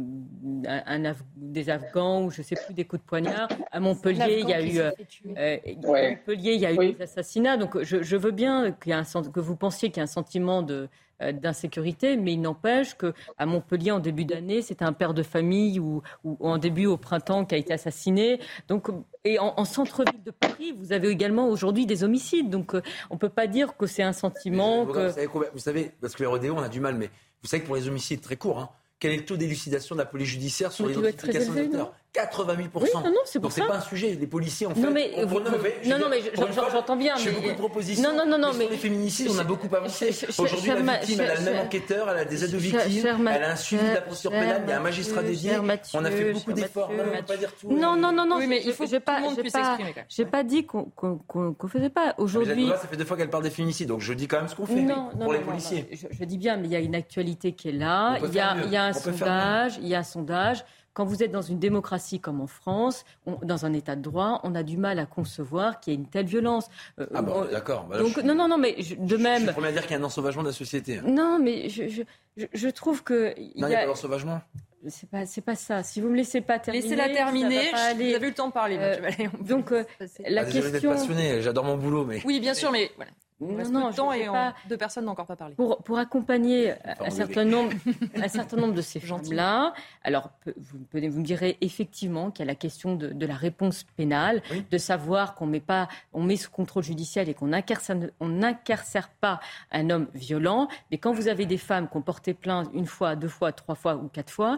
un, un, des Afghans ou je ne sais plus, des coups de poignard. À Montpellier, il y a eu, euh, euh, ouais. Montpellier, il y a eu oui. des assassinats. Donc je, je veux bien qu'il y ait un, que vous pensiez qu'il y a un sentiment de, euh, d'insécurité, mais il n'empêche qu'à Montpellier, en début d'année, c'était un père de famille ou, ou en début au printemps qui a été assassiné. Donc, et en, en centre-ville de Paris, vous avez également aujourd'hui des homicides. Donc euh, on ne peut pas dire que c'est un sentiment. Mais, que... vous, savez, vous savez, parce que les rodéos, on a du mal, mais vous savez que pour les homicides très courts, hein, quel est le taux d'élucidation de la police judiciaire sur l'identification des auteurs ? quatre-vingt-huit pour cent. Oui, non, non, c'est pour Donc ça. c'est pas un sujet. Les policiers, en fait, non, mais, on, vous, non, mais, non, non, mais j'entends bien. Je fais mais... beaucoup de propositions. Non, non, non, non, mais, mais sur les féminicides, on a beaucoup avancé. Aujourd'hui, la victime, elle a le même enquêteur, elle a des aides aux victimes, elle a un suivi de la procédure pénale, il y a un magistrat dédié. On a fait beaucoup d'efforts. On ne peut pas dire tout. Non, non, non, non. Oui, mais il faut que tout le monde puisse s'exprimer. J'ai pas dit qu'on ne faisait pas. Aujourd'hui. Ça fait deux fois qu'elle parle des féminicides, donc je dis quand même ce qu'on fait pour les policiers. Je dis bien, mais il y a une actualité qui est là. Il y a un sondage. Il y a un sondage. Quand vous êtes dans une démocratie comme en France, on, dans un état de droit, on a du mal à concevoir qu'il y ait une telle violence. Euh, ah bon, on, d'accord. Bah donc, je, non, non, non, mais je, de je, même... Je suis le premier à dire qu'il y a un ensauvagement de la société. Hein. Non, mais je, je, je, je trouve que... Non, il n'y a, a pas d'ensauvagement. C'est pas, c'est pas ça. Si vous me laissez pas terminer... Laissez-la terminer. Vous avez eu le temps de parler. Euh, donc, euh, la ah, question... Désolé d'être passionné, j'adore mon boulot, mais... Oui, bien sûr, mais... Voilà. Non, non, temps je et pas... on... deux personnes n'ont encore pas parlé. Pour, pour accompagner un certain, nombre, un certain nombre de ces gens-là, alors vous, vous me direz effectivement qu'il y a la question de, de la réponse pénale, oui. de savoir qu'on met pas, on met sous contrôle judiciaire et qu'on n'incarcère, on n'incarcère pas un homme violent. Mais quand vous avez des femmes qui ont porté plainte une fois, deux fois, trois fois ou quatre fois,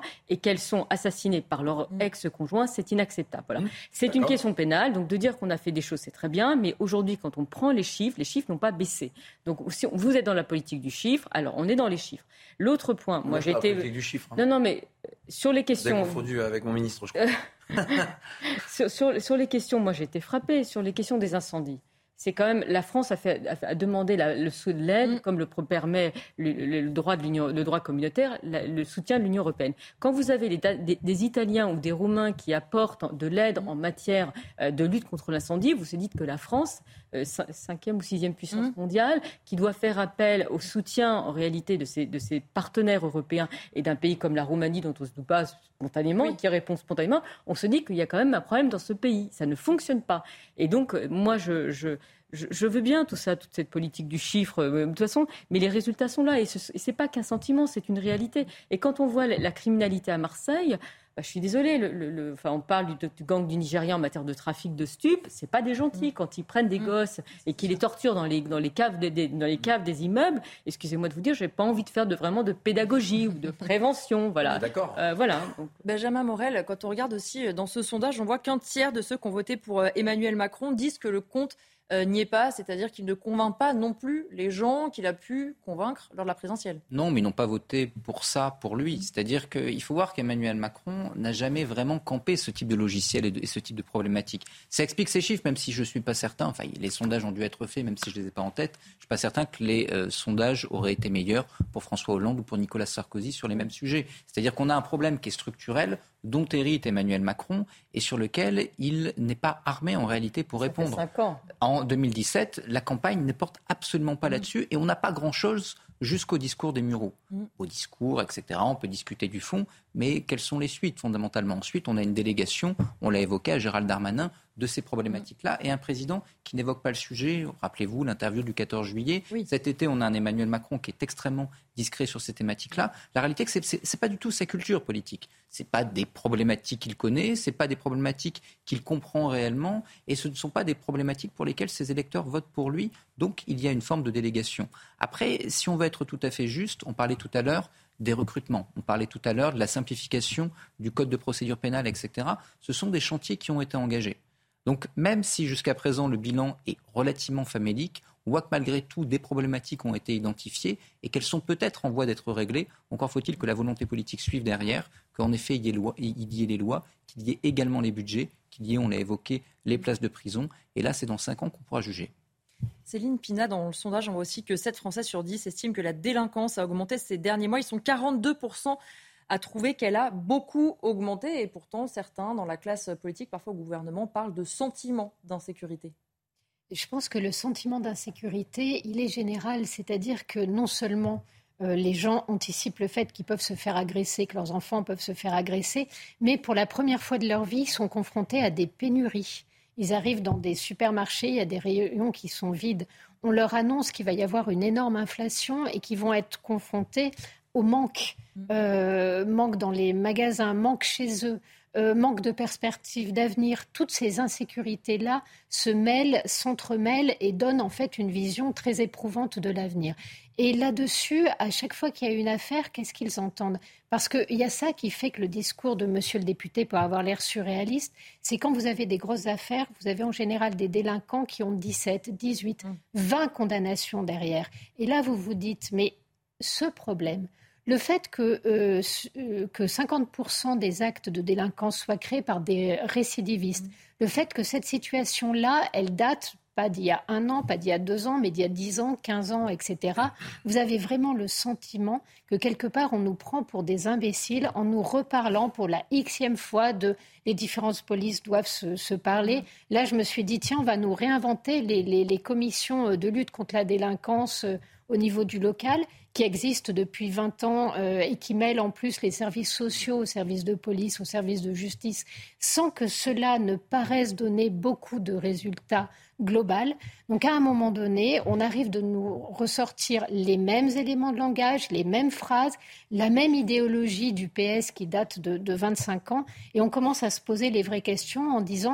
et qu'elles sont assassinées par leur ex-conjoint, c'est inacceptable. Voilà. C'est une question pénale, donc de dire qu'on a fait des choses, c'est très bien, mais aujourd'hui, quand on prend les chiffres, les chiffres n'ont pas baissé. Donc si vous êtes dans la politique du chiffre, alors on est dans les chiffres. L'autre point, on moi j'ai été... La politique du chiffre. Hein. Non, non, mais sur les questions... Vous avez confondu avec mon ministre, je crois. sur, sur, sur les questions, moi j'ai été frappée, sur les questions des incendies. C'est quand même, la France a, fait, a, a demandé la, le, l'aide, mmh. comme le permet le, le, le, droit de l'Union, le droit communautaire, la, le soutien de l'Union européenne. Quand vous avez les, des, des Italiens ou des Roumains qui apportent de l'aide mmh. en matière euh, de lutte contre l'incendie, vous vous dites que la France, euh, cinquième ou sixième puissance mmh. mondiale, qui doit faire appel au soutien en réalité de ses, de ses partenaires européens et d'un pays comme la Roumanie dont on se doute pas spontanément oui. et qui répond spontanément, on se dit qu'il y a quand même un problème dans ce pays. Ça ne fonctionne pas. Et donc, moi, je... je Je veux bien tout ça, toute cette politique du chiffre, de toute façon, mais les résultats sont là. Et ce n'est pas qu'un sentiment, c'est une réalité. Et quand on voit la criminalité à Marseille, bah, je suis désolée, le, le, le, enfin, on parle du, du gang du Nigeria en matière de trafic de stupes, ce n'est pas des gentils. Quand ils prennent des gosses et qu'ils les torturent dans les, dans les, caves, des, des, dans les caves des immeubles, excusez-moi de vous dire, je n'ai pas envie de faire de, vraiment de pédagogie ou de prévention. Voilà. D'accord. Euh, voilà. Donc... Benjamin Morel, quand on regarde aussi dans ce sondage, on voit qu'un tiers de ceux qui ont voté pour Emmanuel Macron disent que le compte Euh, n'y est pas, c'est-à-dire qu'il ne convainc pas non plus les gens qu'il a pu convaincre lors de la présidentielle. Non, mais ils n'ont pas voté pour ça, pour lui. C'est-à-dire qu'il faut voir qu'Emmanuel Macron n'a jamais vraiment campé ce type de logiciel et, de, et ce type de problématique. Ça explique ces chiffres, même si je ne suis pas certain, enfin les sondages ont dû être faits, même si je ne les ai pas en tête, je ne suis pas certain que les euh, sondages auraient été meilleurs pour François Hollande ou pour Nicolas Sarkozy sur les mêmes sujets. C'est-à-dire qu'on a un problème qui est structurel, dont hérite Emmanuel Macron et sur lequel il n'est pas armé en réalité pour répondre. Ça fait cinq ans. En deux mille dix-sept, la campagne ne porte absolument pas mmh. là-dessus et on n'a pas grand-chose jusqu'au discours des Mureaux. Mmh. Au discours, et cetera, on peut discuter du fond, mais quelles sont les suites fondamentalement ? Ensuite, on a une délégation, on l'a évoqué à Gérald Darmanin, de ces problématiques-là et un président qui n'évoque pas le sujet. Rappelez-vous l'interview du quatorze juillet. Oui. Cet été, on a un Emmanuel Macron qui est extrêmement discret sur ces thématiques-là. La réalité, c'est que c'est, c'est pas du tout sa culture politique. C'est pas des problématiques qu'il connaît, c'est pas des problématiques qu'il comprend réellement et ce ne sont pas des problématiques pour lesquelles ses électeurs votent pour lui. Donc, il y a une forme de délégation. Après, si on veut être tout à fait juste, on parlait tout à l'heure des recrutements. On parlait tout à l'heure de la simplification du code de procédure pénale, et cetera. Ce sont des chantiers qui ont été engagés. Donc même si jusqu'à présent le bilan est relativement famélique, on voit que malgré tout des problématiques ont été identifiées et qu'elles sont peut-être en voie d'être réglées. Encore faut-il que la volonté politique suive derrière, qu'en effet il y ait, loi, il y ait les lois, qu'il y ait également les budgets, qu'il y ait, on l'a évoqué, les places de prison. Et là c'est dans cinq ans qu'on pourra juger. Céline Pina, dans le sondage, on voit aussi que sept Français sur dix estiment que la délinquance a augmenté ces derniers mois. Ils sont quarante-deux pour cent à trouver qu'elle a beaucoup augmenté. Et pourtant, certains dans la classe politique, parfois au gouvernement, parlent de sentiment d'insécurité. Je pense que le sentiment d'insécurité, il est général. C'est-à-dire que non seulement euh, les gens anticipent le fait qu'ils peuvent se faire agresser, que leurs enfants peuvent se faire agresser, mais pour la première fois de leur vie, ils sont confrontés à des pénuries. Ils arrivent dans des supermarchés, il y a des rayons qui sont vides. On leur annonce qu'il va y avoir une énorme inflation et qu'ils vont être confrontés au manque. Euh, manque dans les magasins, manque chez eux, euh, manque de perspectives d'avenir. Toutes ces insécurités-là se mêlent, s'entremêlent et donnent en fait une vision très éprouvante de l'avenir. Et là-dessus, à chaque fois qu'il y a une affaire, qu'est-ce qu'ils entendent ? Parce qu'il y a ça qui fait que le discours de monsieur le député peut avoir l'air surréaliste. C'est quand vous avez des grosses affaires, vous avez en général des délinquants qui ont dix-sept, dix-huit, vingt condamnations derrière. Et là, vous vous dites, mais ce problème, le fait que, euh, que cinquante pour cent des actes de délinquance soient créés par des récidivistes, mmh. le fait que cette situation-là, elle date pas d'il y a un an, pas d'il y a deux ans, mais d'il y a dix ans, quinze ans, et cetera, vous avez vraiment le sentiment que quelque part, on nous prend pour des imbéciles en nous reparlant pour la xème fois de les différentes polices doivent se, se parler. Là, je me suis dit, tiens, on va nous réinventer les, les, les commissions de lutte contre la délinquance au niveau du local, qui existe depuis vingt ans euh, et qui mêle en plus les services sociaux aux services de police, aux services de justice, sans que cela ne paraisse donner beaucoup de résultats globaux. Donc à un moment donné, on arrive de nous ressortir les mêmes éléments de langage, les mêmes phrases, la même idéologie du P S qui date de, de vingt-cinq ans, et on commence à se poser les vraies questions en disant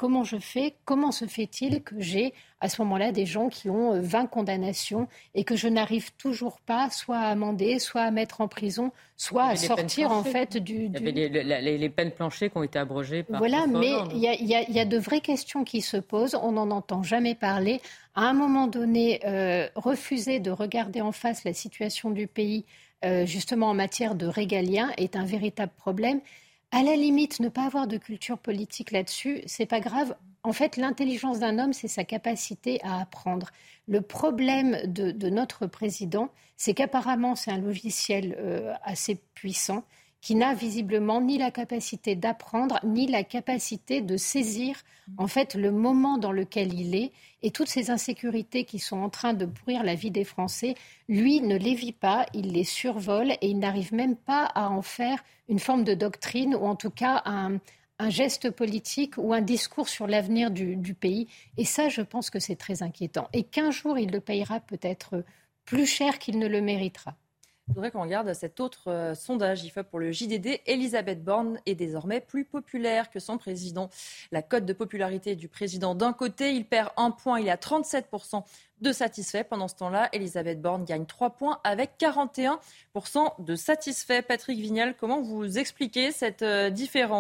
comment je fais, comment se fait-il que j'ai à ce moment-là des gens qui ont vingt condamnations et que je n'arrive toujours pas soit à amender, soit à mettre en prison, soit à sortir en fait du... du... Il y avait les, les, les peines planchées qui ont été abrogées par... Voilà, mais il y, y, y a de vraies questions qui se posent, on n'en entend jamais parler. À un moment donné, euh, refuser de regarder en face la situation du pays, euh, justement en matière de régalien, est un véritable problème. À la limite, ne pas avoir de culture politique là-dessus, c'est pas grave. En fait, l'intelligence d'un homme, c'est sa capacité à apprendre. Le problème de, de notre président, c'est qu'apparemment, c'est un logiciel euh, assez puissant qui n'a visiblement ni la capacité d'apprendre, ni la capacité de saisir en fait le moment dans lequel il est. Et toutes ces insécurités qui sont en train de pourrir la vie des Français, lui ne les vit pas, il les survole et il n'arrive même pas à en faire une forme de doctrine ou en tout cas un, un geste politique ou un discours sur l'avenir du, du pays. Et ça, je pense que c'est très inquiétant. Et qu'un jour, il le payera peut-être plus cher qu'il ne le méritera. Je voudrais qu'on regarde cet autre euh, sondage I F O P pour le J D D. Elisabeth Borne est désormais plus populaire que son président. La cote de popularité du président d'un côté, il perd un point, il est à trente-sept pour cent de satisfaits. Pendant ce temps-là, Elisabeth Borne gagne trois points avec quarante et un pour cent de satisfaits. Patrick Vignal, comment vous expliquez cette euh, différence ?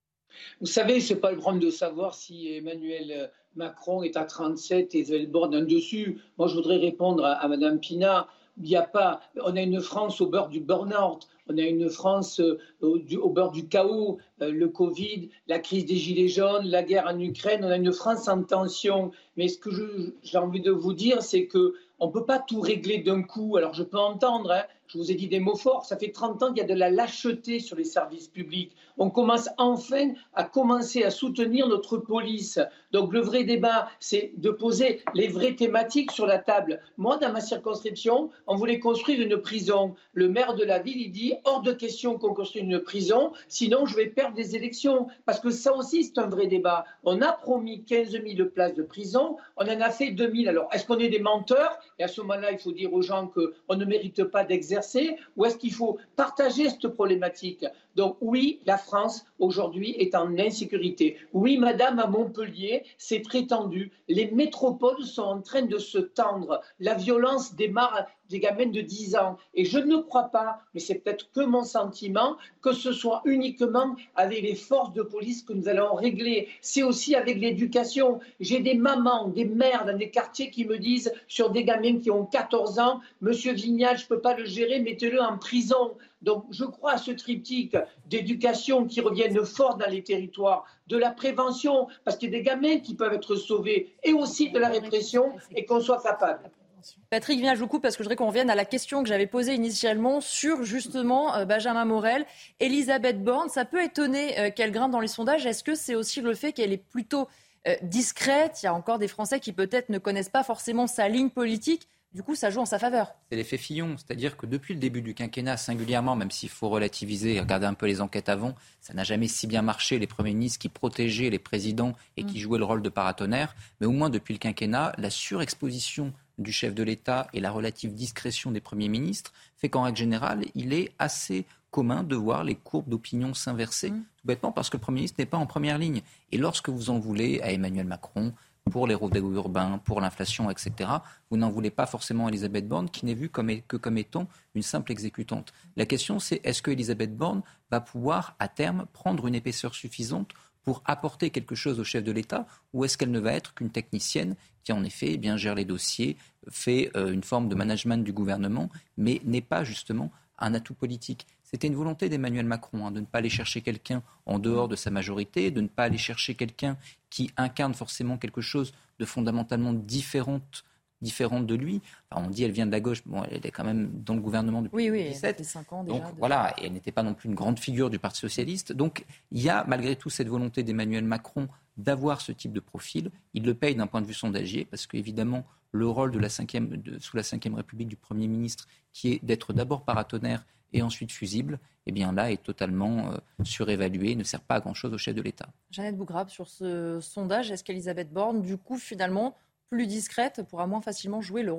Vous savez, ce n'est pas le problème de savoir si Emmanuel Macron est à trente-sept et Elisabeth Borne en dessus. Moi, je voudrais répondre à, à Mme Pina. Il y a pas, on a une France au bord du burn-out, on a une France euh, au, du, au bord du chaos, euh, le Covid, la crise des Gilets jaunes, la guerre en Ukraine, on a une France en tension. Mais ce que je, j'ai envie de vous dire, c'est qu'on ne peut pas tout régler d'un coup. Alors je peux entendre, hein, je vous ai dit des mots forts, ça fait trente ans qu'il y a de la lâcheté sur les services publics. On commence enfin à commencer à soutenir notre police. Donc le vrai débat, c'est de poser les vraies thématiques sur la table. Moi, dans ma circonscription, on voulait construire une prison. Le maire de la ville, il dit « hors de question qu'on construise une prison, sinon je vais perdre des élections ». Parce que ça aussi, c'est un vrai débat. On a promis quinze mille places de prison, on en a fait deux mille. Alors, est-ce qu'on est des menteurs ? Et à ce moment-là, il faut dire aux gens qu'on ne mérite pas d'exercer, ou est-ce qu'il faut partager cette problématique ? Donc oui, la France, aujourd'hui, est en insécurité. Oui, madame, à Montpellier, c'est très tendu. Les métropoles sont en train de se tendre. La violence démarre des gamins de dix ans. Et je ne crois pas, mais c'est peut-être que mon sentiment, que ce soit uniquement avec les forces de police que nous allons régler. C'est aussi avec l'éducation. J'ai des mamans, des mères dans des quartiers qui me disent, sur des gamins qui ont quatorze ans, « Monsieur Vignal, je ne peux pas le gérer, mettez-le en prison ». Donc je crois à ce triptyque d'éducation qui reviennent fort dans les territoires, de la prévention, parce qu'il y a des gamins qui peuvent être sauvés, et aussi de la répression, et qu'on soit capable. Patrick Vignal, je vous coupe parce que je voudrais qu'on revienne à la question que j'avais posée initialement sur justement euh, Benjamin Morel. Elisabeth Borne, ça peut étonner euh, qu'elle grimpe dans les sondages. Est-ce que c'est aussi le fait qu'elle est plutôt euh, discrète ? Il y a encore des Français qui peut-être ne connaissent pas forcément sa ligne politique. Du coup, ça joue en sa faveur. C'est l'effet Fillon, c'est-à-dire que depuis le début du quinquennat, singulièrement, même s'il faut relativiser et regarder un peu les enquêtes avant, ça n'a jamais si bien marché, les premiers ministres qui protégeaient les présidents et qui jouaient le rôle de paratonnerre. Mais au moins, depuis le quinquennat, la surexposition du chef de l'État et la relative discrétion des premiers ministres fait qu'en règle générale, il est assez commun de voir les courbes d'opinion s'inverser, mmh. tout bêtement parce que le Premier ministre n'est pas en première ligne. Et lorsque vous en voulez à Emmanuel Macron, pour les rodéos urbains, pour l'inflation, et cetera, vous n'en voulez pas forcément à Elisabeth Borne, qui n'est vue comme, que comme étant une simple exécutante. La question, c'est est-ce que Elisabeth Borne va pouvoir, à terme, prendre une épaisseur suffisante pour apporter quelque chose au chef de l'État, ou est-ce qu'elle ne va être qu'une technicienne qui, en effet, eh bien, gère les dossiers, fait euh, une forme de management du gouvernement, mais n'est pas, justement, un atout politique. C'était une volonté d'Emmanuel Macron, hein, de ne pas aller chercher quelqu'un en dehors de sa majorité, de ne pas aller chercher quelqu'un qui incarne forcément quelque chose de fondamentalement différente, différente de lui. Enfin, on dit elle vient de la gauche, bon, elle est quand même dans le gouvernement depuis oui, oui, deux mille dix-sept. Elle fait cinq ans déjà. Donc voilà, et elle n'était pas non plus une grande figure du Parti socialiste. Donc il y a malgré tout cette volonté d'Emmanuel Macron d'avoir ce type de profil. Il le paye d'un point de vue sondagier, parce qu'évidemment, le rôle de la cinquième, de, sous la cinquième République du Premier ministre, qui est d'être d'abord paratonnerre et ensuite fusible, eh bien là est totalement euh, surévalué, ne sert pas à grand-chose au chef de l'État. Jeannette Bougrabe, sur ce sondage, est-ce qu'Elisabeth Borne, du coup, finalement, plus discrète, pourra moins facilement jouer le rôle de fusible ?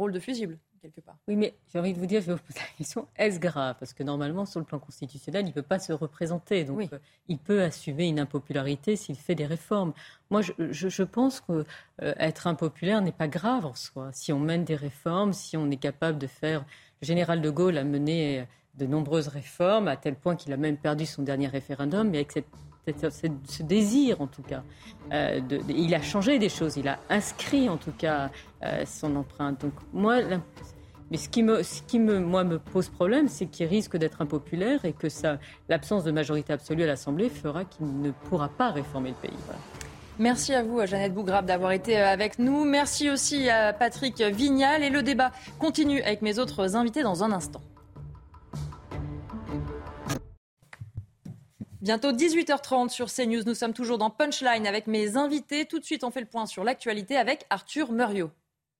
quelque part. Oui, mais j'ai envie de vous dire, je vais vous poser la question, est-ce grave ? Parce que normalement, sur le plan constitutionnel, il ne peut pas se représenter. Donc, oui. euh, il peut assumer une impopularité s'il fait des réformes. Moi, je, je, je pense qu'être euh, impopulaire n'est pas grave en soi. Si on mène des réformes, si on est capable de faire... Le général de Gaulle a mené de nombreuses réformes, à tel point qu'il a même perdu son dernier référendum, mais avec cette ce désir en tout cas. Euh, de, de, il a changé des choses, il a inscrit en tout cas euh, son empreinte. Donc moi, la, mais ce qui, me, ce qui me, moi, me pose problème, c'est qu'il risque d'être impopulaire et que ça, l'absence de majorité absolue à l'Assemblée fera qu'il ne pourra pas réformer le pays. Voilà. Merci à vous, Jeannette Bougrabe, d'avoir été avec nous. Merci aussi à Patrick Vignal. Et le débat continue avec mes autres invités dans un instant. Bientôt dix-huit heures trente sur CNews. Nous sommes toujours dans Punchline avec mes invités. Tout de suite, on fait le point sur l'actualité avec Arthur Muriot.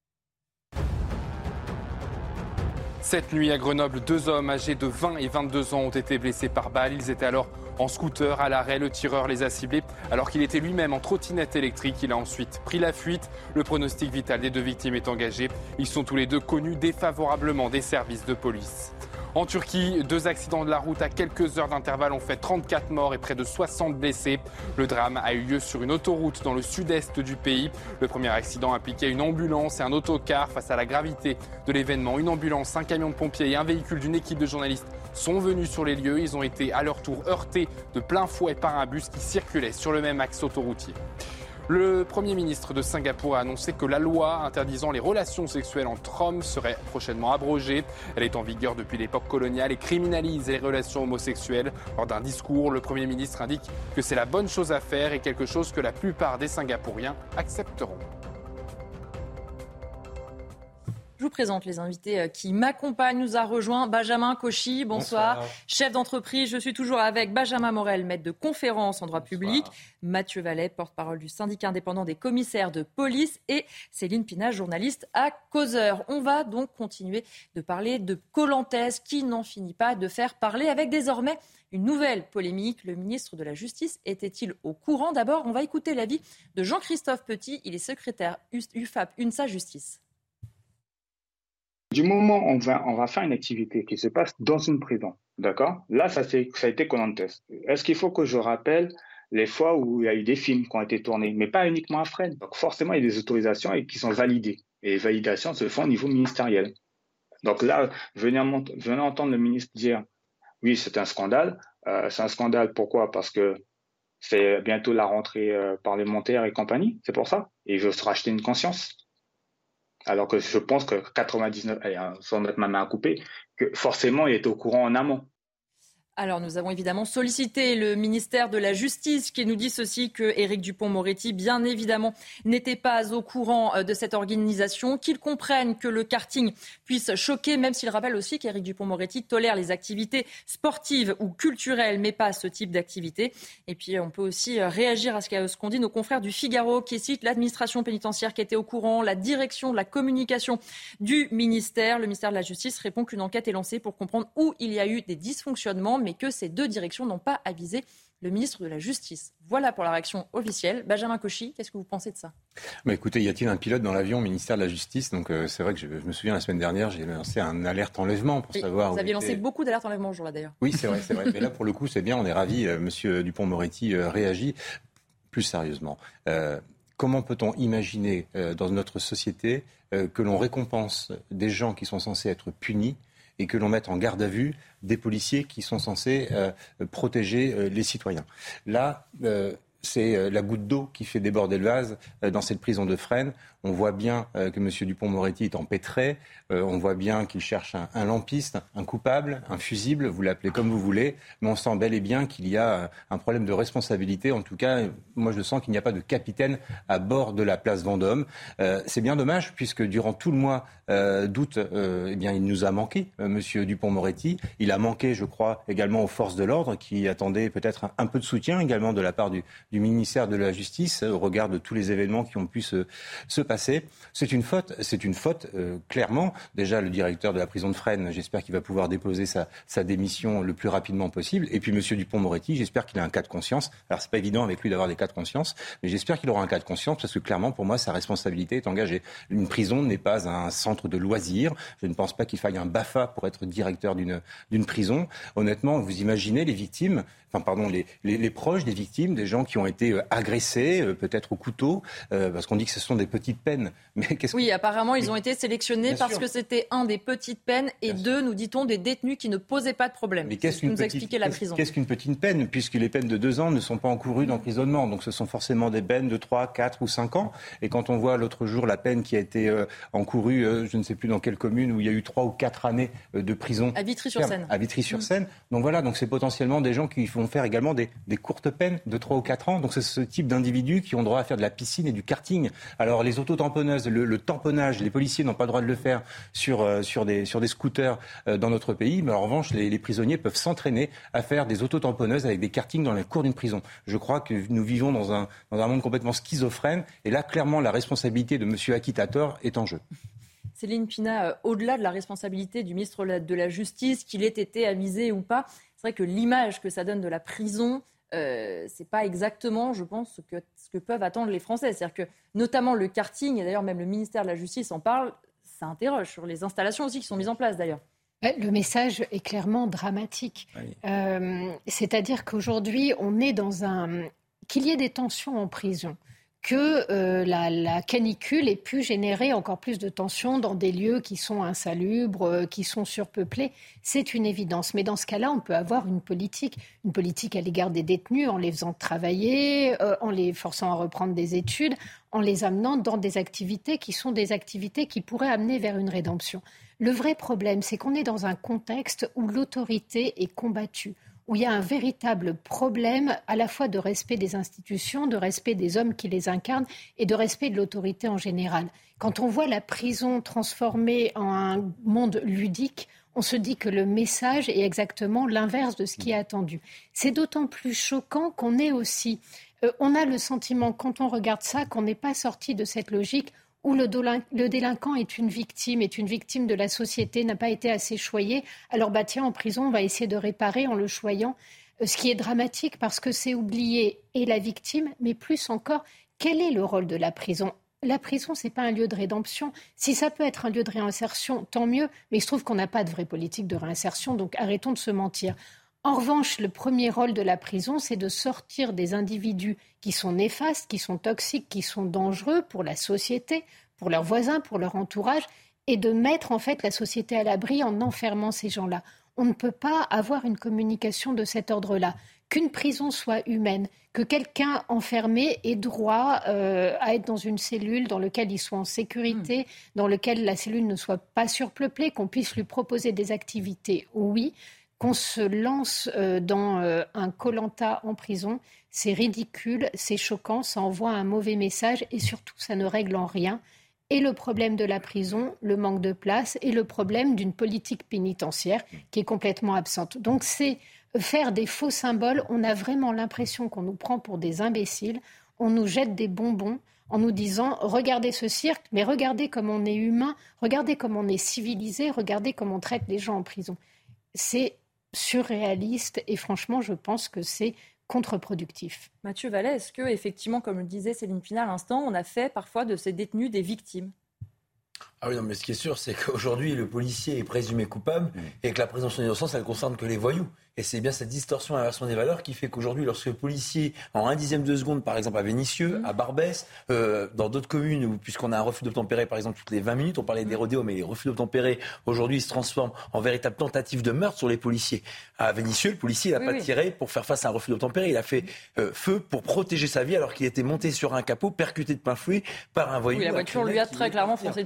Cette nuit à Grenoble, deux hommes âgés de vingt et vingt-deux ans ont été blessés par balle. Ils étaient alors en scooter à l'arrêt. Le tireur les a ciblés alors qu'il était lui-même en trottinette électrique. Il a ensuite pris la fuite. Le pronostic vital des deux victimes est engagé. Ils sont tous les deux connus défavorablement des services de police. En Turquie, deux accidents de la route à quelques heures d'intervalle ont fait trente-quatre morts et près de soixante blessés. Le drame a eu lieu sur une autoroute dans le sud-est du pays. Le premier accident impliquait une ambulance et un autocar. Face à la gravité de l'événement, une ambulance, un camion de pompiers et un véhicule d'une équipe de journalistes sont venus sur les lieux. Ils ont été à leur tour heurtés de plein fouet par un bus qui circulait sur le même axe autoroutier. Le Premier ministre de Singapour a annoncé que la loi interdisant les relations sexuelles entre hommes serait prochainement abrogée. Elle est en vigueur depuis l'époque coloniale et criminalise les relations homosexuelles. Lors d'un discours, le Premier ministre indique que c'est la bonne chose à faire et quelque chose que la plupart des Singapouriens accepteront. Je vous présente les invités qui m'accompagnent. Nous a rejoint Benjamin Cauchy, bonsoir. bonsoir. Chef d'entreprise, je suis toujours avec Benjamin Morel, maître de conférence en droit bonsoir. public. Mathieu Vallet, porte-parole du syndicat indépendant des commissaires de police. Et Céline Pina, journaliste à Causeur. On va donc continuer de parler de Koh-Lantès qui n'en finit pas de faire parler avec désormais une nouvelle polémique. Le ministre de la Justice était-il au courant ? D'abord, on va écouter l'avis de Jean-Christophe Petit. Il est secrétaire U F A P UNSA Justice. Du moment où on va, on va faire une activité qui se passe dans une prison, d'accord ? Là, ça, c'est, ça a été Koh-Lantès. Est-ce qu'il faut que je rappelle les fois où il y a eu des films qui ont été tournés, mais pas uniquement à Fresnes ? Donc forcément, il y a des autorisations qui sont validées. Et les validations se font au niveau ministériel. Donc là, venir, venir entendre le ministre dire « oui, c'est un scandale euh, ». C'est un scandale, pourquoi ? Parce que c'est bientôt la rentrée euh, parlementaire et compagnie, c'est pour ça. Et il veut se racheter une conscience. Alors que je pense que quatre-vingt-dix-neuf, allez, sans mettre ma main à couper, que forcément il est au courant en amont. Alors nous avons évidemment sollicité le ministère de la Justice qui nous dit ceci, que Éric Dupond-Moretti, bien évidemment, n'était pas au courant de cette organisation, qu'il comprenne que le karting puisse choquer, même s'il rappelle aussi qu'Éric Dupond-Moretti tolère les activités sportives ou culturelles, mais pas ce type d'activité. Et puis on peut aussi réagir à ce qu'ont dit nos confrères du Figaro, qui citent l'administration pénitentiaire qui était au courant, la direction de la communication du ministère. Le ministère de la Justice répond qu'une enquête est lancée pour comprendre où il y a eu des dysfonctionnements, mais que ces deux directions n'ont pas avisé le ministre de la Justice. Voilà pour la réaction officielle. Benjamin Cauchy, qu'est-ce que vous pensez de ça ? Bah écoutez, y a-t-il un pilote dans l'avion au ministère de la Justice ? Donc euh, c'est vrai que je, je me souviens la semaine dernière, j'ai lancé un alerte enlèvement pour oui, savoir. Vous aviez lancé était... beaucoup d'alertes enlèvement ce jour-là d'ailleurs. Oui, c'est vrai, c'est vrai. Mais là pour le coup, c'est bien, on est ravis. Euh, Monsieur Dupond-Moretti euh, réagit plus sérieusement. Euh, comment peut-on imaginer euh, dans notre société euh, que l'on récompense des gens qui sont censés être punis et que l'on mette en garde à vue des policiers qui sont censés euh, protéger euh, les citoyens. Là, euh, c'est euh, la goutte d'eau qui fait déborder le vase euh, dans cette prison de Fresnes. On voit bien euh, que M. Dupond-Moretti est empêtré. Euh, on voit bien qu'il cherche un, un lampiste, un coupable, un fusible, vous l'appelez comme vous voulez. Mais on sent bel et bien qu'il y a un problème de responsabilité. En tout cas, moi je sens qu'il n'y a pas de capitaine à bord de la place Vendôme. Euh, c'est bien dommage puisque durant tout le mois euh, d'août, euh, eh bien, il nous a manqué, euh, M. Dupond-Moretti. Il a manqué, je crois, également aux forces de l'ordre qui attendaient peut-être un, un peu de soutien également de la part du, du ministère de la Justice au regard de tous les événements qui ont pu se, se passer. C'est une faute, c'est une faute euh, clairement. Déjà, le directeur de la prison de Fresnes, j'espère qu'il va pouvoir déposer sa, sa démission le plus rapidement possible. Et puis M. Dupond-Moretti, j'espère qu'il a un cas de conscience. Alors, c'est pas évident avec lui d'avoir des cas de conscience, mais j'espère qu'il aura un cas de conscience parce que clairement, pour moi, sa responsabilité est engagée. Une prison n'est pas un centre de loisirs. Je ne pense pas qu'il faille un B A F A pour être directeur d'une, d'une prison. Honnêtement, vous imaginez les victimes, enfin pardon, les, les, les proches des victimes, des gens qui ont été euh, agressés, euh, peut-être au couteau, euh, parce qu'on dit que ce sont des petites peines. Mais qu'est-ce oui, que... apparemment, ils ont été sélectionnés Bien parce sûr. que c'était un des petites peines et Bien deux, nous dit-on, des détenus qui ne posaient pas de problème. Mais qu'est-ce C'est ce qu'une que nous petite, expliquait la qu'est-ce, prison. qu'est-ce qu'une petite peine, puisque les peines de deux ans ne sont pas encourues d'emprisonnement. Donc ce sont forcément des peines de trois, quatre ou cinq ans. Et quand on voit l'autre jour la peine qui a été euh, encourue, euh, je ne sais plus dans quelle commune, où il y a eu trois ou quatre années euh, de prison. À Vitry-sur-Seine. À Vitry-sur-Seine. Mmh. Donc voilà, donc c'est potentiellement des gens qui vont faire également des, des courtes peines de trois ou quatre ans. Donc c'est ce type d'individus qui ont droit à faire de la piscine et du karting. Alors les autotamponneuses, le, le tamponnage, les policiers n'ont pas le droit de le faire sur, euh, sur, des, sur des scooters euh, dans notre pays. Mais en revanche, les, les prisonniers peuvent s'entraîner à faire des autotamponneuses avec des kartings dans la cour d'une prison. Je crois que nous vivons dans un, dans un monde complètement schizophrène. Et là, clairement, la responsabilité de M. Acquittator est en jeu. Céline Pina, euh, au-delà de la responsabilité du ministre de la Justice, qu'il ait été avisé ou pas, c'est vrai que l'image que ça donne de la prison, euh, c'est pas exactement, je pense, ce que, ce que peuvent attendre les Français. C'est-à-dire que, notamment le karting, et d'ailleurs même le ministère de la Justice en parle, ça interroge sur les installations aussi qui sont mises en place d'ailleurs. Le message est clairement dramatique. Oui. Euh, c'est-à-dire qu'aujourd'hui, on est dans un... qu'il y ait des tensions en prison, que euh, la, la canicule ait pu générer encore plus de tensions dans des lieux qui sont insalubres, euh, qui sont surpeuplés, c'est une évidence. Mais dans ce cas-là, on peut avoir une politique, une politique à l'égard des détenus, en les faisant travailler, euh, en les forçant à reprendre des études, en les amenant dans des activités qui sont des activités qui pourraient amener vers une rédemption. Le vrai problème, c'est qu'on est dans un contexte où l'autorité est combattue, où il y a un véritable problème à la fois de respect des institutions, de respect des hommes qui les incarnent et de respect de l'autorité en général. Quand on voit la prison transformée en un monde ludique, on se dit que le message est exactement l'inverse de ce qui est attendu. C'est d'autant plus choquant qu'on est aussi... Euh, on a le sentiment, quand on regarde ça, qu'on n'est pas sorti de cette logique où le, dolin- le délinquant est une victime, est une victime de la société, n'a pas été assez choyé. Alors, bah tiens, en prison, on va essayer de réparer en le choyant. Euh, ce qui est dramatique parce que c'est oublier et la victime, mais plus encore, quel est le rôle de la prison ? La prison, ce n'est pas un lieu de rédemption. Si ça peut être un lieu de réinsertion, tant mieux. Mais il se trouve qu'on n'a pas de vraie politique de réinsertion, donc arrêtons de se mentir. En revanche, le premier rôle de la prison, c'est de sortir des individus qui sont néfastes, qui sont toxiques, qui sont dangereux pour la société, pour leurs voisins, pour leur entourage, et de mettre en fait la société à l'abri en enfermant ces gens-là. On ne peut pas avoir une communication de cet ordre-là. Qu'une prison soit humaine, que quelqu'un enfermé ait droit euh, à être dans une cellule dans laquelle il soit en sécurité, mmh. dans laquelle la cellule ne soit pas surpeuplée, qu'on puisse lui proposer des activités, oui. Qu'on se lance euh, dans euh, un Koh-Lanta en prison, c'est ridicule, c'est choquant, ça envoie un mauvais message et surtout, ça ne règle en rien. Et le problème de la prison, le manque de place et le problème d'une politique pénitentiaire qui est complètement absente. Donc, c'est faire des faux symboles. On a vraiment l'impression qu'on nous prend pour des imbéciles. On nous jette des bonbons en nous disant « Regardez ce cirque, mais regardez comme on est humain, regardez comme on est civilisé, regardez comme on traite les gens en prison. » C'est surréaliste et franchement, je pense que c'est contre-productif. Mathieu Vallet, est-ce que, effectivement, comme le disait Céline Pina à l'instant, on a fait parfois de ces détenus des victimes ? Ah oui, non, mais ce qui est sûr, c'est qu'aujourd'hui, le policier est présumé coupable mmh. et que la présomption d'innocence, elle ne concerne que les voyous. Et c'est bien cette distorsion à l'inversion des valeurs qui fait qu'aujourd'hui, lorsque le policier, en un dixième de seconde, par exemple à Vénissieux, mmh. à Barbès, euh, dans d'autres communes, où, puisqu'on a un refus d'obtempérer, par exemple, toutes les vingt minutes, on parlait des rodéos, mais les refus d'obtempérer, aujourd'hui, ils se transforment en véritable tentative de meurtre sur les policiers. À Vénissieux, le policier, il n'a oui, pas oui. tiré pour faire face à un refus d'obtempérer, il a fait euh, feu pour protéger sa vie alors qu'il était monté sur un capot, percuté de plein fouet par un voyou. Oui, la voiture lui a très clairement foncé dessus. Mais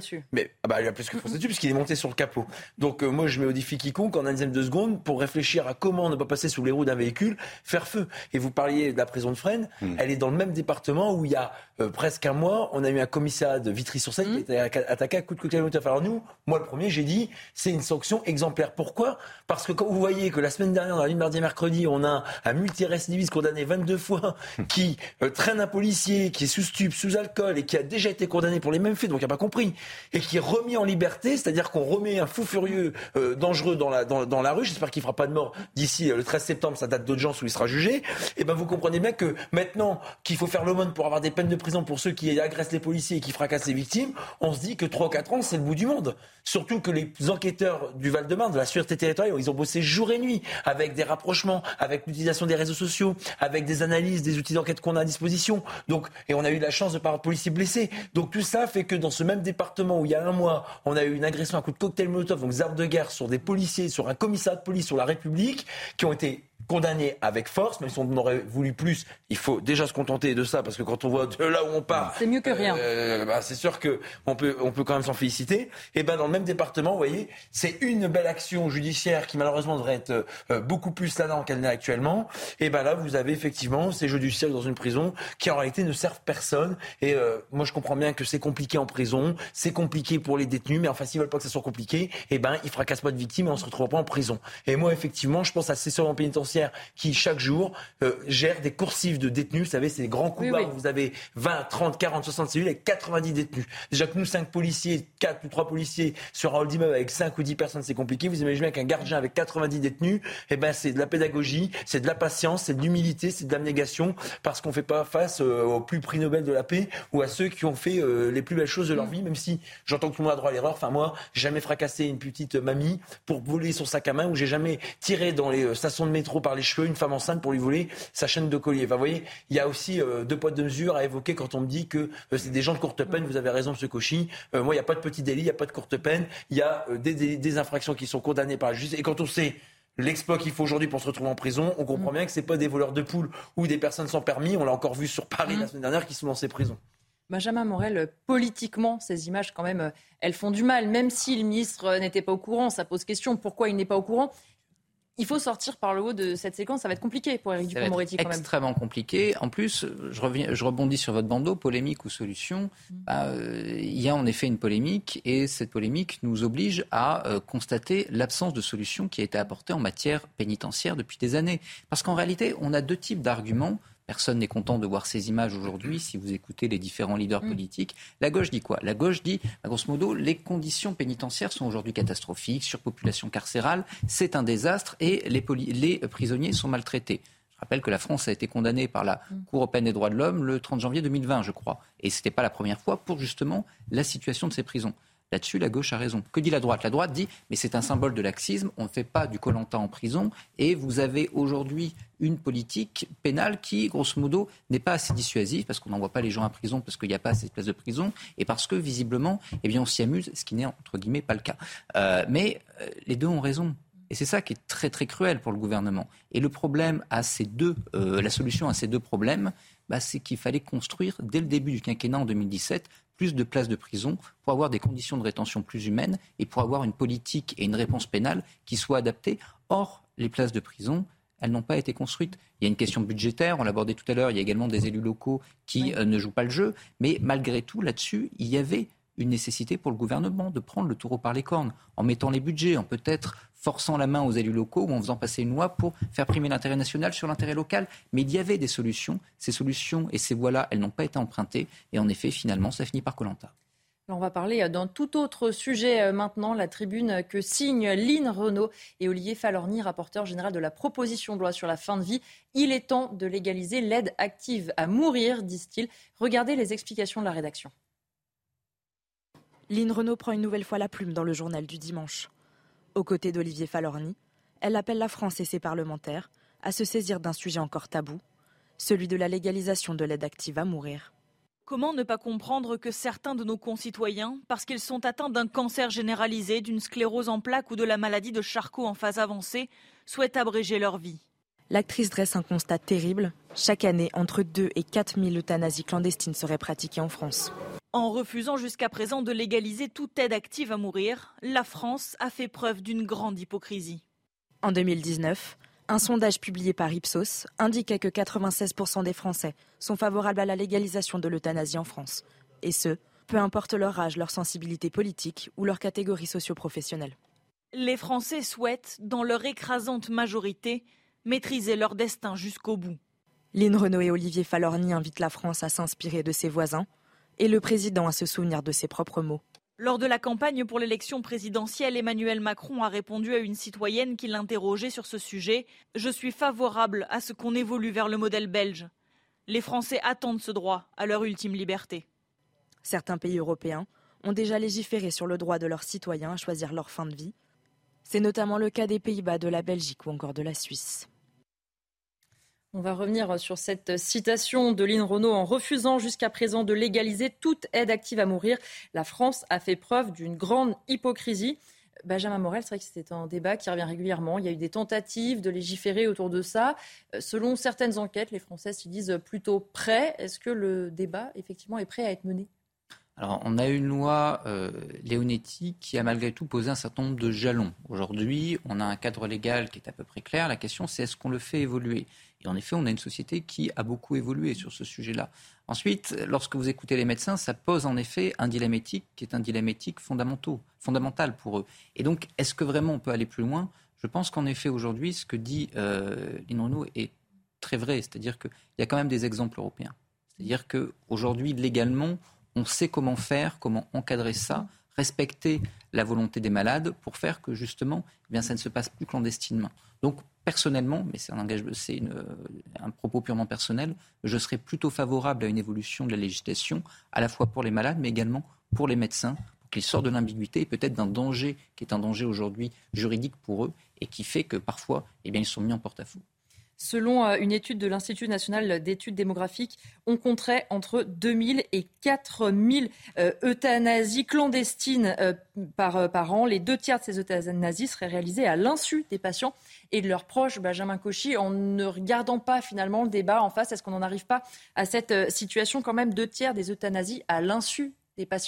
mais ah bah, il a plus que foncé dessus puisqu'il est monté sur le capot. Donc euh, moi je mets au défi quiconque en un dixième de seconde pour réfléchir à comment ne pas passer sous les roues d'un véhicule, faire feu. Et vous parliez de la prison de Fresnes, mmh. elle est dans le même département où il y a euh, presque un mois, on a eu un commissariat de Vitry-sur-Seine mmh. qui a été attaqué à coups de cocktail Molotov. Alors nous, moi le premier, j'ai dit c'est une sanction exemplaire. Pourquoi ? Parce que quand vous voyez que la semaine dernière, dans la nuit mardi et mercredi, on a un multirécidiviste condamné vingt-deux fois qui euh, traîne un policier, qui est sous stup, sous alcool et qui a déjà été condamné pour les mêmes faits, donc il n'a pas compris, et qui est remis en liberté, c'est-à-dire qu'on remet un fou furieux euh, dangereux dans la, dans, dans la rue, j'espère qu'il ne fera pas de mort d'ici euh, le treize septembre, ça date d'audience où il sera jugé, et ben vous comprenez bien que maintenant qu'il faut faire l'aumône pour avoir des peines de prison pour ceux qui agressent les policiers et qui fracassent les victimes, on se dit que trois ou quatre ans, c'est le bout du monde. Surtout que les enquêteurs du Val-de-Marne, de la sûreté territoriale, ils ont bossé jour et nuit, avec des rapprochements, avec l'utilisation des réseaux sociaux, avec des analyses, des outils d'enquête qu'on a à disposition. Donc, et on a eu la chance de ne pas avoir de policiers blessés. Donc tout ça fait que dans ce même département où il y a un mois, on a eu une agression à coup de cocktail Molotov, donc des armes de guerre sur des policiers, sur un commissariat de police, sur la République, qui ont été condamnés avec force, même si on en aurait voulu plus, il faut déjà se contenter de ça, parce que quand on voit de là où on part, c'est mieux que rien. Euh, bah, c'est sûr qu'on peut, on peut quand même s'en féliciter. Et ben dans le même département, vous voyez, c'est une belle action judiciaire qui malheureusement devrait être euh, beaucoup plus là qu'elle n'est actuellement. Et ben là, vous avez effectivement ces jeux du cirque dans une prison qui en réalité ne servent personne. Et euh, moi, je comprends bien que c'est compliqué en prison, c'est compliqué pour les détenus, mais enfin, s'ils veulent pas que ça soit compliqué, et ben ils fracassent pas de victimes et on se retrouve pas en prison. Et moi, effectivement, je pense à ces surveillants pénitentiaires qui, chaque jour, euh, gèrent des coursives de détenus. Vous savez, c'est des grands couloirs oui, oui. où vous avez vingt, trente, quarante, soixante cellules avec quatre-vingt-dix détenus. Déjà que nous, cinq policiers, quatre ou trois policiers sur un hall d'immeuble avec cinq ou dix personnes, c'est compliqué. Vous imaginez qu'un gardien avec quatre-vingt-dix détenus, eh ben, c'est de la pédagogie, c'est de la patience, c'est de l'humilité, c'est de l'abnégation, parce qu'on ne fait pas face euh, aux plus prix Nobel de la paix ou à ceux qui ont fait euh, les plus belles choses de leur vie, même si j'entends que tout le monde a droit à l'erreur. Enfin, moi, j'ai jamais fracassé une petite mamie pour voler son sac à main, ou j'ai jamais tiré dans les stations de métro par les cheveux une femme enceinte pour lui voler sa chaîne de collier. Enfin, vous voyez, il y a aussi euh, deux poids deux mesures à évoquer quand on me dit que euh, c'est des gens de courte peine. Vous avez raison, M. Cauchy. Euh, moi, il n'y a pas de petit délit, il n'y a pas de courte peine. Il y a euh, des, des, des infractions qui sont condamnées par la justice. Et quand on sait l'exploit qu'il faut aujourd'hui pour se retrouver en prison, on comprend bien que ce n'est pas des voleurs de poules ou des personnes sans permis. On l'a encore vu sur Paris mmh. la semaine dernière qui sont dans ces prisons. Benjamin Morel, politiquement, ces images, quand même, elles font du mal. Même si le ministre n'était pas au courant, ça pose question. Pourquoi il n'est pas au courant ? Il faut sortir par le haut de cette séquence. Ça va être compliqué pour Éric Dupond-Moretti quand même. Extrêmement compliqué. En plus, je, reviens, je rebondis sur votre bandeau, polémique ou solution. Mmh. Bah, euh, il y a en effet une polémique et cette polémique nous oblige à euh, constater l'absence de solution qui a été apportée en matière pénitentiaire depuis des années. Parce qu'en réalité, on a deux types d'arguments. Personne n'est content de voir ces images aujourd'hui, si vous écoutez les différents leaders politiques. La gauche dit quoi ? La gauche dit, grosso modo, les conditions pénitentiaires sont aujourd'hui catastrophiques, surpopulation carcérale, c'est un désastre et les, poli- les prisonniers sont maltraités. Je rappelle que la France a été condamnée par la Cour européenne des droits de l'homme le trente janvier deux mille vingt, je crois. Et ce n'était pas la première fois pour justement la situation de ces prisons. Là-dessus, la gauche a raison. Que dit la droite ? La droite dit, mais c'est un symbole de laxisme, on ne fait pas du Koh-Lanta en prison, et vous avez aujourd'hui une politique pénale qui, grosso modo, n'est pas assez dissuasive, parce qu'on n'envoie pas les gens à prison, parce qu'il n'y a pas assez de places de prison, et parce que, visiblement, eh bien, on s'y amuse, ce qui n'est, entre guillemets, pas le cas. Euh, mais euh, les deux ont raison. Et c'est ça qui est très, très cruel pour le gouvernement. Et le problème à ces deux, euh, la solution à ces deux problèmes, bah, c'est qu'il fallait construire, dès le début du quinquennat en deux mille dix-sept, plus de places de prison pour avoir des conditions de rétention plus humaines et pour avoir une politique et une réponse pénale qui soient adaptées. Or, les places de prison, elles n'ont pas été construites. Il y a une question budgétaire, on l'abordait tout à l'heure, il y a également des élus locaux qui oui. euh, ne jouent pas le jeu. Mais malgré tout, là-dessus, il y avait une nécessité pour le gouvernement de prendre le taureau par les cornes, en mettant les budgets, en peut-être forçant la main aux élus locaux ou en faisant passer une loi pour faire primer l'intérêt national sur l'intérêt local. Mais il y avait des solutions. Ces solutions et ces voies-là, elles n'ont pas été empruntées. Et en effet, finalement, ça finit par Koh-Lanta. On va parler d'un tout autre sujet maintenant, la tribune que signent Lynn Renaud et Olivier Falorni, rapporteur général de la proposition de loi sur la fin de vie. Il est temps de légaliser l'aide active à mourir, disent-ils. Regardez les explications de la rédaction. Lynn Renaud prend une nouvelle fois la plume dans le journal du dimanche. Aux côtés d'Olivier Falorni, elle appelle la France et ses parlementaires à se saisir d'un sujet encore tabou, celui de la légalisation de l'aide active à mourir. Comment ne pas comprendre que certains de nos concitoyens, parce qu'ils sont atteints d'un cancer généralisé, d'une sclérose en plaques ou de la maladie de Charcot en phase avancée, souhaitent abréger leur vie ? L'actrice dresse un constat terrible Chaque année, entre deux et quatre mille euthanasies clandestines seraient pratiquées en France. En refusant jusqu'à présent de légaliser toute aide active à mourir, la France a fait preuve d'une grande hypocrisie. En deux mille dix-neuf, un sondage publié par Ipsos indiquait que quatre-vingt-seize pour cent des Français sont favorables à la légalisation de l'euthanasie en France. Et ce, peu importe leur âge, leur sensibilité politique ou leur catégorie socio-professionnelle. Les Français souhaitent, dans leur écrasante majorité, maîtriser leur destin jusqu'au bout. Lynn Renaud et Olivier Falorni invitent la France à s'inspirer de ses voisins et le président à se souvenir de ses propres mots. Lors de la campagne pour l'élection présidentielle, Emmanuel Macron a répondu à une citoyenne qui l'interrogeait sur ce sujet. « Je suis favorable à ce qu'on évolue vers le modèle belge. Les Français attendent ce droit à leur ultime liberté. » Certains pays européens ont déjà légiféré sur le droit de leurs citoyens à choisir leur fin de vie. C'est notamment le cas des Pays-Bas, de la Belgique ou encore de la Suisse. On va revenir sur cette citation de Lynn Renaud. En refusant jusqu'à présent de légaliser toute aide active à mourir, la France a fait preuve d'une grande hypocrisie. Benjamin Morel, c'est vrai que c'était un débat qui revient régulièrement. Il y a eu des tentatives de légiférer autour de ça. Selon certaines enquêtes, les Français s'y disent plutôt prêts. Est-ce que le débat, effectivement, est prêt à être mené ? Alors, on a une loi euh, Leonetti qui a malgré tout posé un certain nombre de jalons. Aujourd'hui, on a un cadre légal qui est à peu près clair. La question, c'est est-ce qu'on le fait évoluer ? Et en effet, on a une société qui a beaucoup évolué sur ce sujet-là. Ensuite, lorsque vous écoutez les médecins, ça pose en effet un dilemme éthique qui est un dilemme éthique fondamental pour eux. Et donc, est-ce que vraiment on peut aller plus loin ? Je pense qu'en effet, aujourd'hui, ce que dit euh, Lynn Renaud est très vrai. C'est-à-dire qu'il y a quand même des exemples européens. C'est-à-dire qu'aujourd'hui, légalement, on sait comment faire, comment encadrer ça, respecter la volonté des malades pour faire que justement, eh bien, ça ne se passe plus clandestinement. Donc, personnellement, mais c'est un, engagement, c'est une, un propos purement personnel, je serais plutôt favorable à une évolution de la législation, à la fois pour les malades, mais également pour les médecins, pour qu'ils sortent de l'ambiguïté et peut-être d'un danger qui est un danger aujourd'hui juridique pour eux et qui fait que parfois, eh bien, ils sont mis en porte-à-faux. Selon une étude de l'Institut national d'études démographiques, on compterait entre deux mille et quatre mille euh, euthanasies clandestines euh, par, par an. Les deux tiers de ces euthanasies seraient réalisées à l'insu des patients et de leurs proches. Benjamin Cauchy, en ne regardant pas finalement le débat en face, est-ce qu'on n'en arrive pas à cette situation quand même, deux tiers des euthanasies à l'insu des patients ?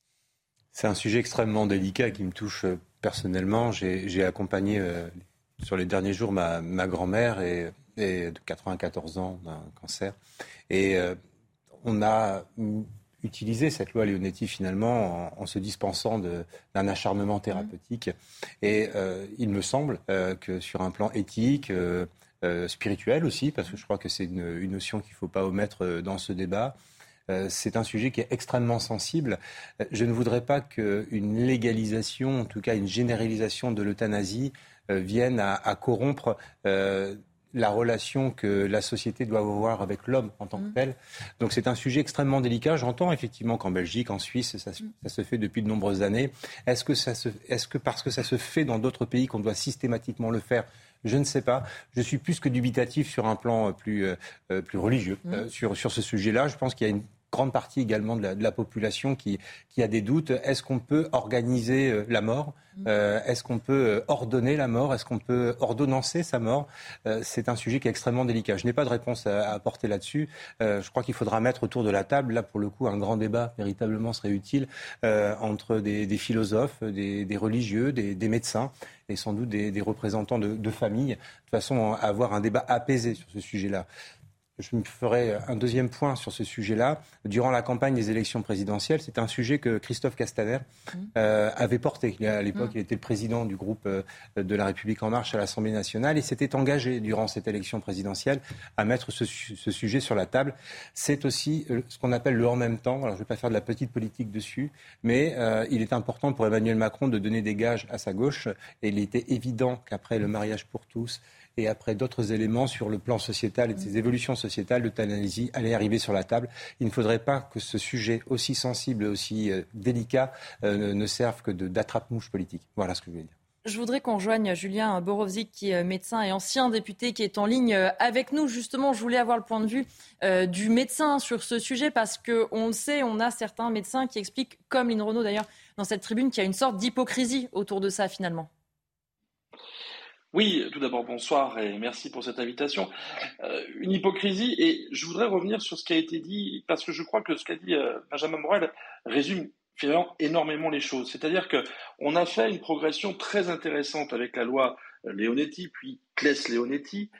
C'est un sujet extrêmement délicat qui me touche personnellement. J'ai, j'ai accompagné... Euh, sur les derniers jours, ma, ma grand-mère est, est de quatre-vingt-quatorze ans d'un cancer. Et euh, on a utilisé cette loi Leonetti finalement en, en se dispensant de, d'un acharnement thérapeutique. Et euh, il me semble euh, que sur un plan éthique, euh, euh, spirituel aussi, parce que je crois que c'est une, une notion qu'il ne faut pas omettre dans ce débat, euh, c'est un sujet qui est extrêmement sensible. Je ne voudrais pas qu'une légalisation, en tout cas une généralisation de l'euthanasie, viennent à, à corrompre euh, la relation que la société doit avoir avec l'homme en tant que tel. Donc c'est un sujet extrêmement délicat. J'entends effectivement qu'en Belgique, en Suisse, ça, ça se fait depuis de nombreuses années. Est-ce que, ça se, est-ce que parce que ça se fait dans d'autres pays qu'on doit systématiquement le faire ? Je ne sais pas. Je suis plus que dubitatif sur un plan plus, euh, plus religieux mmh. euh, sur, sur ce sujet-là. Je pense qu'il y a une grande partie également de la, de la population qui, qui a des doutes. Est-ce qu'on peut organiser euh, la mort ? euh, Est-ce qu'on peut euh, ordonner la mort ? Est-ce qu'on peut ordonnancer sa mort ? euh, C'est un sujet qui est extrêmement délicat. Je n'ai pas de réponse à, à apporter là-dessus. Euh, je crois qu'il faudra mettre autour de la table, là pour le coup, un grand débat véritablement serait utile euh, entre des, des philosophes, des, des religieux, des, des médecins et sans doute des, des représentants de, de familles, de façon à avoir un débat apaisé sur ce sujet-là. Je me ferai un deuxième point sur ce sujet-là. Durant la campagne des élections présidentielles, c'est un sujet que Christophe Castaner euh, avait porté. À l'époque, mmh. il était le président du groupe euh, de La République En Marche à l'Assemblée nationale et s'était engagé durant cette élection présidentielle à mettre ce, ce sujet sur la table. C'est aussi euh, ce qu'on appelle le en même temps. Alors, je ne vais pas faire de la petite politique dessus, mais euh, il est important pour Emmanuel Macron de donner des gages à sa gauche. Et il était évident qu'après le mariage pour tous, et après d'autres éléments sur le plan sociétal et de ces évolutions sociétales, l'euthanasie allait arriver sur la table. Il ne faudrait pas que ce sujet aussi sensible et aussi euh, délicat euh, ne serve que de, d'attrape-mouche politique. Voilà ce que je voulais dire. Je voudrais qu'on rejoigne Julien Borowczyk, qui est médecin et ancien député, qui est en ligne avec nous. Justement, je voulais avoir le point de vue euh, du médecin sur ce sujet, parce qu'on le sait, on a certains médecins qui expliquent, comme Lynn Renaud d'ailleurs, dans cette tribune, qu'il y a une sorte d'hypocrisie autour de ça finalement. Oui, tout d'abord, bonsoir et merci pour cette invitation. Euh, une hypocrisie, et je voudrais revenir sur ce qui a été dit, parce que je crois que ce qu'a dit euh, Benjamin Morel résume finalement énormément les choses. C'est-à-dire qu'on a fait une progression très intéressante avec la loi Leonetti, puis Claes-Leonetti,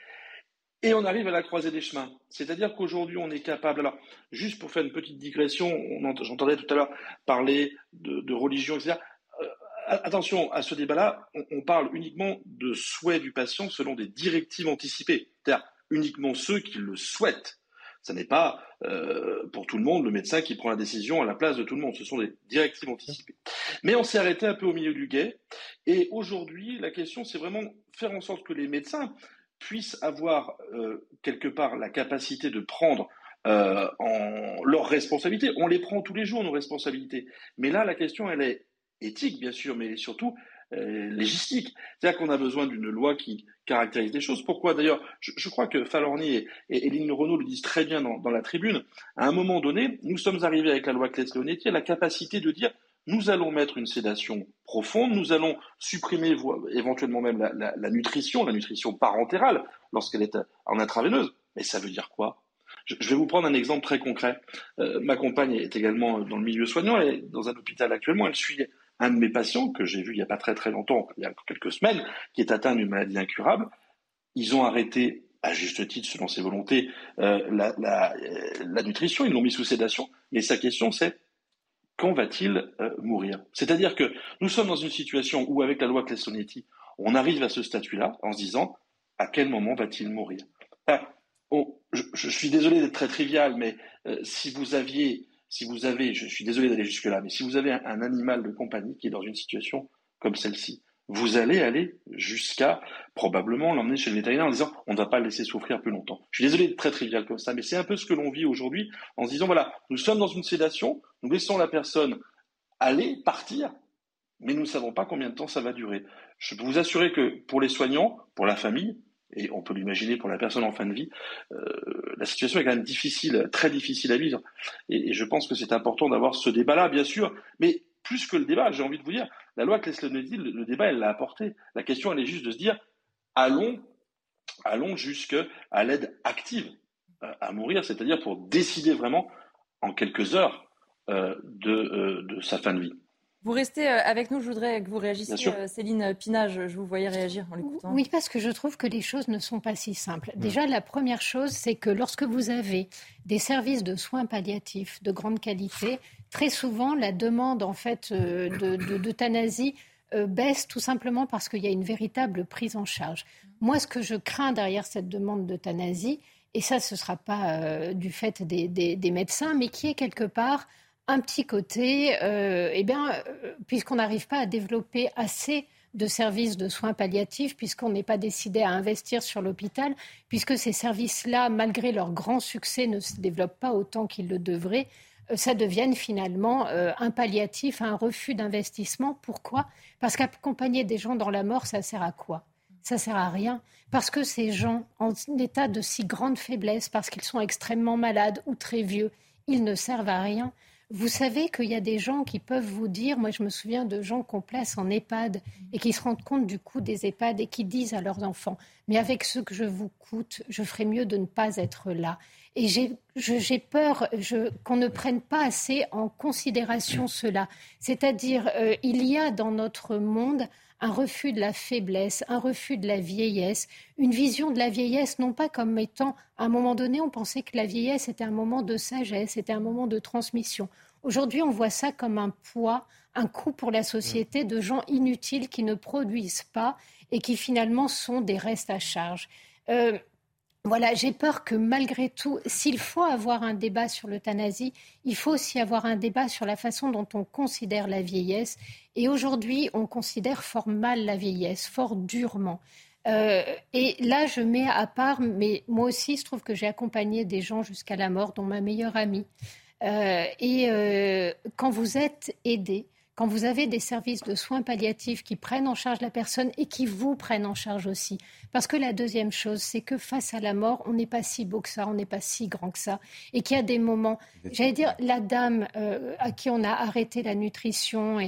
et on arrive à la croisée des chemins. C'est-à-dire qu'aujourd'hui, on est capable... Alors, juste pour faire une petite digression, on ent- j'entendais tout à l'heure parler de, de religion, et cetera. Attention, à ce débat-là, on, on parle uniquement de souhaits du patient selon des directives anticipées, c'est-à-dire uniquement ceux qui le souhaitent. Ce n'est pas euh, pour tout le monde le médecin qui prend la décision à la place de tout le monde, ce sont des directives anticipées. Mais on s'est arrêté un peu au milieu du gué, et aujourd'hui, la question, c'est vraiment faire en sorte que les médecins puissent avoir euh, quelque part la capacité de prendre euh, en leurs responsabilités. On les prend tous les jours, nos responsabilités. Mais là, la question, elle est éthique, bien sûr, mais surtout euh, légistique. C'est-à-dire qu'on a besoin d'une loi qui caractérise les choses. Pourquoi d'ailleurs, je, je crois que Falorni et, et, et Lynn Renaud le disent très bien dans, dans la tribune, à un moment donné, nous sommes arrivés avec la loi Claes-Leonetti à la capacité de dire nous allons mettre une sédation profonde, nous allons supprimer vo- éventuellement même la, la, la nutrition, la nutrition parentérale, lorsqu'elle est en intraveineuse. Mais ça veut dire quoi ? Je vais vous prendre un exemple très concret. Euh, ma compagne est également dans le milieu soignant, elle est dans un hôpital actuellement, elle suit un de mes patients que j'ai vu il n'y a pas très très longtemps, il y a quelques semaines, qui est atteint d'une maladie incurable. Ils ont arrêté, à juste titre, selon ses volontés, euh, la, la, la nutrition, ils l'ont mis sous sédation, mais sa question c'est quand va-t-il euh, mourir ? C'est-à-dire que nous sommes dans une situation où, avec la loi Claes-Leonetti, on arrive à ce statut-là en se disant à quel moment va-t-il mourir ? ah, on, je, je suis désolé d'être très trivial, mais euh, si vous aviez Si vous avez, je suis désolé d'aller jusque-là, mais si vous avez un, un animal de compagnie qui est dans une situation comme celle-ci, vous allez aller jusqu'à probablement l'emmener chez le vétérinaire en disant on ne va pas le laisser souffrir plus longtemps. Je suis désolé d'être très trivial comme ça, mais c'est un peu ce que l'on vit aujourd'hui en se disant voilà, nous sommes dans une sédation, nous laissons la personne aller, partir, mais nous ne savons pas combien de temps ça va durer. Je peux vous assurer que pour les soignants, pour la famille, et on peut l'imaginer pour la personne en fin de vie, euh, la situation est quand même difficile, très difficile à vivre. Et, et je pense que c'est important d'avoir ce débat-là, bien sûr, mais plus que le débat, j'ai envie de vous dire, la loi Claes-Leonetti, le, le débat, elle l'a apporté. La question, elle est juste de se dire, allons, allons jusqu'à l'aide active euh, à mourir, c'est-à-dire pour décider vraiment, en quelques heures, euh, de, euh, de sa fin de vie. Vous restez avec nous, je voudrais que vous réagissiez. Céline Pinage, je vous voyais réagir en l'écoutant. Oui, parce que je trouve que les choses ne sont pas si simples. Déjà, la première chose, c'est que lorsque vous avez des services de soins palliatifs de grande qualité, très souvent, la demande en fait, de, de, d'euthanasie euh, baisse tout simplement parce qu'il y a une véritable prise en charge. Moi, ce que je crains derrière cette demande d'euthanasie, et ça, ce ne sera pas euh, du fait des, des, des médecins, mais qui est quelque part un petit côté, euh, eh bien, euh, puisqu'on n'arrive pas à développer assez de services de soins palliatifs, puisqu'on n'est pas décidé à investir sur l'hôpital, puisque ces services-là, malgré leur grand succès, ne se développent pas autant qu'ils le devraient, euh, ça devienne finalement euh, un palliatif, un refus d'investissement. Pourquoi ? Parce qu'accompagner des gens dans la mort, ça sert à quoi ? Ça sert à rien. Parce que ces gens, en état de si grande faiblesse, parce qu'ils sont extrêmement malades ou très vieux, ils ne servent à rien. Vous savez qu'il y a des gens qui peuvent vous dire, moi je me souviens de gens qu'on place en EHPAD et qui se rendent compte du coût des EHPAD et qui disent à leurs enfants, mais avec ce que je vous coûte, je ferais mieux de ne pas être là. Et j'ai, je, j'ai peur je, qu'on ne prenne pas assez en considération cela. C'est-à-dire, euh, il y a dans notre monde un refus de la faiblesse, un refus de la vieillesse, une vision de la vieillesse, non pas comme étant, à un moment donné, on pensait que la vieillesse était un moment de sagesse, c'était un moment de transmission. Aujourd'hui, on voit ça comme un poids, un coût pour la société de gens inutiles qui ne produisent pas et qui finalement sont des restes à charge. Euh, Voilà, j'ai peur que malgré tout, s'il faut avoir un débat sur l'euthanasie, il faut aussi avoir un débat sur la façon dont on considère la vieillesse. Et aujourd'hui, on considère fort mal la vieillesse, fort durement. Euh, et là, je mets à part, mais moi aussi, je trouve que j'ai accompagné des gens jusqu'à la mort, dont ma meilleure amie. Euh, et euh, quand vous êtes aidé, quand vous avez des services de soins palliatifs qui prennent en charge la personne et qui vous prennent en charge aussi. Parce que la deuxième chose, c'est que face à la mort, on n'est pas si beau que ça, on n'est pas si grand que ça. Et qu'il y a des moments, j'allais dire, la dame euh, à qui on a arrêté la nutrition, et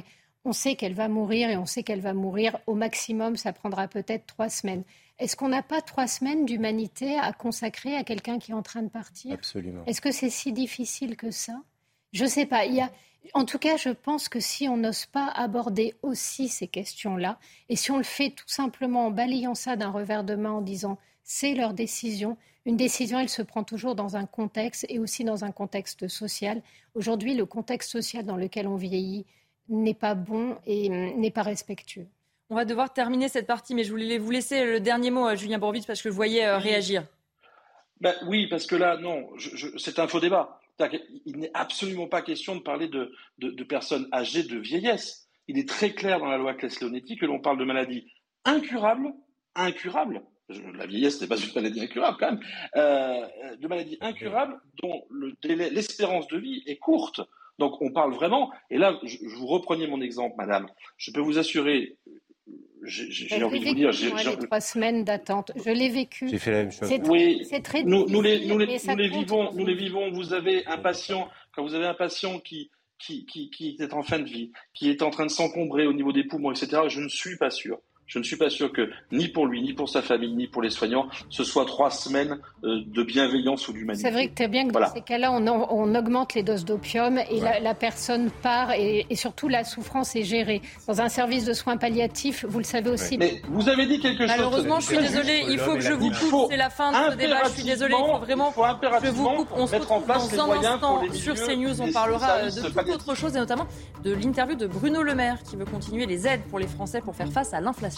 On sait qu'elle va mourir et on sait qu'elle va mourir. Au maximum, ça prendra peut-être trois semaines. Est-ce qu'on n'a pas trois semaines d'humanité à consacrer à quelqu'un qui est en train de partir ? Absolument. Est-ce que c'est si difficile que ça ? Je ne sais pas. Il y a... En tout cas, je pense que si on n'ose pas aborder aussi ces questions-là, et si on le fait tout simplement en balayant ça d'un revers de main en disant « c'est leur décision », une décision, elle se prend toujours dans un contexte et aussi dans un contexte social. Aujourd'hui, le contexte social dans lequel on vieillit n'est pas bon et n'est pas respectueux. On va devoir terminer cette partie, mais je voulais vous laisser le dernier mot, Julien Bourvitz, parce que je le voyais euh, réagir. Ben, oui, parce que là, non, je, je, c'est un faux débat. Il n'est absolument pas question de parler de, de, de personnes âgées de vieillesse. Il est très clair dans la loi Claes-Leonetti que l'on parle de maladies incurables, incurables. La vieillesse n'est pas une maladie incurable quand même. Euh, de maladies incurables dont le délai, l'espérance de vie est courte. Donc on parle vraiment. Et là, je, je vous reprenais mon exemple, madame. Je peux vous assurer. J'ai, j'ai envie de vous dire, j'ai, moi, j'ai... les trois semaines d'attente, je l'ai vécu. J'ai fait la même chose. C'est, oui, c'est très nous, nous les, difficile, nous les, mais ça nous les compte. vivons, nous les vivons. Vous avez un patient, quand vous avez un patient qui, qui, qui, qui est en fin de vie, qui est en train de s'encombrer au niveau des poumons, et cetera. Je ne suis pas sûr. Je ne suis pas sûr que, ni pour lui, ni pour sa famille, ni pour les soignants, ce soit trois semaines euh, de bienveillance ou d'humanité. C'est vrai que tu es bien que voilà. Dans ces cas-là, on, en, on augmente les doses d'opium et ouais. la, la personne part et, et surtout la souffrance est gérée. Dans un service de soins palliatifs, vous le savez aussi. Ouais. Mais vous avez dit quelque chose. Malheureusement, je suis désolée, il faut que je vous coupe. C'est la fin de ce débat. Je suis désolée, il faut vraiment que je vous coupe. On se retrouve dans un instant sur CNews. On parlera de toute autre chose et notamment de l'interview de Bruno Le Maire qui veut continuer les aides pour les Français pour faire face à l'inflation.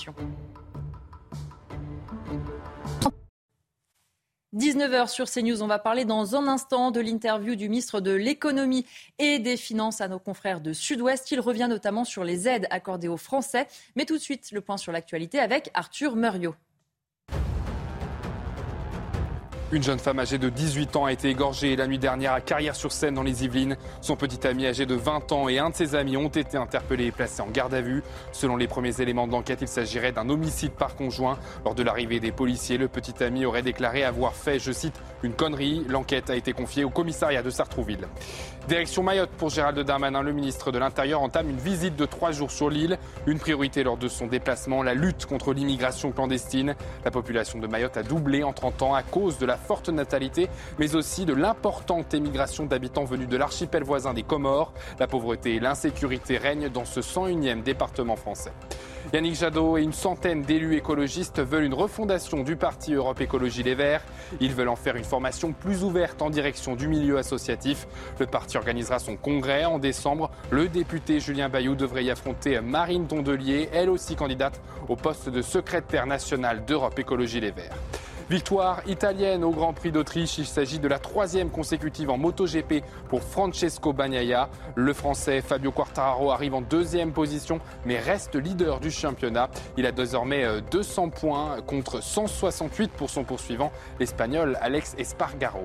dix-neuf heures sur CNews, on va parler dans un instant de l'interview du ministre de l'économie et des finances à nos confrères de Sud-Ouest. Il revient notamment sur les aides accordées aux Français. Mais tout de suite, le point sur l'actualité avec Arthur Muriot. Une jeune femme âgée de dix-huit ans a été égorgée la nuit dernière à Carrières-sur-Seine dans les Yvelines. Son petit ami âgé de vingt ans et un de ses amis ont été interpellés et placés en garde à vue. Selon les premiers éléments de l'enquête, il s'agirait d'un homicide par conjoint. Lors de l'arrivée des policiers, le petit ami aurait déclaré avoir fait, je cite, une connerie. L'enquête a été confiée au commissariat de Sartrouville. Direction Mayotte pour Gérald Darmanin. Le ministre de l'Intérieur entame une visite de trois jours sur l'île. Une priorité lors de son déplacement, la lutte contre l'immigration clandestine. La population de Mayotte a doublé en trente ans à cause de la forte natalité, mais aussi de l'importante émigration d'habitants venus de l'archipel voisin des Comores. La pauvreté et l'insécurité règnent dans ce cent unième département français. Yannick Jadot et une centaine d'élus écologistes veulent une refondation du parti Europe Écologie Les Verts. Ils veulent en faire une formation plus ouverte en direction du milieu associatif. Le parti organisera son congrès en décembre. Le député Julien Bayou devrait y affronter Marine Tondelier, elle aussi candidate au poste de secrétaire nationale d'Europe Écologie Les Verts. Victoire italienne au Grand Prix d'Autriche. Il s'agit de la troisième consécutive en MotoGP pour Francesco Bagnaia. Le Français Fabio Quartararo arrive en deuxième position, mais reste leader du championnat. Il a désormais deux cents points contre cent soixante-huit pour son poursuivant, l'Espagnol Alex Espargaro.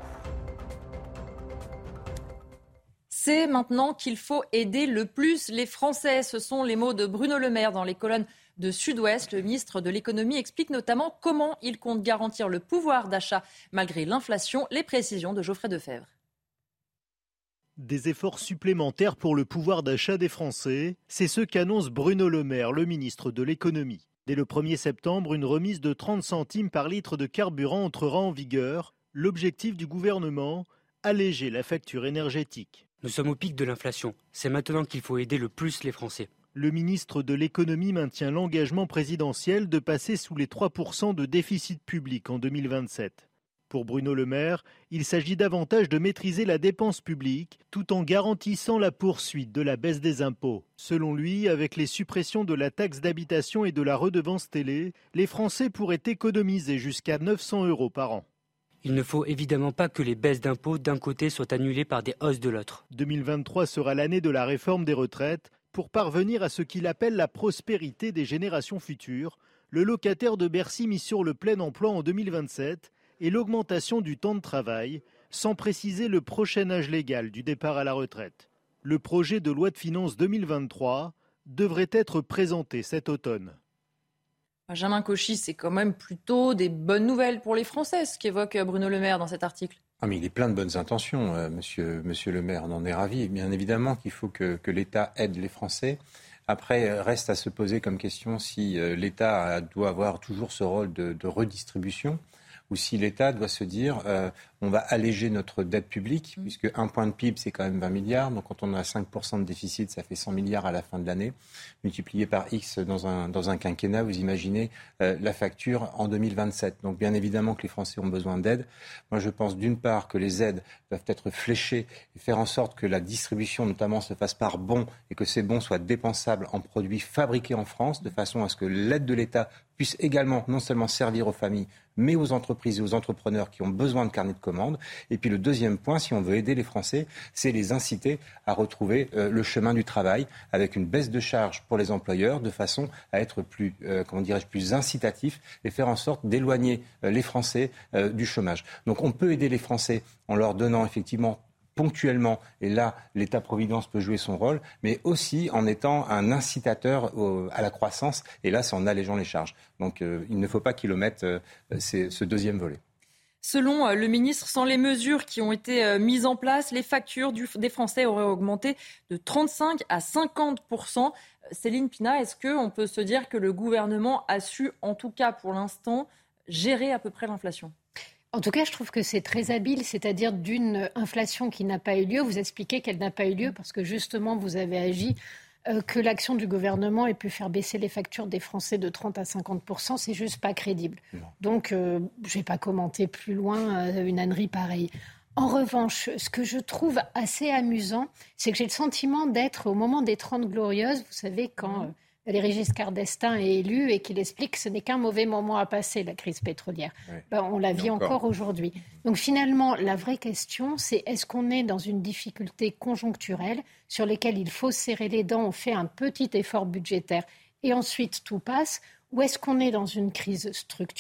C'est maintenant qu'il faut aider le plus les Français. Ce sont les mots de Bruno Le Maire dans les colonnes de Sud-Ouest. Le ministre de l'économie explique notamment comment il compte garantir le pouvoir d'achat malgré l'inflation. Les précisions de Geoffrey Defebvre. Des efforts supplémentaires pour le pouvoir d'achat des Français, c'est ce qu'annonce Bruno Le Maire, le ministre de l'économie. Dès le premier septembre, une remise de trente centimes par litre de carburant entrera en vigueur. L'objectif du gouvernement, alléger la facture énergétique. Nous sommes au pic de l'inflation. C'est maintenant qu'il faut aider le plus les Français. Le ministre de l'économie maintient l'engagement présidentiel de passer sous les trois pour cent de déficit public en deux mille vingt-sept. Pour Bruno Le Maire, il s'agit davantage de maîtriser la dépense publique tout en garantissant la poursuite de la baisse des impôts. Selon lui, avec les suppressions de la taxe d'habitation et de la redevance télé, les Français pourraient économiser jusqu'à neuf cents euros par an. Il ne faut évidemment pas que les baisses d'impôts d'un côté soient annulées par des hausses de l'autre. deux mille vingt-trois sera l'année de la réforme des retraites. Pour parvenir à ce qu'il appelle la prospérité des générations futures, le locataire de Bercy mise sur le plein emploi en deux mille vingt-sept et l'augmentation du temps de travail, sans préciser le prochain âge légal du départ à la retraite. Le projet de loi de finances deux mille vingt-trois devrait être présenté cet automne. Benjamin Cauchy, c'est quand même plutôt des bonnes nouvelles pour les Français, ce qu'évoque Bruno Le Maire dans cet article. Ah mais il est plein de bonnes intentions, euh, monsieur, monsieur Le Maire, on en est ravi. Bien évidemment qu'il faut que, que l'État aide les Français. Après, reste à se poser comme question si euh, l'État doit avoir toujours ce rôle de, de redistribution ou si l'État doit se dire euh, on va alléger notre dette publique, mmh. puisque un point de P I B, c'est quand même vingt milliards. Donc quand on a cinq pour cent de déficit, ça fait cent milliards à la fin de l'année. Multiplié par X dans un, dans un quinquennat, vous imaginez euh, la facture en deux mille vingt-sept. Donc bien évidemment que les Français ont besoin d'aide. Moi, je pense d'une part que les aides doivent être fléchées et faire en sorte que la distribution, notamment, se fasse par bons et que ces bons soient dépensables en produits fabriqués en France, de façon à ce que l'aide de l'État puisse également non seulement servir aux familles, mais aux entreprises et aux entrepreneurs qui ont besoin de carnets de commandes. Et puis le deuxième point, si on veut aider les Français, c'est les inciter à retrouver euh, le chemin du travail avec une baisse de charges pour les employeurs de façon à être plus, euh, comment dirais-je, plus incitatif et faire en sorte d'éloigner euh, les Français euh, du chômage. Donc on peut aider les Français en leur donnant effectivement ponctuellement, et là, l'État-providence peut jouer son rôle, mais aussi en étant un incitateur au, à la croissance, et là, c'est en allégeant les charges. Donc, euh, il ne faut pas qu'il omette euh, ce deuxième volet. Selon le ministre, sans les mesures qui ont été mises en place, les factures du, des Français auraient augmenté de trente-cinq à cinquante pour cent. Céline Pina, est-ce qu'on peut se dire que le gouvernement a su, en tout cas pour l'instant, gérer à peu près l'inflation ? En tout cas, je trouve que c'est très habile, c'est-à-dire d'une inflation qui n'a pas eu lieu. Vous expliquez qu'elle n'a pas eu lieu parce que justement, vous avez agi, euh, que l'action du gouvernement ait pu faire baisser les factures des Français de trente à cinquante pour cent, c'est juste pas crédible. Non. Donc, euh, je ne vais pas commenter plus loin euh, une ânerie pareille. En revanche, ce que je trouve assez amusant, c'est que j'ai le sentiment d'être au moment des Trente Glorieuses, vous savez, quand... Euh, Valéry Giscard d'Estaing est élu et qu'il explique que ce n'est qu'un mauvais moment à passer, la crise pétrolière. Oui. Ben, on la vit encore. encore aujourd'hui. Donc finalement, la vraie question, c'est est-ce qu'on est dans une difficulté conjoncturelle sur laquelle il faut serrer les dents, on fait un petit effort budgétaire et ensuite tout passe, ou est-ce qu'on est dans une crise structurelle ?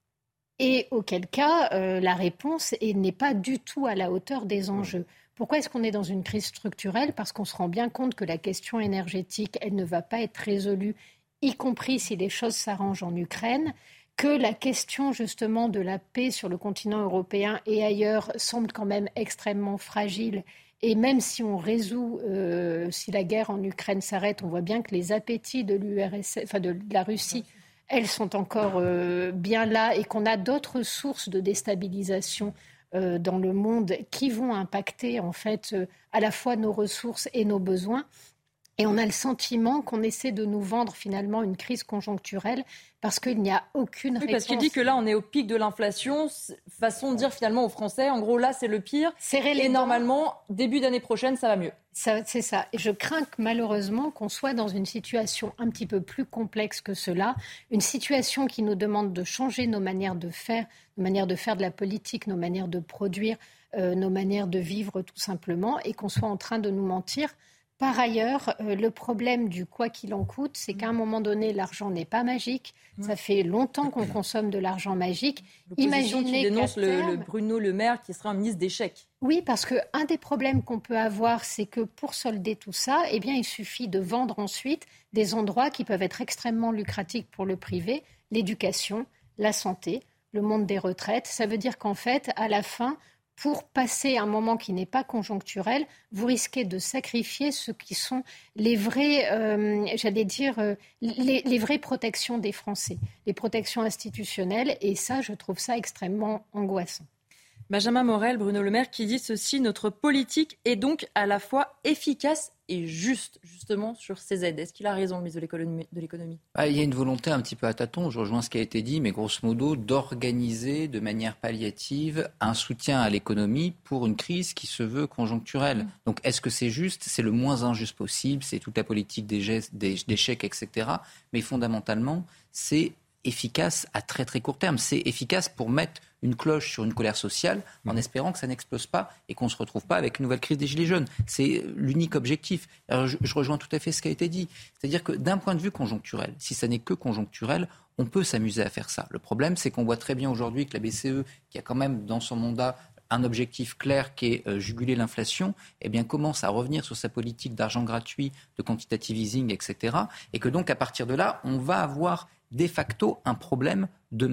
Et auquel cas, euh, la réponse est, n'est pas du tout à la hauteur des enjeux. Pourquoi est-ce qu'on est dans une crise structurelle ? Parce qu'on se rend bien compte que la question énergétique, elle ne va pas être résolue, y compris si les choses s'arrangent en Ukraine, que la question justement de la paix sur le continent européen et ailleurs semble quand même extrêmement fragile. Et même si on résout, euh, si la guerre en Ukraine s'arrête, on voit bien que les appétits de l'U R S S, enfin de la Russie, elles sont encore euh, bien là et qu'on a d'autres sources de déstabilisation euh, dans le monde qui vont impacter en fait euh, à la fois nos ressources et nos besoins. Et on a le sentiment qu'on essaie de nous vendre finalement une crise conjoncturelle parce qu'il n'y a aucune oui, réponse. Parce qu'il dit que là, on est au pic de l'inflation. Façon de dire finalement aux Français, en gros, là, c'est le pire. Serrer les et dents. Normalement, début d'année prochaine, ça va mieux. Ça, c'est ça. Et je crains que malheureusement qu'on soit dans une situation un petit peu plus complexe que cela. Une situation qui nous demande de changer nos manières de faire, nos manières de faire de la politique, nos manières de produire, euh, nos manières de vivre tout simplement. Et qu'on soit en train de nous mentir. Par ailleurs, euh, le problème du quoi qu'il en coûte, c'est qu'à un moment donné, l'argent n'est pas magique. Ça fait longtemps qu'on consomme de l'argent magique. L'opposition qui dénonce le, terme... le Bruno Le Maire qui sera un ministre d'échecs. Oui, parce qu'un des problèmes qu'on peut avoir, c'est que pour solder tout ça, eh bien, il suffit de vendre ensuite des endroits qui peuvent être extrêmement lucratifs pour le privé, l'éducation, la santé, le monde des retraites. Ça veut dire qu'en fait, à la fin, pour passer un moment qui n'est pas conjoncturel, vous risquez de sacrifier ce qui sont les vraies, euh, j'allais dire, euh, les, les vraies protections des Français, les protections institutionnelles. Et ça, je trouve ça extrêmement angoissant. Benjamin Morel, Bruno Le Maire, qui dit ceci, notre politique est donc à la fois efficace et juste, justement, sur ces aides. Est-ce qu'il a raison, le ministre de l'économie ? Ah, il y a une volonté un petit peu à tâtons, je rejoins ce qui a été dit, mais grosso modo, d'organiser de manière palliative un soutien à l'économie pour une crise qui se veut conjoncturelle. Mmh. Donc, est-ce que c'est juste ? C'est le moins injuste possible, c'est toute la politique des gestes, des, d'échecs, et cetera. Mais fondamentalement, c'est efficace à très très court terme. C'est efficace pour mettre une cloche sur une colère sociale en espérant que ça n'explose pas et qu'on ne se retrouve pas avec une nouvelle crise des Gilets jaunes. C'est l'unique objectif. Alors je, je rejoins tout à fait ce qui a été dit. C'est-à-dire que d'un point de vue conjoncturel, si ça n'est que conjoncturel, on peut s'amuser à faire ça. Le problème, c'est qu'on voit très bien aujourd'hui que la B C E, qui a quand même dans son mandat un objectif clair qui est euh, juguler l'inflation, eh bien, commence à revenir sur sa politique d'argent gratuit, de quantitative easing, et cetera. Et que donc, à partir de là, on va avoir de facto un problème demain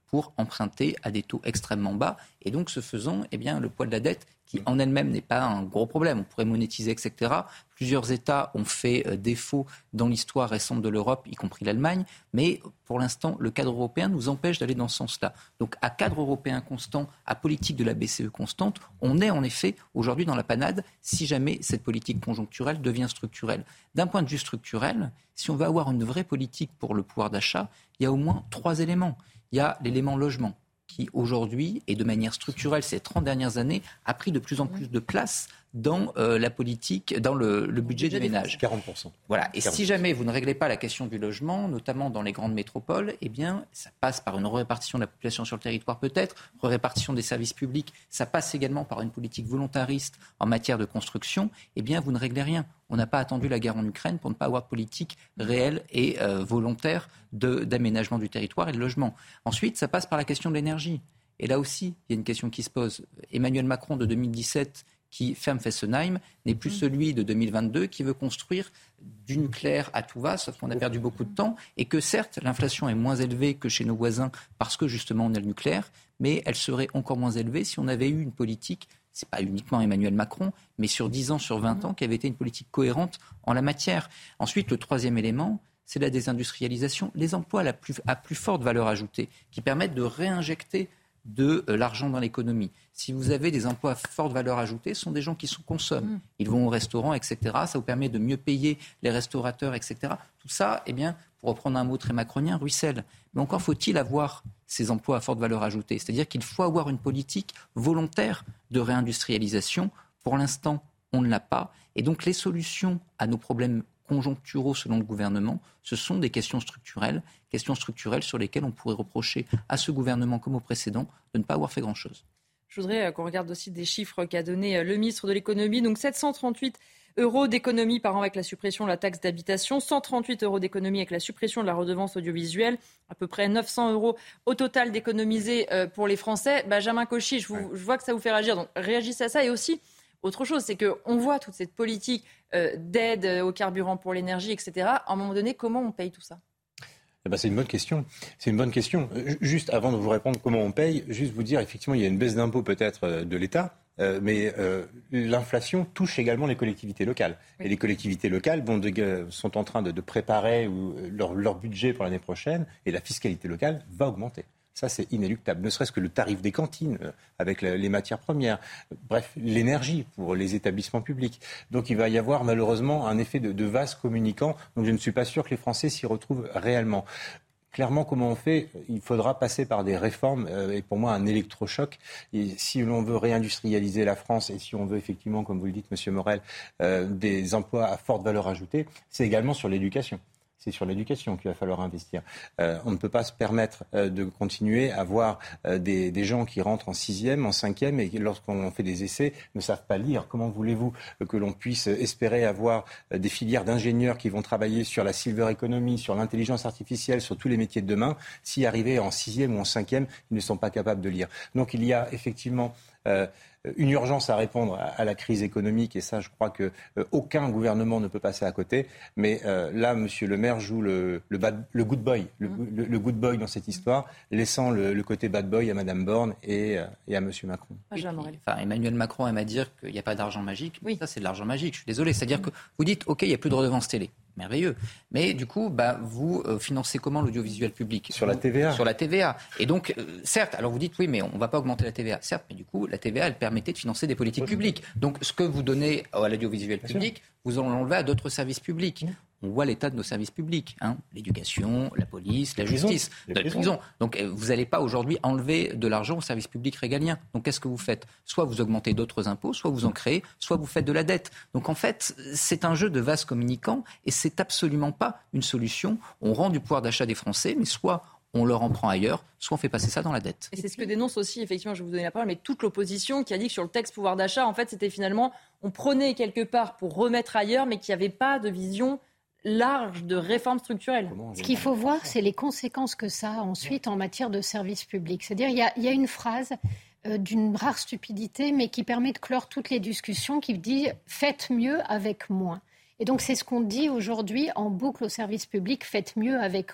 pour emprunter à des taux extrêmement bas. Et donc, ce faisant, eh bien, le poids de la dette, qui en elle-même n'est pas un gros problème, on pourrait monétiser, et cetera. Plusieurs États ont fait euh, défaut dans l'histoire récente de l'Europe, y compris l'Allemagne, mais pour l'instant, le cadre européen nous empêche d'aller dans ce sens-là. Donc, à cadre européen constant, à politique de la B C E constante, on est en effet aujourd'hui dans la panade si jamais cette politique conjoncturelle devient structurelle. D'un point de vue structurel, si on veut avoir une vraie politique pour le pouvoir d'achat, il y a au moins trois éléments. Il y a l'élément logement, qui aujourd'hui, et de manière structurelle ces trente dernières années, a pris de plus en plus de place dans euh, la politique, dans le, le budget des ménages. quarante pour cent. Voilà. Et quarante pour cent. si jamais vous ne réglez pas la question du logement, notamment dans les grandes métropoles, eh bien, ça passe par une répartition de la population sur le territoire peut-être, répartition des services publics, ça passe également par une politique volontariste en matière de construction, eh bien, vous ne réglez rien. On n'a pas attendu la guerre en Ukraine pour ne pas avoir de politique réelle et euh, volontaire de, d'aménagement du territoire et de logement. Ensuite, ça passe par la question de l'énergie. Et là aussi, il y a une question qui se pose. Emmanuel Macron de deux mille dix-sept, qui ferme Fessenheim, n'est plus celui de deux mille vingt-deux qui veut construire du nucléaire à tout va, sauf qu'on a perdu beaucoup de temps, et que certes, l'inflation est moins élevée que chez nos voisins parce que justement on a le nucléaire, mais elle serait encore moins élevée si on avait eu une politique, c'est pas uniquement Emmanuel Macron, mais sur dix ans, sur vingt ans, qui avait été une politique cohérente en la matière. Ensuite, le troisième élément, c'est la désindustrialisation, les emplois à, la plus, à plus forte valeur ajoutée, qui permettent de réinjecter de euh, l'argent dans l'économie. Si vous avez des emplois à forte valeur ajoutée, ce sont des gens qui se consomment. Mmh. Ils vont au restaurant, et cetera. Ça vous permet de mieux payer les restaurateurs, et cetera. Tout ça, eh bien, pour reprendre un mot très macronien, ruisselle. Mais encore faut-il avoir ces emplois à forte valeur ajoutée. C'est-à-dire qu'il faut avoir une politique volontaire de réindustrialisation. Pour l'instant, on ne l'a pas. Et donc, les solutions à nos problèmes conjoncturaux selon le gouvernement, ce sont des questions structurelles, questions structurelles sur lesquelles on pourrait reprocher à ce gouvernement comme au précédent de ne pas avoir fait grand-chose. Je voudrais qu'on regarde aussi des chiffres qu'a donné le ministre de l'économie. Donc sept cent trente-huit euros d'économie par an avec la suppression de la taxe d'habitation, cent trente-huit euros d'économie avec la suppression de la redevance audiovisuelle, à peu près neuf cents euros au total d'économiser pour les Français. Benjamin Cauchy, je, vous, je vois que ça vous fait réagir, donc réagissez à ça. Et aussi, autre chose, c'est qu'on voit toute cette politique euh, d'aide au carburant pour l'énergie, et cetera. À un moment donné, comment on paye tout ça ? Eh ben, c'est une bonne question. C'est une bonne question. Juste avant de vous répondre comment on paye, juste vous dire, effectivement, il y a une baisse d'impôts peut-être de l'État, euh, mais euh, l'inflation touche également les collectivités locales. Oui. Et les collectivités locales bon, de, sont en train de, de préparer ou, leur, leur budget pour l'année prochaine, et la fiscalité locale va augmenter. Ça, c'est inéluctable. Ne serait-ce que le tarif des cantines euh, avec la, les matières premières. Bref, l'énergie pour les établissements publics. Donc, il va y avoir malheureusement un effet de, de vase communicant. Donc, je ne suis pas sûr que les Français s'y retrouvent réellement. Clairement, comment on fait ? Il faudra passer par des réformes euh, et pour moi un électrochoc. Et si l'on veut réindustrialiser la France et si on veut effectivement, comme vous le dites, Monsieur Morel, euh, des emplois à forte valeur ajoutée, c'est également sur l'éducation. C'est sur l'éducation qu'il va falloir investir. Euh, on ne peut pas se permettre euh, de continuer à voir euh, des, des gens qui rentrent en sixième, en cinquième et qui, lorsqu'on fait des essais, ne savent pas lire. Comment voulez-vous euh, que l'on puisse espérer avoir euh, des filières d'ingénieurs qui vont travailler sur la silver economy, sur l'intelligence artificielle, sur tous les métiers de demain, si arrivés en sixième ou en cinquième, ils ne sont pas capables de lire. Donc il y a effectivement euh, une urgence à répondre à, à la crise économique et ça, je crois que euh, aucun gouvernement ne peut passer à côté. Mais euh, là, Monsieur le maire joue le, le, bad, le good boy, le, mmh. le, le good boy dans cette histoire, laissant le, le côté bad boy à Madame Borne et, euh, et à Monsieur Macron. Oui, enfin, Emmanuel Macron aime à dire qu'il n'y a pas d'argent magique. Oui. Ça, c'est de l'argent magique. Je suis désolé. C'est-à-dire mmh. que vous dites, OK, il n'y a plus de redevance télé. Merveilleux. Mais du coup, bah, vous euh, financez comment l'audiovisuel public ? Sur la T V A. Sur la T V A. Et donc, euh, certes, alors vous dites, oui, mais on ne va pas augmenter la T V A. Certes, mais du coup, la T V A, elle permettait de financer des politiques publiques. Donc, ce que vous donnez à l'audiovisuel public, vous en l'enlevez à d'autres services publics. On voit l'état de nos services publics, hein, l'éducation, la police, la justice, la prison. Donc vous n'allez pas aujourd'hui enlever de l'argent aux services publics régaliens. Donc qu'est-ce que vous faites ? Soit vous augmentez d'autres impôts, soit vous en créez, soit vous faites de la dette. Donc en fait, c'est un jeu de vase communicant et c'est absolument pas une solution. On rend du pouvoir d'achat des Français, mais soit on leur en prend ailleurs, soit on fait passer ça dans la dette. Et c'est ce que dénonce aussi, effectivement, je vais vous donner la parole, mais toute l'opposition qui a dit que sur le texte pouvoir d'achat, en fait, c'était finalement, on prenait quelque part pour remettre ailleurs, mais qu'il n'y avait pas de vision large de réforme structurelle. Ce qu'il faut voir, c'est les conséquences que ça a ensuite en matière de services publics. C'est-à-dire, il y a, il y a une phrase euh, d'une rare stupidité, mais qui permet de clore toutes les discussions, qui dit « faites mieux avec moins ». Et donc, c'est ce qu'on dit aujourd'hui en boucle au service public, « faites mieux avec moins ».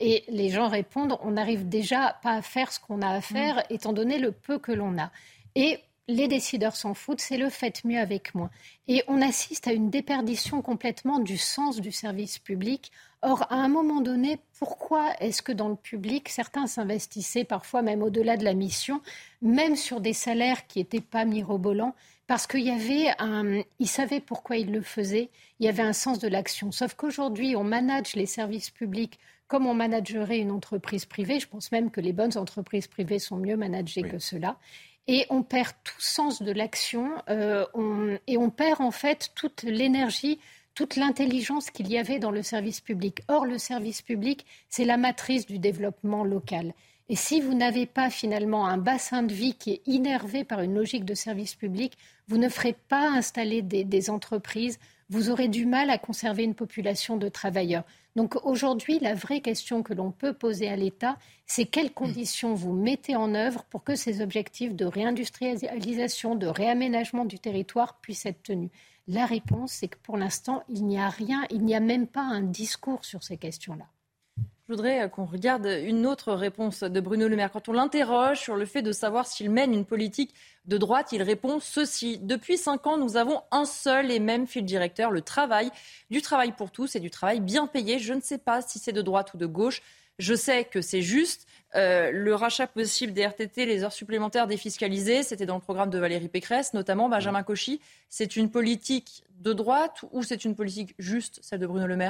Et les gens répondent, on n'arrive déjà pas à faire ce qu'on a à faire, mmh. étant donné le peu que l'on a. Et les décideurs s'en foutent, c'est le faites mieux avec moins. Et on assiste à une déperdition complètement du sens du service public. Or, à un moment donné, pourquoi est-ce que dans le public, certains s'investissaient parfois même au-delà de la mission, même sur des salaires qui n'étaient pas mirobolants, parce qu'il y avait un... Ils savaient pourquoi ils le faisaient, il y avait un sens de l'action. Sauf qu'aujourd'hui, on manage les services publics comme on managerait une entreprise privée. Je pense même que les bonnes entreprises privées sont mieux managées oui. que cela. Et on perd tout sens de l'action euh, on, et on perd en fait toute l'énergie, toute l'intelligence qu'il y avait dans le service public. Or, le service public, c'est la matrice du développement local. Et si vous n'avez pas finalement un bassin de vie qui est innervé par une logique de service public, vous ne ferez pas installer des, des entreprises, vous aurez du mal à conserver une population de travailleurs. Donc aujourd'hui, la vraie question que l'on peut poser à l'État, c'est quelles conditions vous mettez en œuvre pour que ces objectifs de réindustrialisation, de réaménagement du territoire puissent être tenus. La réponse, c'est que pour l'instant, il n'y a rien, il n'y a même pas un discours sur ces questions-là. Je voudrais qu'on regarde une autre réponse de Bruno Le Maire. Quand on l'interroge sur le fait de savoir s'il mène une politique de droite, il répond ceci. Depuis cinq ans, nous avons un seul et même fil directeur, le travail. Du travail pour tous et du travail bien payé. Je ne sais pas si c'est de droite ou de gauche. Je sais que c'est juste. Euh, le rachat possible des R T T, les heures supplémentaires défiscalisées, c'était dans le programme de Valérie Pécresse, notamment Benjamin Cauchy. C'est une politique de droite ou c'est une politique juste, celle de Bruno Le Maire ?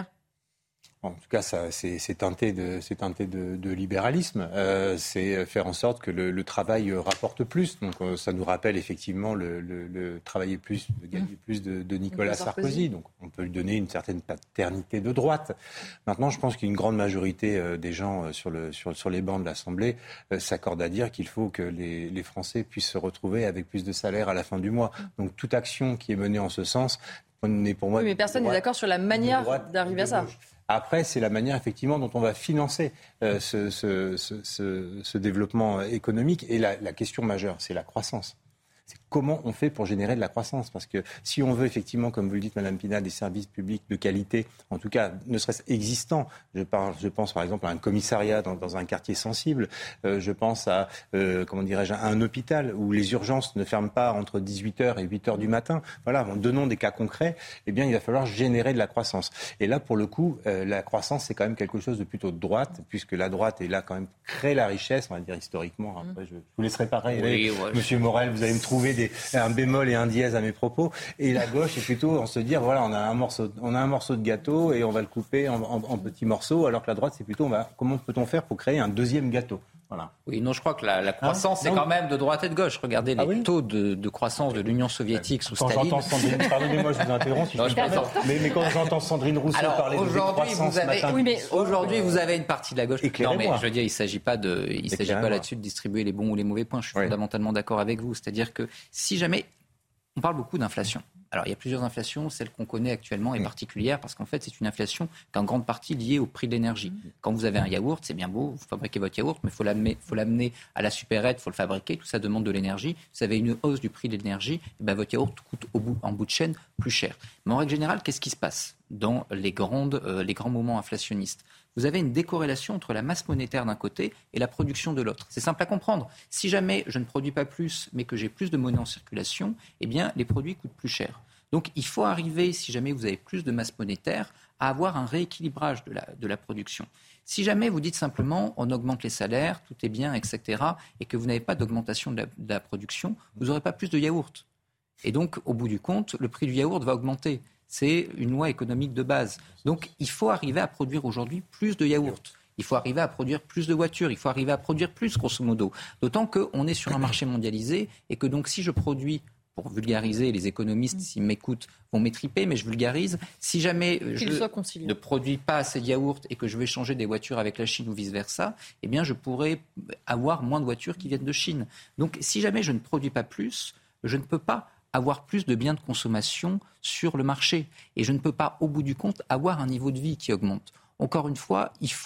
En tout cas, ça, c'est, c'est teinté de, c'est teinté de, de libéralisme. Euh, c'est faire en sorte que le, le travail rapporte plus. Donc, euh, ça nous rappelle effectivement le, le, le travailler plus, de gagner plus de, de Nicolas Sarkozy. Sarkozy. Donc, on peut lui donner une certaine paternité de droite. Maintenant, je pense qu'une grande majorité euh, des gens euh, sur, le, sur, sur les bancs de l'Assemblée euh, s'accordent à dire qu'il faut que les, les Français puissent se retrouver avec plus de salaire à la fin du mois. Donc, toute action qui est menée en ce sens n'est pour moi. Oui, mais personne n'est d'accord sur la manière d'arriver à ça. Après, c'est la manière effectivement dont on va financer euh, ce, ce, ce, ce développement économique. Et la, la question majeure, c'est la croissance. C'est comment on fait pour générer de la croissance. Parce que si on veut effectivement, comme vous le dites, Madame Pina, des services publics de qualité, en tout cas, ne serait-ce existants, je, parle, je pense par exemple à un commissariat dans, dans un quartier sensible, euh, je pense à, euh, comment dirais-je, à un hôpital où les urgences ne ferment pas entre dix-huit heures et huit heures du matin. Voilà, en donnant des cas concrets, eh bien, il va falloir générer de la croissance. Et là, pour le coup, euh, la croissance, c'est quand même quelque chose de plutôt de droite, puisque la droite est là quand même crée la richesse, on va dire historiquement. Après, je vous laisserai pareil. Oui, ouais, Monsieur je... Morel, vous allez me trouver Des, un bémol et un dièse à mes propos, et la gauche est plutôt en se dire voilà, on a un morceau, on a un morceau de gâteau et on va le couper en, en, en petits morceaux, alors que la droite c'est plutôt on va, comment peut-on faire pour créer un deuxième gâteau. Voilà. Oui, non, je crois que la, la croissance, hein, c'est quand même de droite et de gauche. Regardez les ah oui taux de, de croissance de l'Union soviétique sous Staline. Quand j'entends Sandrine, pardonnez-moi, je vous interromps si non, je, je peux mais, mais quand j'entends Sandrine Rousseau alors, parler de décroissance vous avez, matin, oui, mais aujourd'hui, vous avez une partie de la gauche. Non, mais je veux dire, il ne s'agit pas, de, il s'agit pas là-dessus de distribuer les bons ou les mauvais points. Je suis oui. fondamentalement d'accord avec vous. C'est-à-dire que si jamais... On parle beaucoup d'inflation. Alors, il y a plusieurs inflations. Celle qu'on connaît actuellement est mmh. particulière parce qu'en fait, c'est une inflation qui est en grande partie liée au prix de l'énergie. Mmh. Quand vous avez un yaourt, c'est bien beau, vous fabriquez votre yaourt, mais il faut l'amener, faut l'amener à la supérette, il faut le fabriquer, tout ça demande de l'énergie. Vous avez une hausse du prix de l'énergie, et ben votre yaourt coûte au bout, en bout de chaîne plus cher. Mais en règle générale, qu'est-ce qui se passe dans les, grandes, euh, les grands moments inflationnistes ? Vous avez une décorrélation entre la masse monétaire d'un côté et la production de l'autre. C'est simple à comprendre. Si jamais je ne produis pas plus, mais que j'ai plus de monnaie en circulation, eh bien, les produits coûtent plus cher. Donc, il faut arriver, si jamais vous avez plus de masse monétaire, à avoir un rééquilibrage de la, de la production. Si jamais vous dites simplement, on augmente les salaires, tout est bien, et cetera, et que vous n'avez pas d'augmentation de la, de la production, vous n'aurez pas plus de yaourt. Et donc, au bout du compte, le prix du yaourt va augmenter. C'est une loi économique de base. Donc, il faut arriver à produire aujourd'hui plus de yaourts. Il faut arriver à produire plus de voitures. Il faut arriver à produire plus, grosso modo. D'autant qu'on est sur un marché mondialisé et que donc, si je produis, pour vulgariser, les économistes, s'ils m'écoutent, vont m'étriper, mais je vulgarise. Si jamais je ne produis pas assez de yaourts et que je vais changer des voitures avec la Chine ou vice-versa, eh bien, je pourrais avoir moins de voitures qui viennent de Chine. Donc, si jamais je ne produis pas plus, je ne peux pas avoir plus de biens de consommation sur le marché. Et je ne peux pas, au bout du compte, avoir un niveau de vie qui augmente. Encore une fois, il faut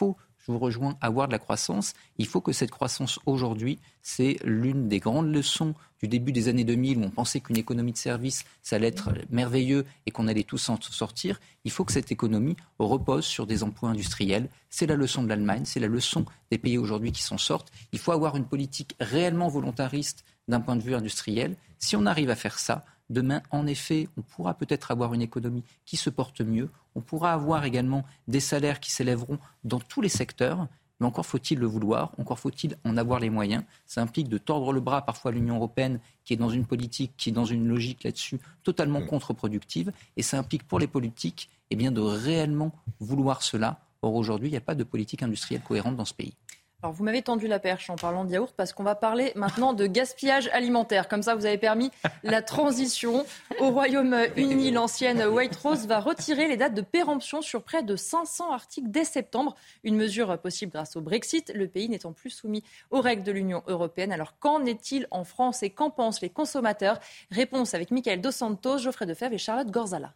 je vous rejoins, avoir de la croissance. Il faut que cette croissance aujourd'hui, c'est l'une des grandes leçons du début des années deux mille où on pensait qu'une économie de service, ça allait être merveilleux et qu'on allait tous en sortir. Il faut que cette économie repose sur des emplois industriels. C'est la leçon de l'Allemagne, c'est la leçon des pays aujourd'hui qui s'en sortent. Il faut avoir une politique réellement volontariste d'un point de vue industriel. Si on arrive à faire ça, demain, en effet, on pourra peut-être avoir une économie qui se porte mieux. On pourra avoir également des salaires qui s'élèveront dans tous les secteurs. Mais encore faut-il le vouloir, encore faut-il en avoir les moyens. Ça implique de tordre le bras parfois à l'Union européenne, qui est dans une politique, qui est dans une logique là-dessus totalement contre-productive. Et ça implique pour les politiques eh bien, de réellement vouloir cela. Or, aujourd'hui, il n'y a pas de politique industrielle cohérente dans ce pays. Alors, vous m'avez tendu la perche en parlant de yaourt parce qu'on va parler maintenant de gaspillage alimentaire. Comme ça, vous avez permis la transition. Au Royaume-Uni, l'ancienne White Rose va retirer les dates de péremption sur près de cinq cents articles dès septembre. Une mesure possible grâce au Brexit, le pays n'étant plus soumis aux règles de l'Union européenne. Alors, qu'en est-il en France et qu'en pensent les consommateurs ? Réponse avec Michael Dos Santos, Geoffrey Defebvre et Charlotte Gorzala.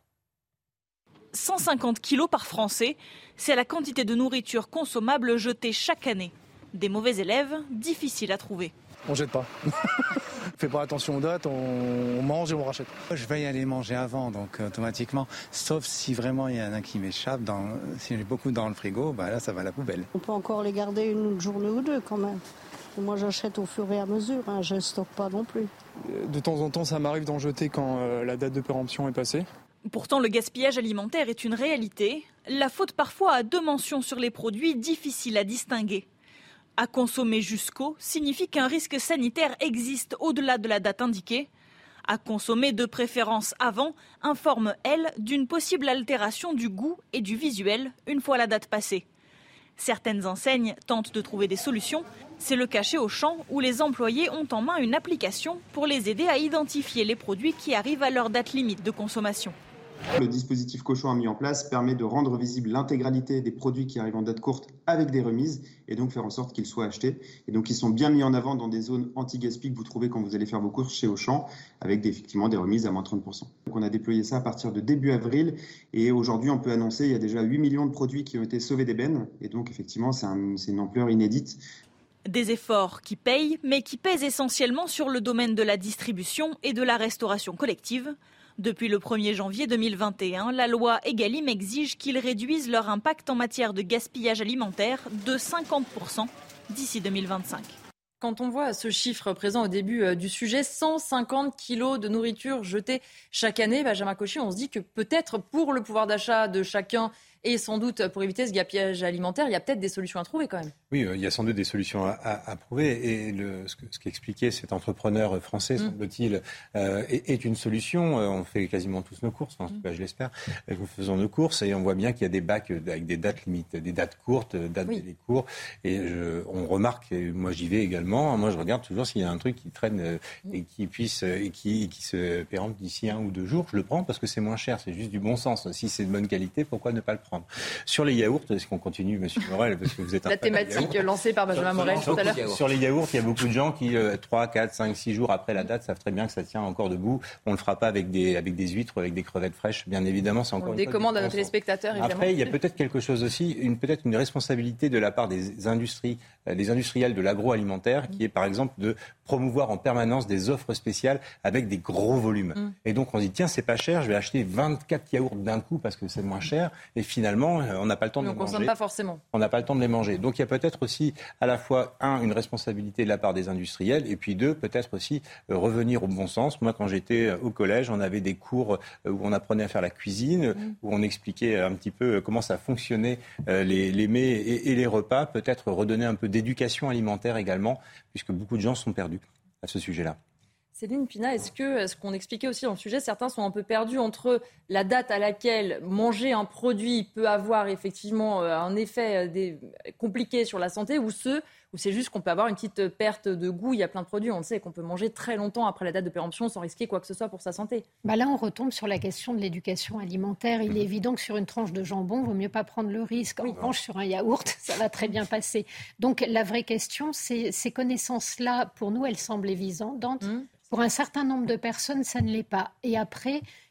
cent cinquante kilos par Français, c'est la quantité de nourriture consommable jetée chaque année. Des mauvais élèves, difficiles à trouver. On jette pas. On fait pas attention aux dates, on mange et on rachète. Je vais y aller manger avant, donc automatiquement, sauf si vraiment il y en a qui m'échappe, dans, si j'ai beaucoup dans le frigo, bah là ça va à la poubelle. On peut encore les garder une journée ou deux quand même. Moi j'achète au fur et à mesure, hein, je ne stocke pas non plus. De temps en temps ça m'arrive d'en jeter quand euh, la date de péremption est passée. Pourtant, le gaspillage alimentaire est une réalité. La faute parfois a deux mentions sur les produits difficiles à distinguer. À consommer jusqu'au signifie qu'un risque sanitaire existe au-delà de la date indiquée. À consommer de préférence avant informe, elle, d'une possible altération du goût et du visuel une fois la date passée. Certaines enseignes tentent de trouver des solutions. C'est le cas chez Auchan où les employés ont en main une application pour les aider à identifier les produits qui arrivent à leur date limite de consommation. Le dispositif Cochon a mis en place permet de rendre visible l'intégralité des produits qui arrivent en date courte avec des remises et donc faire en sorte qu'ils soient achetés. Et donc ils sont bien mis en avant dans des zones anti-gaspi que vous trouvez quand vous allez faire vos courses chez Auchan avec des, effectivement des remises à moins trente pour cent. Donc on a déployé ça à partir de début avril et aujourd'hui on peut annoncer qu'il y a déjà huit millions de produits qui ont été sauvés des bennes et donc effectivement c'est, un, c'est une ampleur inédite. Des efforts qui payent mais qui pèsent essentiellement sur le domaine de la distribution et de la restauration collective. Depuis le premier janvier deux mille vingt et un, la loi Egalim exige qu'ils réduisent leur impact en matière de gaspillage alimentaire de cinquante pour cent d'ici deux mille vingt-cinq. Quand on voit ce chiffre présent au début du sujet, cent cinquante kilos de nourriture jetée chaque année, Benjamin Cauchy, on se dit que peut-être pour le pouvoir d'achat de chacun et sans doute pour éviter ce gaspillage alimentaire, il y a peut-être des solutions à trouver quand même. Oui, euh, il y a sans doute des solutions à, à, à prouver. Et le, ce, que, ce qu'expliquait cet entrepreneur français, mmh. semble-t-il, euh, est, est une solution. Euh, on fait quasiment tous nos courses, en tout cas je l'espère. Nous faisons nos courses et on voit bien qu'il y a des bacs avec des dates limites, des dates courtes, dates oui. délais courts. Et je, on remarque, et moi j'y vais également, moi je regarde toujours s'il y a un truc qui traîne euh, et qui puisse et qui, et qui se pérempte d'ici un ou deux jours. Je le prends parce que c'est moins cher, c'est juste du bon sens. Si c'est de bonne qualité, pourquoi ne pas le prendre? Sur les yaourts, est-ce qu'on continue, Monsieur Morel, parce que vous êtes un la thématique lancée par Benjamin Morel tout à l'heure. Sur les yaourts, il y a beaucoup de gens qui, euh, trois, quatre, cinq, six jours après la date, savent très bien que ça tient encore debout. On ne le fera pas avec des, avec des huîtres ou avec des crevettes fraîches, bien évidemment. C'est encore on le décommande à nos téléspectateurs, évidemment. Après, il y a peut-être quelque chose aussi, une, peut-être une responsabilité de la part des industries, euh, des industriels de l'agroalimentaire, qui est par exemple de promouvoir en permanence des offres spéciales avec des gros volumes. Mm. Et donc on se dit, tiens, c'est pas cher, je vais acheter vingt-quatre yaourts d'un coup parce que c'est moins cher. Et finalement, on n'a pas le temps Mais de les manger. On ne consomme pas forcément. On n'a pas le temps de les manger. Donc il y a peut-être aussi, à la fois, un, une responsabilité de la part des industriels, et puis deux, peut-être aussi euh, revenir au bon sens. Moi, quand j'étais au collège, on avait des cours euh, où on apprenait à faire la cuisine, mm. où on expliquait un petit peu comment ça fonctionnait, euh, les, les mets et, et les repas. Peut-être redonner un peu d'éducation alimentaire également, puisque beaucoup de gens sont perdus à ce sujet-là. Céline Pina, est-ce que ce qu'on expliquait aussi dans le sujet, certains sont un peu perdus entre la date à laquelle manger un produit peut avoir effectivement un effet des... compliqué sur la santé, ou ceux où c'est juste qu'on peut avoir une petite perte de goût. Il y a plein de produits, on le sait, qu'on peut manger très longtemps après la date de péremption sans risquer quoi que ce soit pour sa santé. Bah là, on retombe sur la question de l'éducation alimentaire. Il est évident que sur une tranche de jambon, il vaut mieux pas prendre le risque. En revanche, sur un yaourt, ça va très bien passer. Donc la vraie question, c'est ces connaissances-là, pour nous, elles semblent évidentes. Mmh. Pour un certain nombre de personnes, ça ne l'est pas. Et après,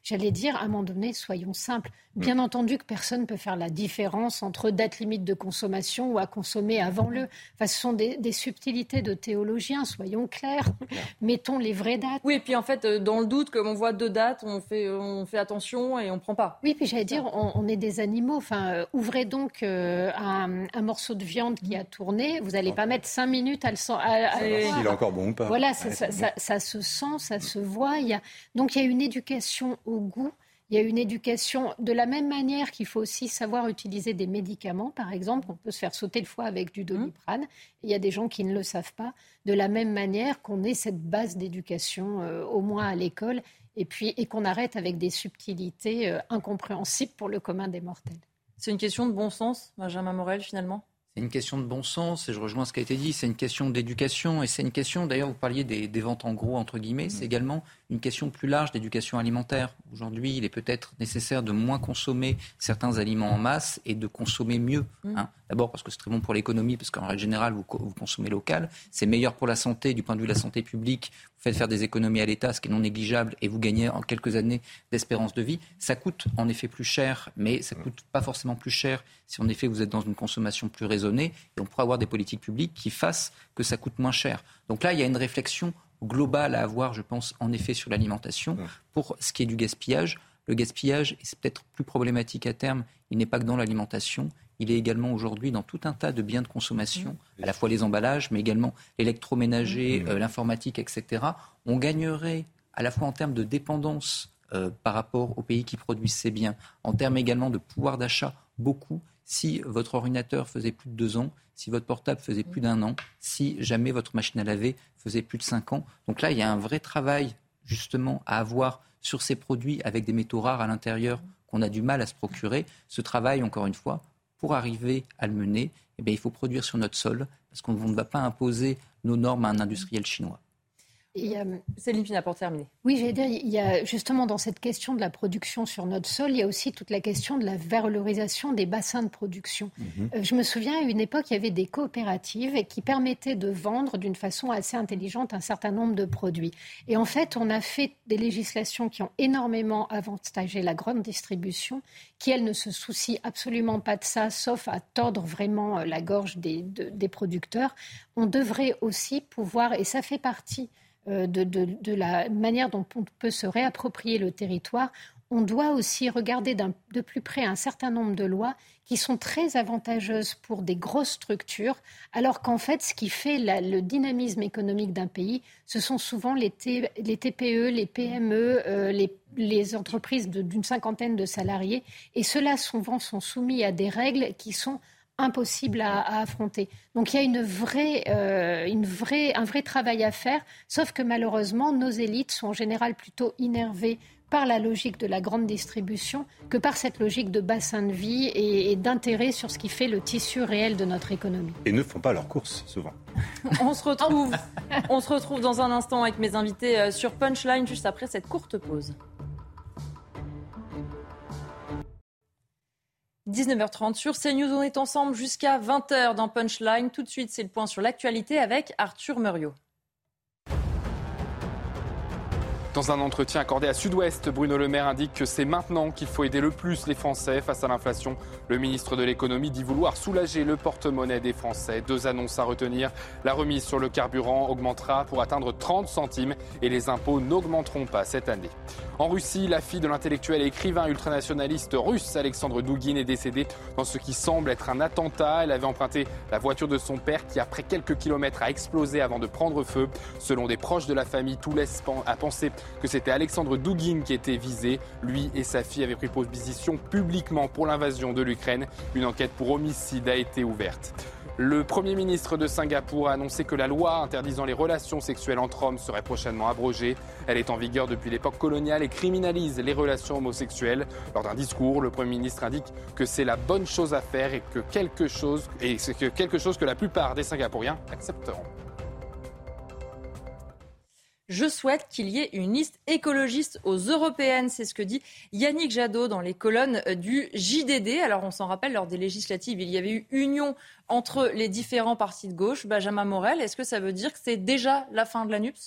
j'allais dire, à un moment donné, soyons simples. Bien entendu que personne ne peut faire la différence entre date limite de consommation ou à consommer avant le. Enfin, ce sont des, des subtilités de théologiens, soyons clairs. Mettons les vraies dates. Oui, et puis en fait, dans le doute, comme on voit deux dates, on fait, on fait attention et on ne prend pas. Oui, puis j'allais dire, on, on est des animaux. Enfin, euh, ouvrez donc euh, un, un morceau de viande qui a tourné. Vous n'allez pas mettre cinq minutes à le sentir. S'il est encore bon ou pas. Voilà, ouais, ça, ça, bon. ça, ça se sent, ça se voit. Il y a... Donc il y a une éducation au goût. Il y a une éducation de la même manière qu'il faut aussi savoir utiliser des médicaments. Par exemple, on peut se faire sauter le foie avec du Doliprane. Il y a des gens qui ne le savent pas. De la même manière qu'on ait cette base d'éducation, euh, au moins à l'école, et puis et qu'on arrête avec des subtilités euh, incompréhensibles pour le commun des mortels. C'est une question de bon sens, Benjamin Morel, finalement ? C'est une question de bon sens, et je rejoins ce qui a été dit, c'est une question d'éducation, et c'est une question, d'ailleurs vous parliez des, des ventes en gros, entre guillemets, mmh. c'est également une question plus large d'éducation alimentaire. Aujourd'hui, il est peut-être nécessaire de moins consommer certains aliments en masse et de consommer mieux. Mmh. Hein. D'abord parce que c'est très bon pour l'économie, parce qu'en règle générale, vous, vous consommez local. C'est meilleur pour la santé, du point de vue de la santé publique. Vous faites faire des économies à l'État, ce qui est non négligeable, et vous gagnez en quelques années d'espérance de vie. Ça coûte en effet plus cher, mais ça ne coûte pas forcément plus cher si en effet vous êtes dans une consommation plus raisonnée. Et on pourrait avoir des politiques publiques qui fassent que ça coûte moins cher. Donc là, il y a une réflexion globale à avoir, je pense, en effet, sur l'alimentation. Pour ce qui est du gaspillage, le gaspillage, et c'est peut-être plus problématique à terme, il n'est pas que dans l'alimentation, il est également aujourd'hui dans tout un tas de biens de consommation, à la fois les emballages, mais également l'électroménager, euh, l'informatique, et cetera. On gagnerait à la fois en termes de dépendance euh, par rapport aux pays qui produisent ces biens, en termes également de pouvoir d'achat, beaucoup, si votre ordinateur faisait plus de deux ans, si votre portable faisait plus d'un an, si jamais votre machine à laver faisait plus de cinq ans. Donc là, il y a un vrai travail justement à avoir sur ces produits avec des métaux rares à l'intérieur qu'on a du mal à se procurer. Ce travail, encore une fois, pour arriver à le mener, eh bien, il faut produire sur notre sol parce qu'on ne va pas imposer nos normes à un industriel chinois. Et, euh, Céline Pina, pour terminer. Oui, j'allais dire, il y a justement dans cette question de la production sur notre sol, il y a aussi toute la question de la valorisation des bassins de production. Mmh. Euh, je me souviens, à une époque, il y avait des coopératives qui permettaient de vendre d'une façon assez intelligente un certain nombre de produits. Et en fait, on a fait des législations qui ont énormément avantagé la grande distribution, qui, elle, ne se soucie absolument pas de ça, sauf à tordre vraiment la gorge des, de, des producteurs. On devrait aussi pouvoir, et ça fait partie De, de, de la manière dont on peut se réapproprier le territoire, on doit aussi regarder d'un, de plus près un certain nombre de lois qui sont très avantageuses pour des grosses structures, alors qu'en fait, ce qui fait la, le dynamisme économique d'un pays, ce sont souvent les, T, les T P E, les P M E, euh, les, les entreprises de, d'une cinquantaine de salariés, et ceux-là souvent sont soumis à des règles qui sont impossible à, à affronter. Donc il y a une vraie, euh, une vraie, un vrai travail à faire, sauf que malheureusement, nos élites sont en général plutôt innervées par la logique de la grande distribution que par cette logique de bassin de vie et, et d'intérêt sur ce qui fait le tissu réel de notre économie. Et ne font pas leurs courses, souvent. On se retrouve, on se retrouve dans un instant avec mes invités sur Punchline, juste après cette courte pause. dix-neuf heures trente sur CNews, on est ensemble jusqu'à vingt heures dans Punchline. Tout de suite, c'est le point sur l'actualité avec Arthur Muriot. Dans un entretien accordé à Sud-Ouest, Bruno Le Maire indique que c'est maintenant qu'il faut aider le plus les Français face à l'inflation. Le ministre de l'économie dit vouloir soulager le porte-monnaie des Français. Deux annonces à retenir. La remise sur le carburant augmentera pour atteindre trente centimes et les impôts n'augmenteront pas cette année. En Russie, la fille de l'intellectuel et écrivain ultranationaliste russe Alexandre Douguine est décédée dans ce qui semble être un attentat. Elle avait emprunté la voiture de son père qui, après quelques kilomètres, a explosé avant de prendre feu. Selon des proches de la famille, tout laisse à penser que c'était Alexandre Douguine qui était visé. Lui et sa fille avaient pris position publiquement pour l'invasion de l'Ukraine. Une enquête pour homicide a été ouverte. Le Premier ministre de Singapour a annoncé que la loi interdisant les relations sexuelles entre hommes serait prochainement abrogée. Elle est en vigueur depuis l'époque coloniale et criminalise les relations homosexuelles. Lors d'un discours, le Premier ministre indique que c'est la bonne chose à faire et que quelque chose, et c'est que quelque chose que la plupart des Singapouriens accepteront. Je souhaite qu'il y ait une liste écologiste aux européennes. C'est ce que dit Yannick Jadot dans les colonnes du J D D. Alors, on s'en rappelle, lors des législatives, il y avait eu union entre les différents partis de gauche. Benjamin Morel, est-ce que ça veut dire que c'est déjà la fin de la NUPES ?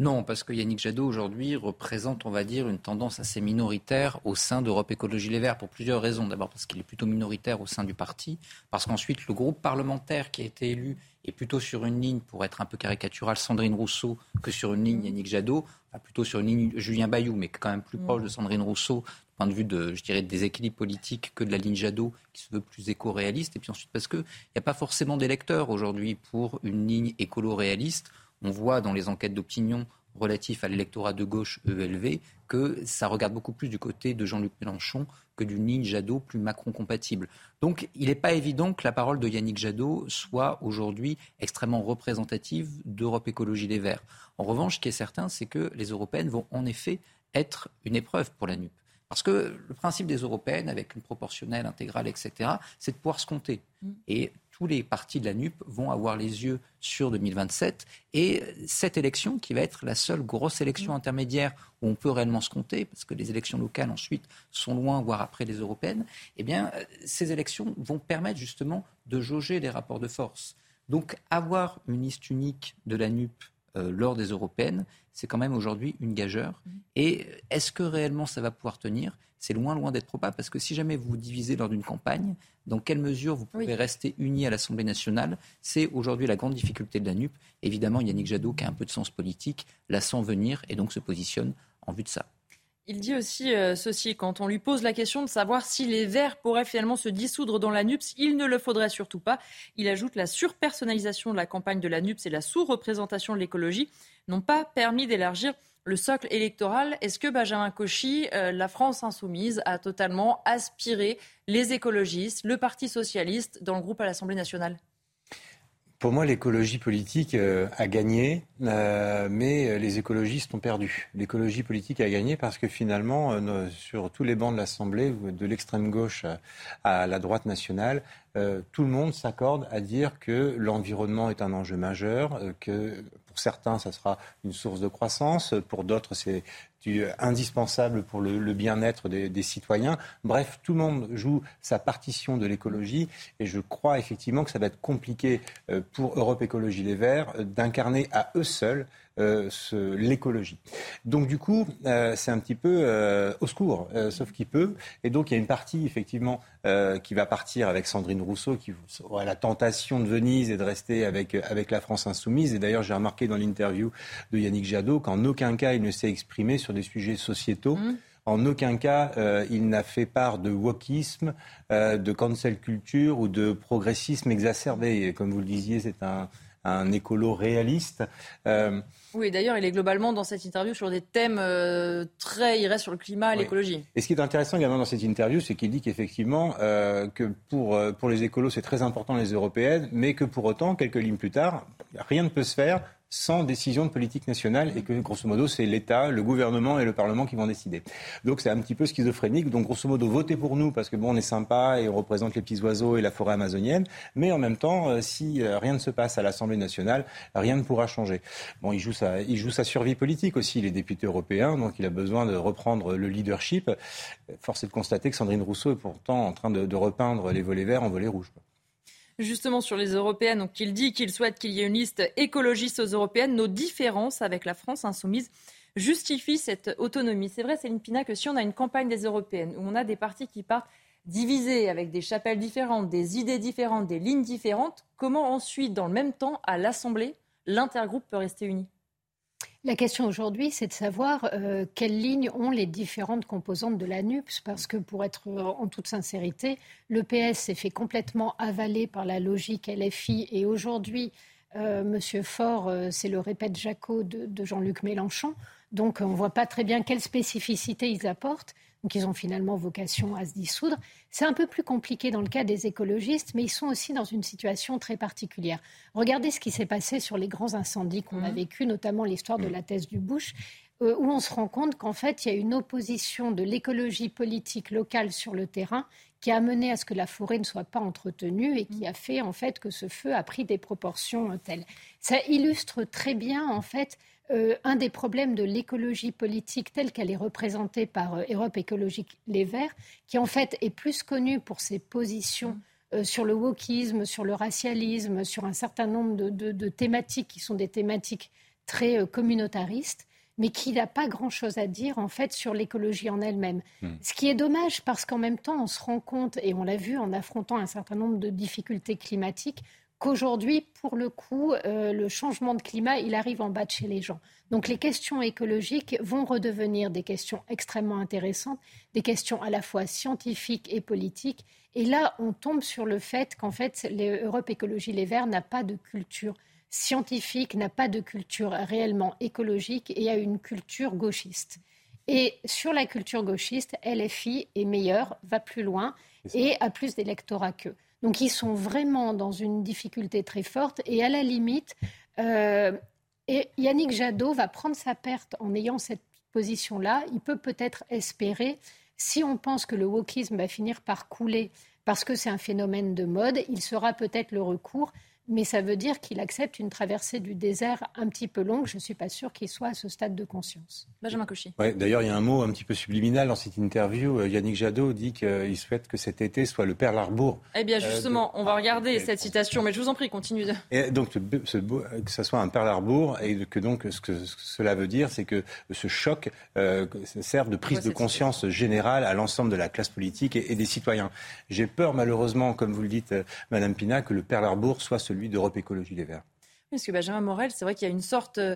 Non, parce que Yannick Jadot, aujourd'hui, représente, on va dire, une tendance assez minoritaire au sein d'Europe Écologie Les Verts, pour plusieurs raisons. D'abord parce qu'il est plutôt minoritaire au sein du parti, parce qu'ensuite, le groupe parlementaire qui a été élu est plutôt sur une ligne, pour être un peu caricatural, Sandrine Rousseau, que sur une ligne Yannick Jadot, enfin, plutôt sur une ligne Julien Bayou, mais quand même plus proche de Sandrine Rousseau, du point de vue de, je dirais, des équilibres politiques que de la ligne Jadot, qui se veut plus éco-réaliste. Et puis ensuite, parce qu'il n'y a pas forcément d'électeurs aujourd'hui pour une ligne écolo-réaliste. On voit dans les enquêtes d'opinion relatifs à l'électorat de gauche E L V que ça regarde beaucoup plus du côté de Jean-Luc Mélenchon que d'une ligne Jadot plus Macron-compatible. Donc il n'est pas évident que la parole de Yannick Jadot soit aujourd'hui extrêmement représentative d'Europe Écologie Les Verts. En revanche, ce qui est certain, c'est que les européennes vont en effet être une épreuve pour la N U P. Parce que le principe des européennes, avec une proportionnelle intégrale, et cetera, c'est de pouvoir se compter. Mmh. Et tous les partis de la N U P vont avoir les yeux sur deux mille vingt-sept. Et cette élection, qui va être la seule grosse élection mmh. intermédiaire où on peut réellement se compter, parce que les élections locales, ensuite, sont loin, voire après les européennes, eh bien, ces élections vont permettre justement de jauger les rapports de force. Donc, avoir une liste unique de la N U P euh, lors des européennes, c'est quand même aujourd'hui une gageure. Et est-ce que réellement ça va pouvoir tenir ? C'est loin, loin d'être probable, parce que si jamais vous vous divisez lors d'une campagne, dans quelle mesure vous pouvez oui. rester unis à l'Assemblée nationale ? C'est aujourd'hui la grande difficulté de la N U P. Évidemment, Yannick Jadot, qui a un peu de sens politique, la sent venir et donc se positionne en vue de ça. Il dit aussi euh, ceci, quand on lui pose la question de savoir si les Verts pourraient finalement se dissoudre dans la N U P, il ne le faudrait surtout pas. Il ajoute la surpersonnalisation de la campagne de la N U P et la sous-représentation de l'écologie n'ont pas permis d'élargir le socle électoral. Est-ce que Benjamin Cauchy, euh, la France insoumise, a totalement aspiré les écologistes, le Parti socialiste dans le groupe à l'Assemblée nationale ? Pour moi, l'écologie politique euh, a gagné, euh, mais les écologistes ont perdu. L'écologie politique a gagné parce que finalement, euh, sur tous les bancs de l'Assemblée, de l'extrême gauche à, à la droite nationale, euh, tout le monde s'accorde à dire que l'environnement est un enjeu majeur, euh, que pour certains, ça sera une source de croissance, pour d'autres, c'est indispensable pour le, le bien-être des, des citoyens. Bref, tout le monde joue sa partition de l'écologie et je crois effectivement que ça va être compliqué euh, pour Europe Écologie Les Verts euh, d'incarner à eux seuls euh, ce, l'écologie. Donc du coup, euh, c'est un petit peu euh, au secours, euh, sauf qu'il peut. Et donc il y a une partie effectivement euh, qui va partir avec Sandrine Rousseau, qui aura la tentation de Venise et de rester avec, avec la France insoumise. Et d'ailleurs, j'ai remarqué dans l'interview de Yannick Jadot qu'en aucun cas il ne s'est exprimé sur des sujets sociétaux. Mmh. En aucun cas, euh, il n'a fait part de wokisme, euh, de cancel culture ou de progressisme exacerbé. Et comme vous le disiez, c'est un, un écolo réaliste. Euh, oui, d'ailleurs, il est globalement dans cette interview sur des thèmes euh, très... Il reste sur le climat et oui. l'écologie. Et ce qui est intéressant également dans cette interview, c'est qu'il dit qu'effectivement, euh, que pour, euh, pour les écolos, c'est très important les européennes, mais que pour autant, quelques lignes plus tard, rien ne peut se faire sans décision de politique nationale et que, grosso modo, c'est l'État, le gouvernement et le Parlement qui vont décider. Donc, c'est un petit peu schizophrénique. Donc, grosso modo, votez pour nous parce que, bon, on est sympa et on représente les petits oiseaux et la forêt amazonienne. Mais en même temps, euh, si euh, rien ne se passe à l'Assemblée nationale, rien ne pourra changer. Bon, il joue sa, il joue sa survie politique aussi. Il est député européen, donc il a besoin de reprendre le leadership. Force est de constater que Sandrine Rousseau est pourtant en train de, de repeindre les volets verts en volets rouges. Justement sur les européennes, donc il dit qu'il souhaite qu'il y ait une liste écologiste aux européennes. Nos différences avec la France insoumise justifient cette autonomie. C'est vrai, Céline Pina, que si on a une campagne des européennes où on a des partis qui partent divisés avec des chapelles différentes, des idées différentes, des lignes différentes, comment ensuite, dans le même temps, à l'Assemblée, l'intergroupe peut rester uni ? La question aujourd'hui, c'est de savoir euh, quelles lignes ont les différentes composantes de la N U P, parce que pour être en toute sincérité, le P S s'est fait complètement avaler par la logique L F I et aujourd'hui, euh, M. Faure, euh, c'est le répète Jacot de, de Jean-Luc Mélenchon. Donc on ne voit pas très bien quelle spécificité ils apportent. Donc ils ont finalement vocation à se dissoudre. C'est un peu plus compliqué dans le cas des écologistes, mais ils sont aussi dans une situation très particulière. Regardez ce qui s'est passé sur les grands incendies qu'on mmh. a vécu, notamment l'histoire de la thèse du Bush, euh, où on se rend compte qu'en fait, il y a une opposition de l'écologie politique locale sur le terrain qui a amené à ce que la forêt ne soit pas entretenue et qui a fait en fait que ce feu a pris des proportions telles. Ça illustre très bien en fait Euh, un des problèmes de l'écologie politique telle qu'elle est représentée par euh, Europe Écologie Les Verts, qui en fait est plus connue pour ses positions euh, sur le wokisme, sur le racialisme, sur un certain nombre de, de, de thématiques qui sont des thématiques très communautariste, mais qui n'a pas grand-chose à dire en fait sur l'écologie en elle-même. Mmh. Ce qui est dommage parce qu'en même temps, on se rend compte, et on l'a vu en affrontant un certain nombre de difficultés climatiques, qu'aujourd'hui, pour le coup, euh, le changement de climat, il arrive en bas de chez les gens. Donc les questions écologiques vont redevenir des questions extrêmement intéressantes, des questions à la fois scientifiques et politiques. Et là, on tombe sur le fait qu'en fait, l'Europe Écologie Les Verts n'a pas de culture scientifique, n'a pas de culture réellement écologique et a une culture gauchiste. Et sur la culture gauchiste, L F I est meilleur, va plus loin et a plus d'électorat qu'eux. Donc ils sont vraiment dans une difficulté très forte et à la limite, euh, et Yannick Jadot va prendre sa perte en ayant cette position-là. Il peut peut-être espérer, si on pense que le wokisme va finir par couler parce que c'est un phénomène de mode, il sera peut-être le recours. Mais ça veut dire qu'il accepte une traversée du désert un petit peu longue. Je ne suis pas sûre qu'il soit à ce stade de conscience. Benjamin Cauchy. Ouais, d'ailleurs, il y a un mot un petit peu subliminal dans cette interview. Yannick Jadot dit qu'il souhaite que cet été soit le Pearl Harbor. Eh bien, justement, euh, de... on va regarder ah, cette citation. Mais je vous en prie, continue. De... Et donc, ce, que ce soit un Pearl Harbor et que donc ce que, ce que cela veut dire, c'est que ce choc euh, serve de prise ouais, de conscience générale à l'ensemble de la classe politique et, et des citoyens. J'ai peur, malheureusement, comme vous le dites, euh, Madame Pina, que le Pearl Harbor soit celui d'Europe Écologie Les Verts. Parce que Benjamin Morel, c'est vrai qu'il y a une sorte euh,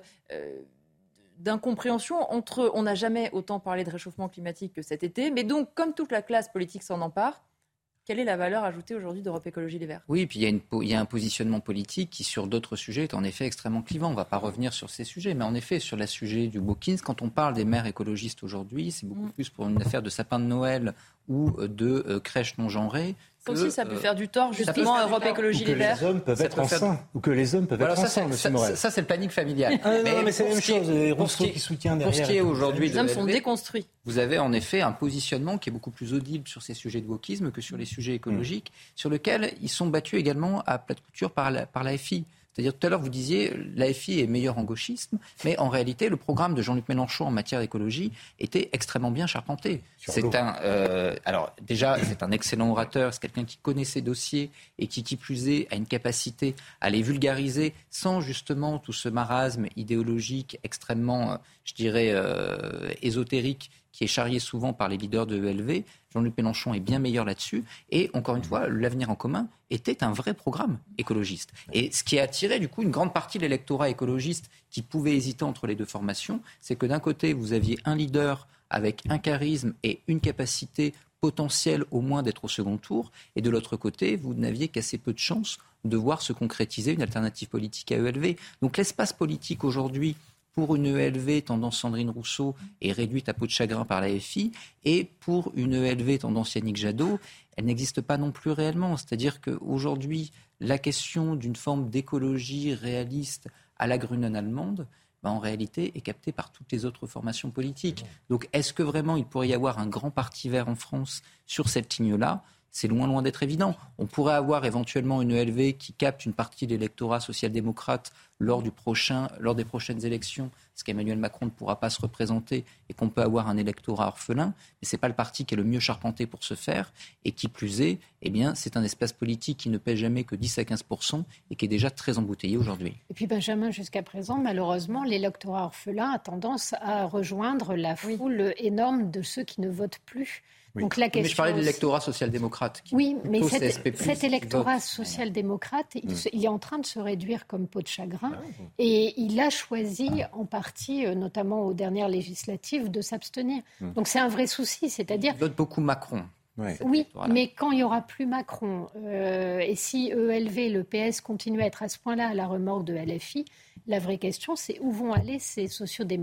d'incompréhension entre... On n'a jamais autant parlé de réchauffement climatique que cet été, mais donc, comme toute la classe politique s'en empare, quelle est la valeur ajoutée aujourd'hui d'Europe Écologie Les Verts ? Oui, et puis il y a, une, il y a un positionnement politique qui, sur d'autres sujets, est en effet extrêmement clivant. On ne va pas revenir sur ces sujets, mais en effet, sur le sujet du wokisme, quand on parle des maires écologistes aujourd'hui, c'est beaucoup mmh. plus pour une affaire de sapin de Noël ou de euh, crèche non genrée. Ça aussi, ça peut faire du tort, justement, à Europe Écologie Les Verts. Les hommes peuvent être enceinte, ou que les hommes peuvent voilà, être ça, enceinte, ça, M. Morel. Ça, ça, c'est le planning familial. Ah, mais non, mais c'est la même chose. Les Rousseau qui soutient derrière. Pour ce qui est aujourd'hui les hommes sont déconstruits. Vous avez en effet un positionnement qui est beaucoup plus audible sur ces sujets de wokisme que sur les sujets écologiques, mmh. sur lesquels ils sont battus également à plate couture par la, par la F I. C'est-à-dire, tout à l'heure, vous disiez, l'A F I est meilleur en gauchisme, mais en réalité, le programme de Jean-Luc Mélenchon en matière d'écologie était extrêmement bien charpenté. Sur c'est l'eau. un, euh, alors, déjà, c'est un excellent orateur, c'est quelqu'un qui connaît ses dossiers et qui, qui plus est, a une capacité à les vulgariser sans justement tout ce marasme idéologique extrêmement, je dirais, euh, ésotérique qui est charrié souvent par les leaders de E L V. Jean-Luc Mélenchon est bien meilleur là-dessus. Et encore une fois, l'avenir en commun était un vrai programme écologiste. Et ce qui a attiré du coup une grande partie de l'électorat écologiste qui pouvait hésiter entre les deux formations, c'est que d'un côté, vous aviez un leader avec un charisme et une capacité potentielle au moins d'être au second tour. Et de l'autre côté, vous n'aviez qu'assez peu de chances de voir se concrétiser une alternative politique à E L V. Donc l'espace politique aujourd'hui, pour une E L V tendance Sandrine Rousseau est réduite à peau de chagrin par la F I, et pour une E L V tendance Yannick Jadot, elle n'existe pas non plus réellement. C'est-à-dire qu'aujourd'hui, la question d'une forme d'écologie réaliste à la Grünen allemande, ben en réalité, est captée par toutes les autres formations politiques. Donc est-ce que vraiment il pourrait y avoir un grand parti vert en France sur cette ligne-là ? C'est loin, loin d'être évident. On pourrait avoir éventuellement une E L V qui capte une partie de l'électorat social-démocrate lors, du prochain, lors des prochaines élections, parce qu'Emmanuel Macron ne pourra pas se représenter et qu'on peut avoir un électorat orphelin. Mais ce n'est pas le parti qui est le mieux charpenté pour ce faire. Et qui plus est, eh bien, c'est un espace politique qui ne pèse jamais que dix à quinze pour cent et qui est déjà très embouteillé aujourd'hui. Et puis Benjamin, jusqu'à présent, malheureusement, l'électorat orphelin a tendance à rejoindre la foule énorme de ceux qui ne votent plus. Oui. Donc, la question... Mais je parlais de l'électorat social-démocrate. Oui, mais cet, cet électorat social-démocrate, il, mmh. il est en train de se réduire comme peau de chagrin. Ah, oui. Et il a choisi en partie, notamment aux dernières législatives, de s'abstenir. Mmh. Donc c'est un vrai souci, c'est-à-dire... Il vote beaucoup Macron. Ouais. Oui, mais quand il n'y aura plus Macron, euh, et si E L V, le P S, continue à être à ce point-là à la remorque de L F I, la vraie question, c'est où vont aller ces sociodémocrates ?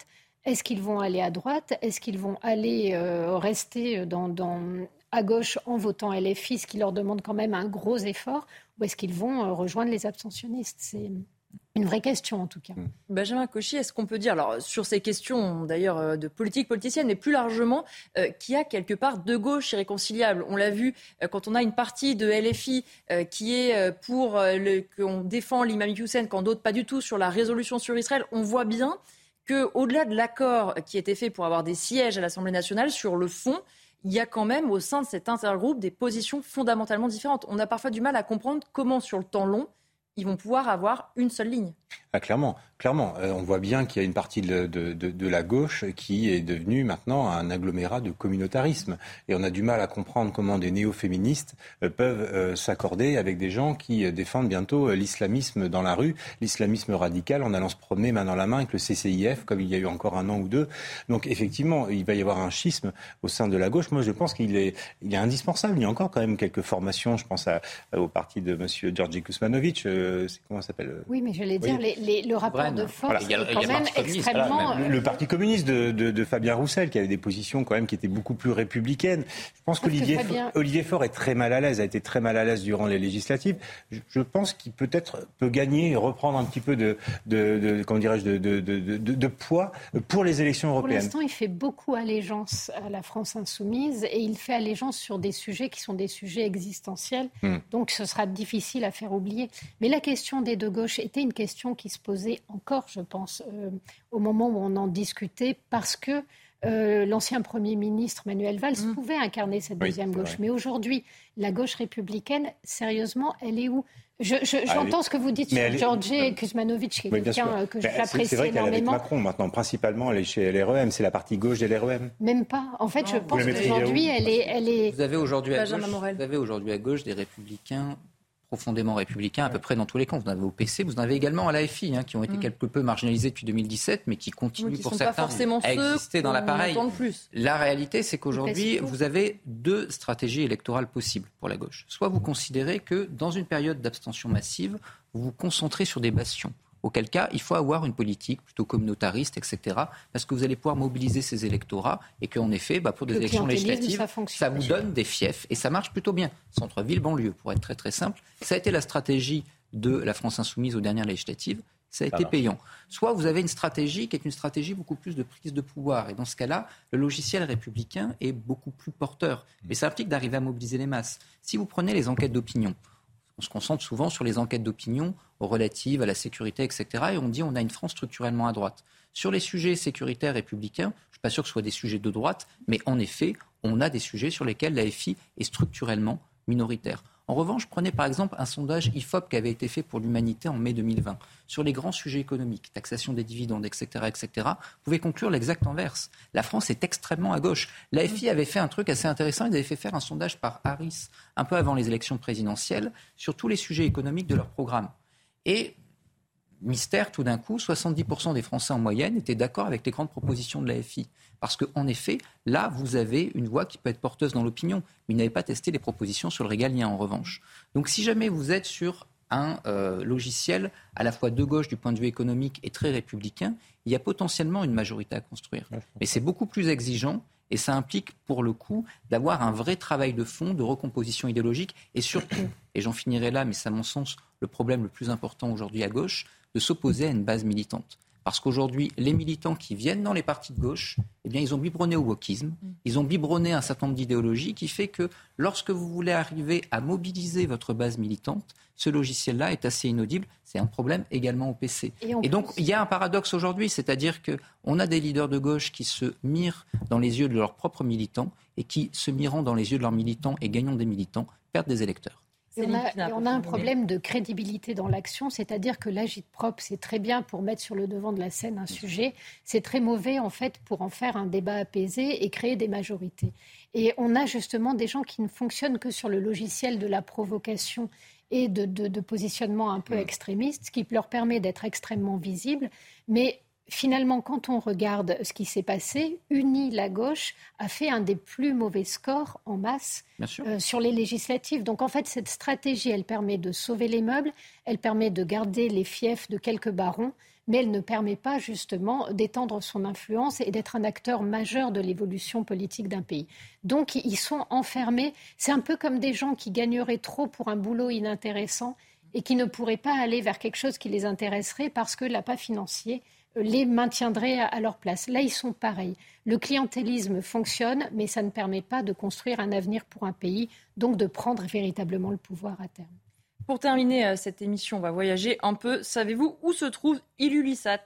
Est-ce qu'ils vont aller à droite ? Est-ce qu'ils vont aller euh, rester dans, dans, à gauche en votant L F I, ce qui leur demande quand même un gros effort ? Ou est-ce qu'ils vont euh, rejoindre les abstentionnistes ? C'est une vraie question, en tout cas. Benjamin Cauchy, est-ce qu'on peut dire, alors sur ces questions d'ailleurs de politique politicienne, mais plus largement, euh, qu'il y a quelque part deux gauches irréconciliables ? On l'a vu euh, quand on a une partie de L F I euh, qui est euh, pour euh, le, qu'on défend l'imam Hussein, quand d'autres pas du tout sur la résolution sur Israël. On voit bien qu'au-delà de l'accord qui était fait pour avoir des sièges à l'Assemblée nationale, sur le fond, il y a quand même au sein de cet intergroupe des positions fondamentalement différentes. On a parfois du mal à comprendre comment, sur le temps long, ils vont pouvoir avoir une seule ligne. Ah, clairement, clairement. Euh, on voit bien qu'il y a une partie de, de, de, de la gauche qui est devenue maintenant un agglomérat de communautarisme. Et on a du mal à comprendre comment des néo-féministes euh, peuvent euh, s'accorder avec des gens qui euh, défendent bientôt euh, l'islamisme dans la rue, l'islamisme radical, en allant se promener main dans la main avec le C C I F, comme il y a eu encore un an ou deux. Donc effectivement, il va y avoir un schisme au sein de la gauche. Moi, je pense qu'il est, il est indispensable. Il y a encore quand même quelques formations. Je pense à, au parti de M. Georgi Kuzmanovic. Euh, c'est, comment ça s'appelle ? Oui, mais j'allais dire, oui. les, les, le rapport Brenne. de force voilà. est quand même extrêmement... Voilà, le, le Parti communiste de, de, de Fabien Roussel, qui avait des positions quand même qui étaient beaucoup plus républicaines. Je pense Parce qu'Olivier que Fabien... Olivier Faure est très mal à l'aise, a été très mal à l'aise durant les législatives. Je, je pense qu'il peut-être peut gagner et reprendre un petit peu de, de, de comment dirais-je, de, de, de, de, de poids pour les élections européennes. Pour l'instant, il fait beaucoup allégeance à la France insoumise et il fait allégeance sur des sujets qui sont des sujets existentiels. Hmm. Donc ce sera difficile à faire oublier. Mais la question des deux gauches était une question qui se posait encore, je pense, euh, au moment où on en discutait, parce que euh, l'ancien Premier ministre Manuel Valls mmh. pouvait incarner cette oui, deuxième gauche. Vrai. Mais aujourd'hui, la gauche républicaine, sérieusement, elle est où ? Je, je, J'entends ce que vous dites mais sur Georgi est... Kuzmanovic, qui est oui, quelqu'un que j'apprécie c'est vrai énormément. C'est vrai qu'elle est avec Macron maintenant, principalement, elle est chez L R E M, c'est la partie gauche de L R E M. Même pas. En fait, non, je pense qu'aujourd'hui, elle est, elle est... Vous avez aujourd'hui à gauche, vous avez aujourd'hui à gauche des républicains profondément républicains à peu près dans tous les camps. Vous en avez au P C, vous en avez également à l'A F I, hein, qui ont été mmh. quelque peu marginalisés depuis deux mille dix-sept, mais qui continuent oui, qui pour certains à exister dans l'appareil. La réalité, c'est qu'aujourd'hui, vous avez deux stratégies électorales possibles pour la gauche. Soit vous considérez que dans une période d'abstention massive, vous vous concentrez sur des bastions. Auquel cas, il faut avoir une politique plutôt communautariste, et cetera, parce que vous allez pouvoir mobiliser ces électorats et qu'en effet, bah, pour des le élections législatives, ça, ça vous donne des fiefs et ça marche plutôt bien. Centre-ville, banlieue, pour être très très simple. Ça a été la stratégie de la France insoumise aux dernières législatives. Ça a été payant. Soit vous avez une stratégie qui est une stratégie beaucoup plus de prise de pouvoir. Et dans ce cas-là, le logiciel républicain est beaucoup plus porteur. Mais ça implique d'arriver à mobiliser les masses. Si vous prenez les enquêtes d'opinion, on se concentre souvent sur les enquêtes d'opinion relatives à la sécurité, et cetera. Et on dit on a une France structurellement à droite. Sur les sujets sécuritaires républicains, je ne suis pas sûr que ce soit des sujets de droite, mais en effet, on a des sujets sur lesquels l'A F I est structurellement minoritaire. En revanche, prenez par exemple un sondage I F O P qui avait été fait pour l'Humanité en mai deux mille vingt. Sur les grands sujets économiques, taxation des dividendes, et cetera, et cetera, vous pouvez conclure l'exact inverse. La France est extrêmement à gauche. L'A F I avait fait un truc assez intéressant. Ils avaient fait faire un sondage par Harris, un peu avant les élections présidentielles, sur tous les sujets économiques de leur programme. Et mystère, tout d'un coup, soixante-dix pour cent des Français en moyenne étaient d'accord avec les grandes propositions de l'A F I. Parce qu'en effet, là, vous avez une voix qui peut être porteuse dans l'opinion. Mais ils n'avaient pas testé les propositions sur le régalien, en revanche. Donc si jamais vous êtes sur un euh, logiciel à la fois de gauche du point de vue économique et très républicain, il y a potentiellement une majorité à construire. Mais c'est beaucoup plus exigeant et ça implique, pour le coup, d'avoir un vrai travail de fond, de recomposition idéologique et surtout, et j'en finirai là, mais c'est à mon sens le problème le plus important aujourd'hui à gauche, de s'opposer à une base militante. Parce qu'aujourd'hui, les militants qui viennent dans les partis de gauche, eh bien, ils ont biberonné au wokisme, ils ont biberonné un certain nombre d'idéologies qui fait que lorsque vous voulez arriver à mobiliser votre base militante, ce logiciel-là est assez inaudible. C'est un problème également au P C. Et, Et donc, il y a un paradoxe aujourd'hui, c'est-à-dire qu'on a des leaders de gauche qui se mirent dans les yeux de leurs propres militants et qui, se mirant dans les yeux de leurs militants et gagnant des militants, perdent des électeurs. Et on, a, et on a un problème de crédibilité dans l'action, c'est-à-dire que l'agit-prop, c'est très bien pour mettre sur le devant de la scène un sujet, c'est très mauvais en fait pour en faire un débat apaisé et créer des majorités. Et on a justement des gens qui ne fonctionnent que sur le logiciel de la provocation et de, de, de positionnement un peu extrémiste, ce qui leur permet d'être extrêmement visibles, mais finalement, quand on regarde ce qui s'est passé, Uni, la gauche, a fait un des plus mauvais scores en masse euh, sur les législatives. Donc en fait, cette stratégie, elle permet de sauver les meubles, elle permet de garder les fiefs de quelques barons, mais elle ne permet pas justement d'étendre son influence et d'être un acteur majeur de l'évolution politique d'un pays. Donc ils sont enfermés. C'est un peu comme des gens qui gagneraient trop pour un boulot inintéressant et qui ne pourraient pas aller vers quelque chose qui les intéresserait parce que l'appât financier les maintiendrait à leur place. Là, ils sont pareils. Le clientélisme fonctionne, mais ça ne permet pas de construire un avenir pour un pays, donc de prendre véritablement le pouvoir à terme. Pour terminer cette émission, on va voyager un peu. Savez-vous où se trouve Ilulissat ?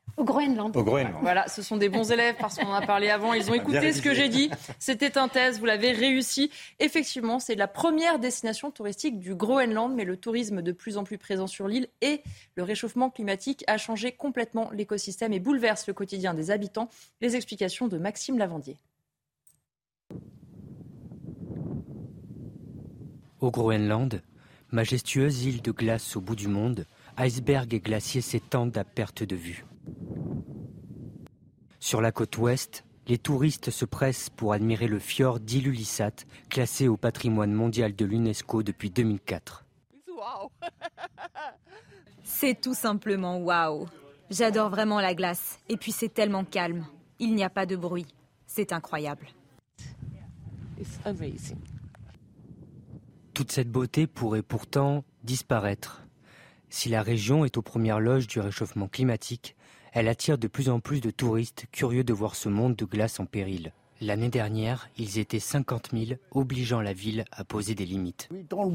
Au Groenland. Au Groenland. Voilà, ce sont des bons élèves parce qu'on en a parlé avant. Ils ont écouté ce que j'ai dit. C'était un test, vous l'avez réussi. Effectivement, c'est la première destination touristique du Groenland, mais le tourisme de plus en plus présent sur l'île et le réchauffement climatique a changé complètement l'écosystème et bouleverse le quotidien des habitants. Les explications de Maxime Lavandier. Au Groenland, majestueuse île de glace au bout du monde, icebergs et glaciers s'étendent à perte de vue. Sur la côte ouest, les touristes se pressent pour admirer le fjord d'Ilulissat, classé au patrimoine mondial de l'UNESCO depuis deux mille quatre. C'est tout simplement waouh. J'adore vraiment la glace. Et puis c'est tellement calme. Il n'y a pas de bruit. C'est incroyable. Toute cette beauté pourrait pourtant disparaître. Si la région est aux premières loges du réchauffement climatique, elle attire de plus en plus de touristes curieux de voir ce monde de glace en péril. L'année dernière, ils étaient cinquante mille, obligeant la ville à poser des limites.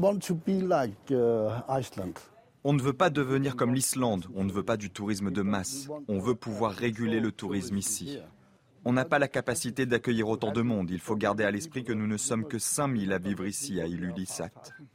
On ne veut pas devenir comme l'Islande, on ne veut pas du tourisme de masse. On veut pouvoir réguler le tourisme ici. On n'a pas la capacité d'accueillir autant de monde. Il faut garder à l'esprit que nous ne sommes que cinq mille à vivre ici, à Ilulissat.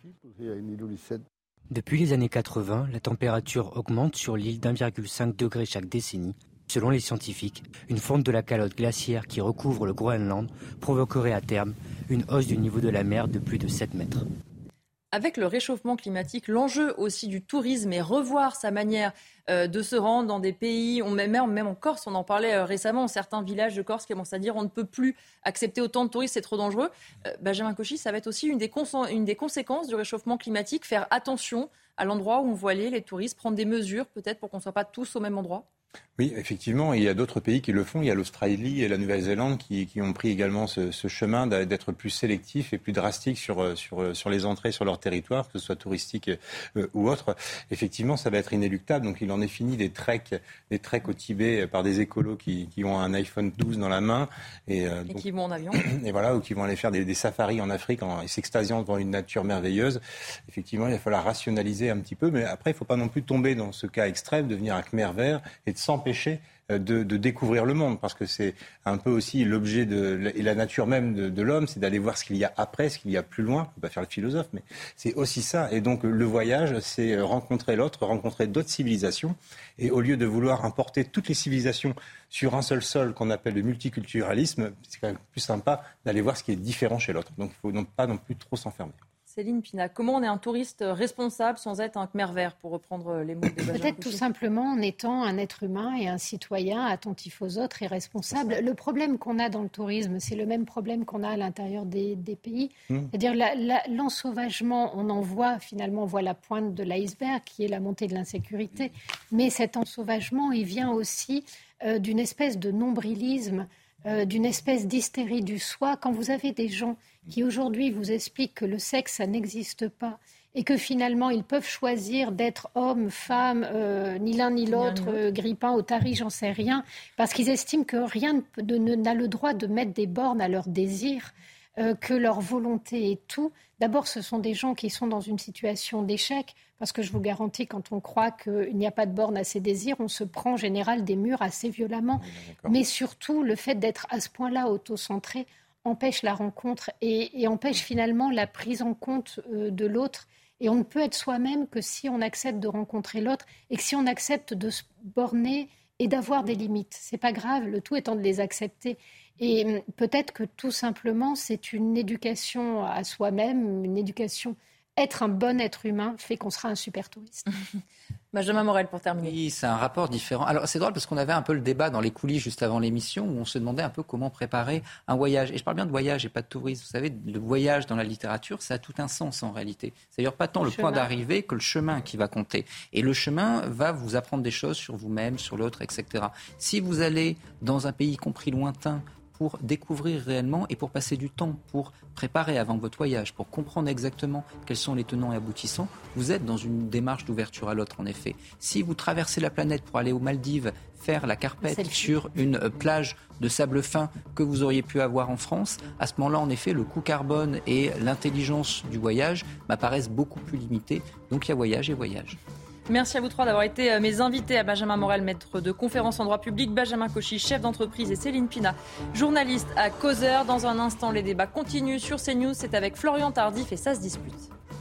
Depuis les années quatre-vingts, la température augmente sur l'île d'un virgule cinq degré chaque décennie. Selon les scientifiques, une fonte de la calotte glaciaire qui recouvre le Groenland provoquerait à terme une hausse du niveau de la mer de plus de sept mètres. Avec le réchauffement climatique, l'enjeu aussi du tourisme est revoir sa manière euh, de se rendre dans des pays, on, même, même en Corse, on en parlait euh, récemment, certains villages de Corse qui commencent à dire on ne peut plus accepter autant de touristes, c'est trop dangereux. Euh, Benjamin Cauchy, ça va être aussi une des, cons- une des conséquences du réchauffement climatique, faire attention à l'endroit où on voit aller les touristes, prendre des mesures peut-être pour qu'on ne soit pas tous au même endroit. Oui, effectivement, il y a d'autres pays qui le font. Il y a l'Australie et la Nouvelle-Zélande qui, qui ont pris également ce, ce chemin d'être plus sélectifs et plus drastiques sur, sur, sur les entrées sur leur territoire, que ce soit touristique euh, ou autre. Effectivement, ça va être inéluctable. Donc, il en est fini des treks, des treks au Tibet par des écolos qui, qui ont un iPhone douze dans la main. Et, euh, et donc, qui vont en avion. Et voilà, ou qui vont aller faire des, des safaris en Afrique en s'extasiant devant une nature merveilleuse. Effectivement, il va falloir rationaliser un petit peu. Mais après, il ne faut pas non plus tomber dans ce cas extrême, devenir un Khmer vert et de s'empêcher De, de découvrir le monde, parce que c'est un peu aussi l'objet de, et la nature même de, de l'homme, c'est d'aller voir ce qu'il y a après, ce qu'il y a plus loin. On ne peut pas faire le philosophe, mais c'est aussi ça. Et donc le voyage, c'est rencontrer l'autre, rencontrer d'autres civilisations, et au lieu de vouloir importer toutes les civilisations sur un seul sol qu'on appelle le multiculturalisme, c'est quand même plus sympa d'aller voir ce qui est différent chez l'autre. Donc il ne faut donc pas non plus trop s'enfermer. Céline Pina, comment on est un touriste responsable sans être un Khmer vert, pour reprendre les mots de Benjamin Peut-être tout simplement en étant un être humain et un citoyen attentif aux autres et responsable. Le problème qu'on a dans le tourisme, c'est le même problème qu'on a à l'intérieur des, des pays. Mmh. C'est-à-dire la, la, l'ensauvagement, on en voit finalement, on voit la pointe de l'iceberg qui est la montée de l'insécurité. Mais cet ensauvagement, il vient aussi euh, d'une espèce de nombrilisme, euh, d'une espèce d'hystérie du soi. Quand vous avez des gens qui aujourd'hui vous expliquent que le sexe, ça n'existe pas et que finalement, ils peuvent choisir d'être hommes, femmes, euh, ni l'un ni l'autre, euh, grippin, otari, j'en sais rien, parce qu'ils estiment que rien ne, ne, n'a le droit de mettre des bornes à leur désir, euh, que leur volonté est tout. D'abord, ce sont des gens qui sont dans une situation d'échec, parce que je vous garantis, quand on croit qu'il n'y a pas de borne à ses désirs, on se prend en général des murs assez violemment. Oui, mais surtout, le fait d'être à ce point-là auto-centré empêche la rencontre et, et empêche finalement la prise en compte euh, de l'autre. Et on ne peut être soi-même que si on accepte de rencontrer l'autre et que si on accepte de se borner et d'avoir des limites. C'est pas grave, le tout étant de les accepter. Et euh, peut-être que tout simplement, c'est une éducation à soi-même, une éducation... Être un bon être humain fait qu'on sera un super touriste. Benjamin Morel, pour terminer. Oui, c'est un rapport différent. Alors, c'est drôle parce qu'on avait un peu le débat dans les coulisses juste avant l'émission où on se demandait un peu comment préparer un voyage. Et je parle bien de voyage et pas de tourisme. Vous savez, le voyage dans la littérature, ça a tout un sens en réalité. C'est d'ailleurs pas tant le, le point d'arrivée que le chemin qui va compter. Et le chemin va vous apprendre des choses sur vous-même, sur l'autre, et cetera. Si vous allez dans un pays compris lointain, pour découvrir réellement et pour passer du temps, pour préparer avant votre voyage, pour comprendre exactement quels sont les tenants et aboutissants, vous êtes dans une démarche d'ouverture à l'autre, en effet. Si vous traversez la planète pour aller aux Maldives, faire la carpette sur une plage de sable fin que vous auriez pu avoir en France, à ce moment-là, en effet, le coût carbone et l'intelligence du voyage m'apparaissent beaucoup plus limités. Donc il y a voyage et voyage. Merci à vous trois d'avoir été mes invités, à Benjamin Morel, maître de conférences en droit public, Benjamin Cauchy, chef d'entreprise, et Céline Pina, journaliste à Causeur. Dans un instant, les débats continuent sur CNews. C'est avec Florian Tardif et ça se dispute.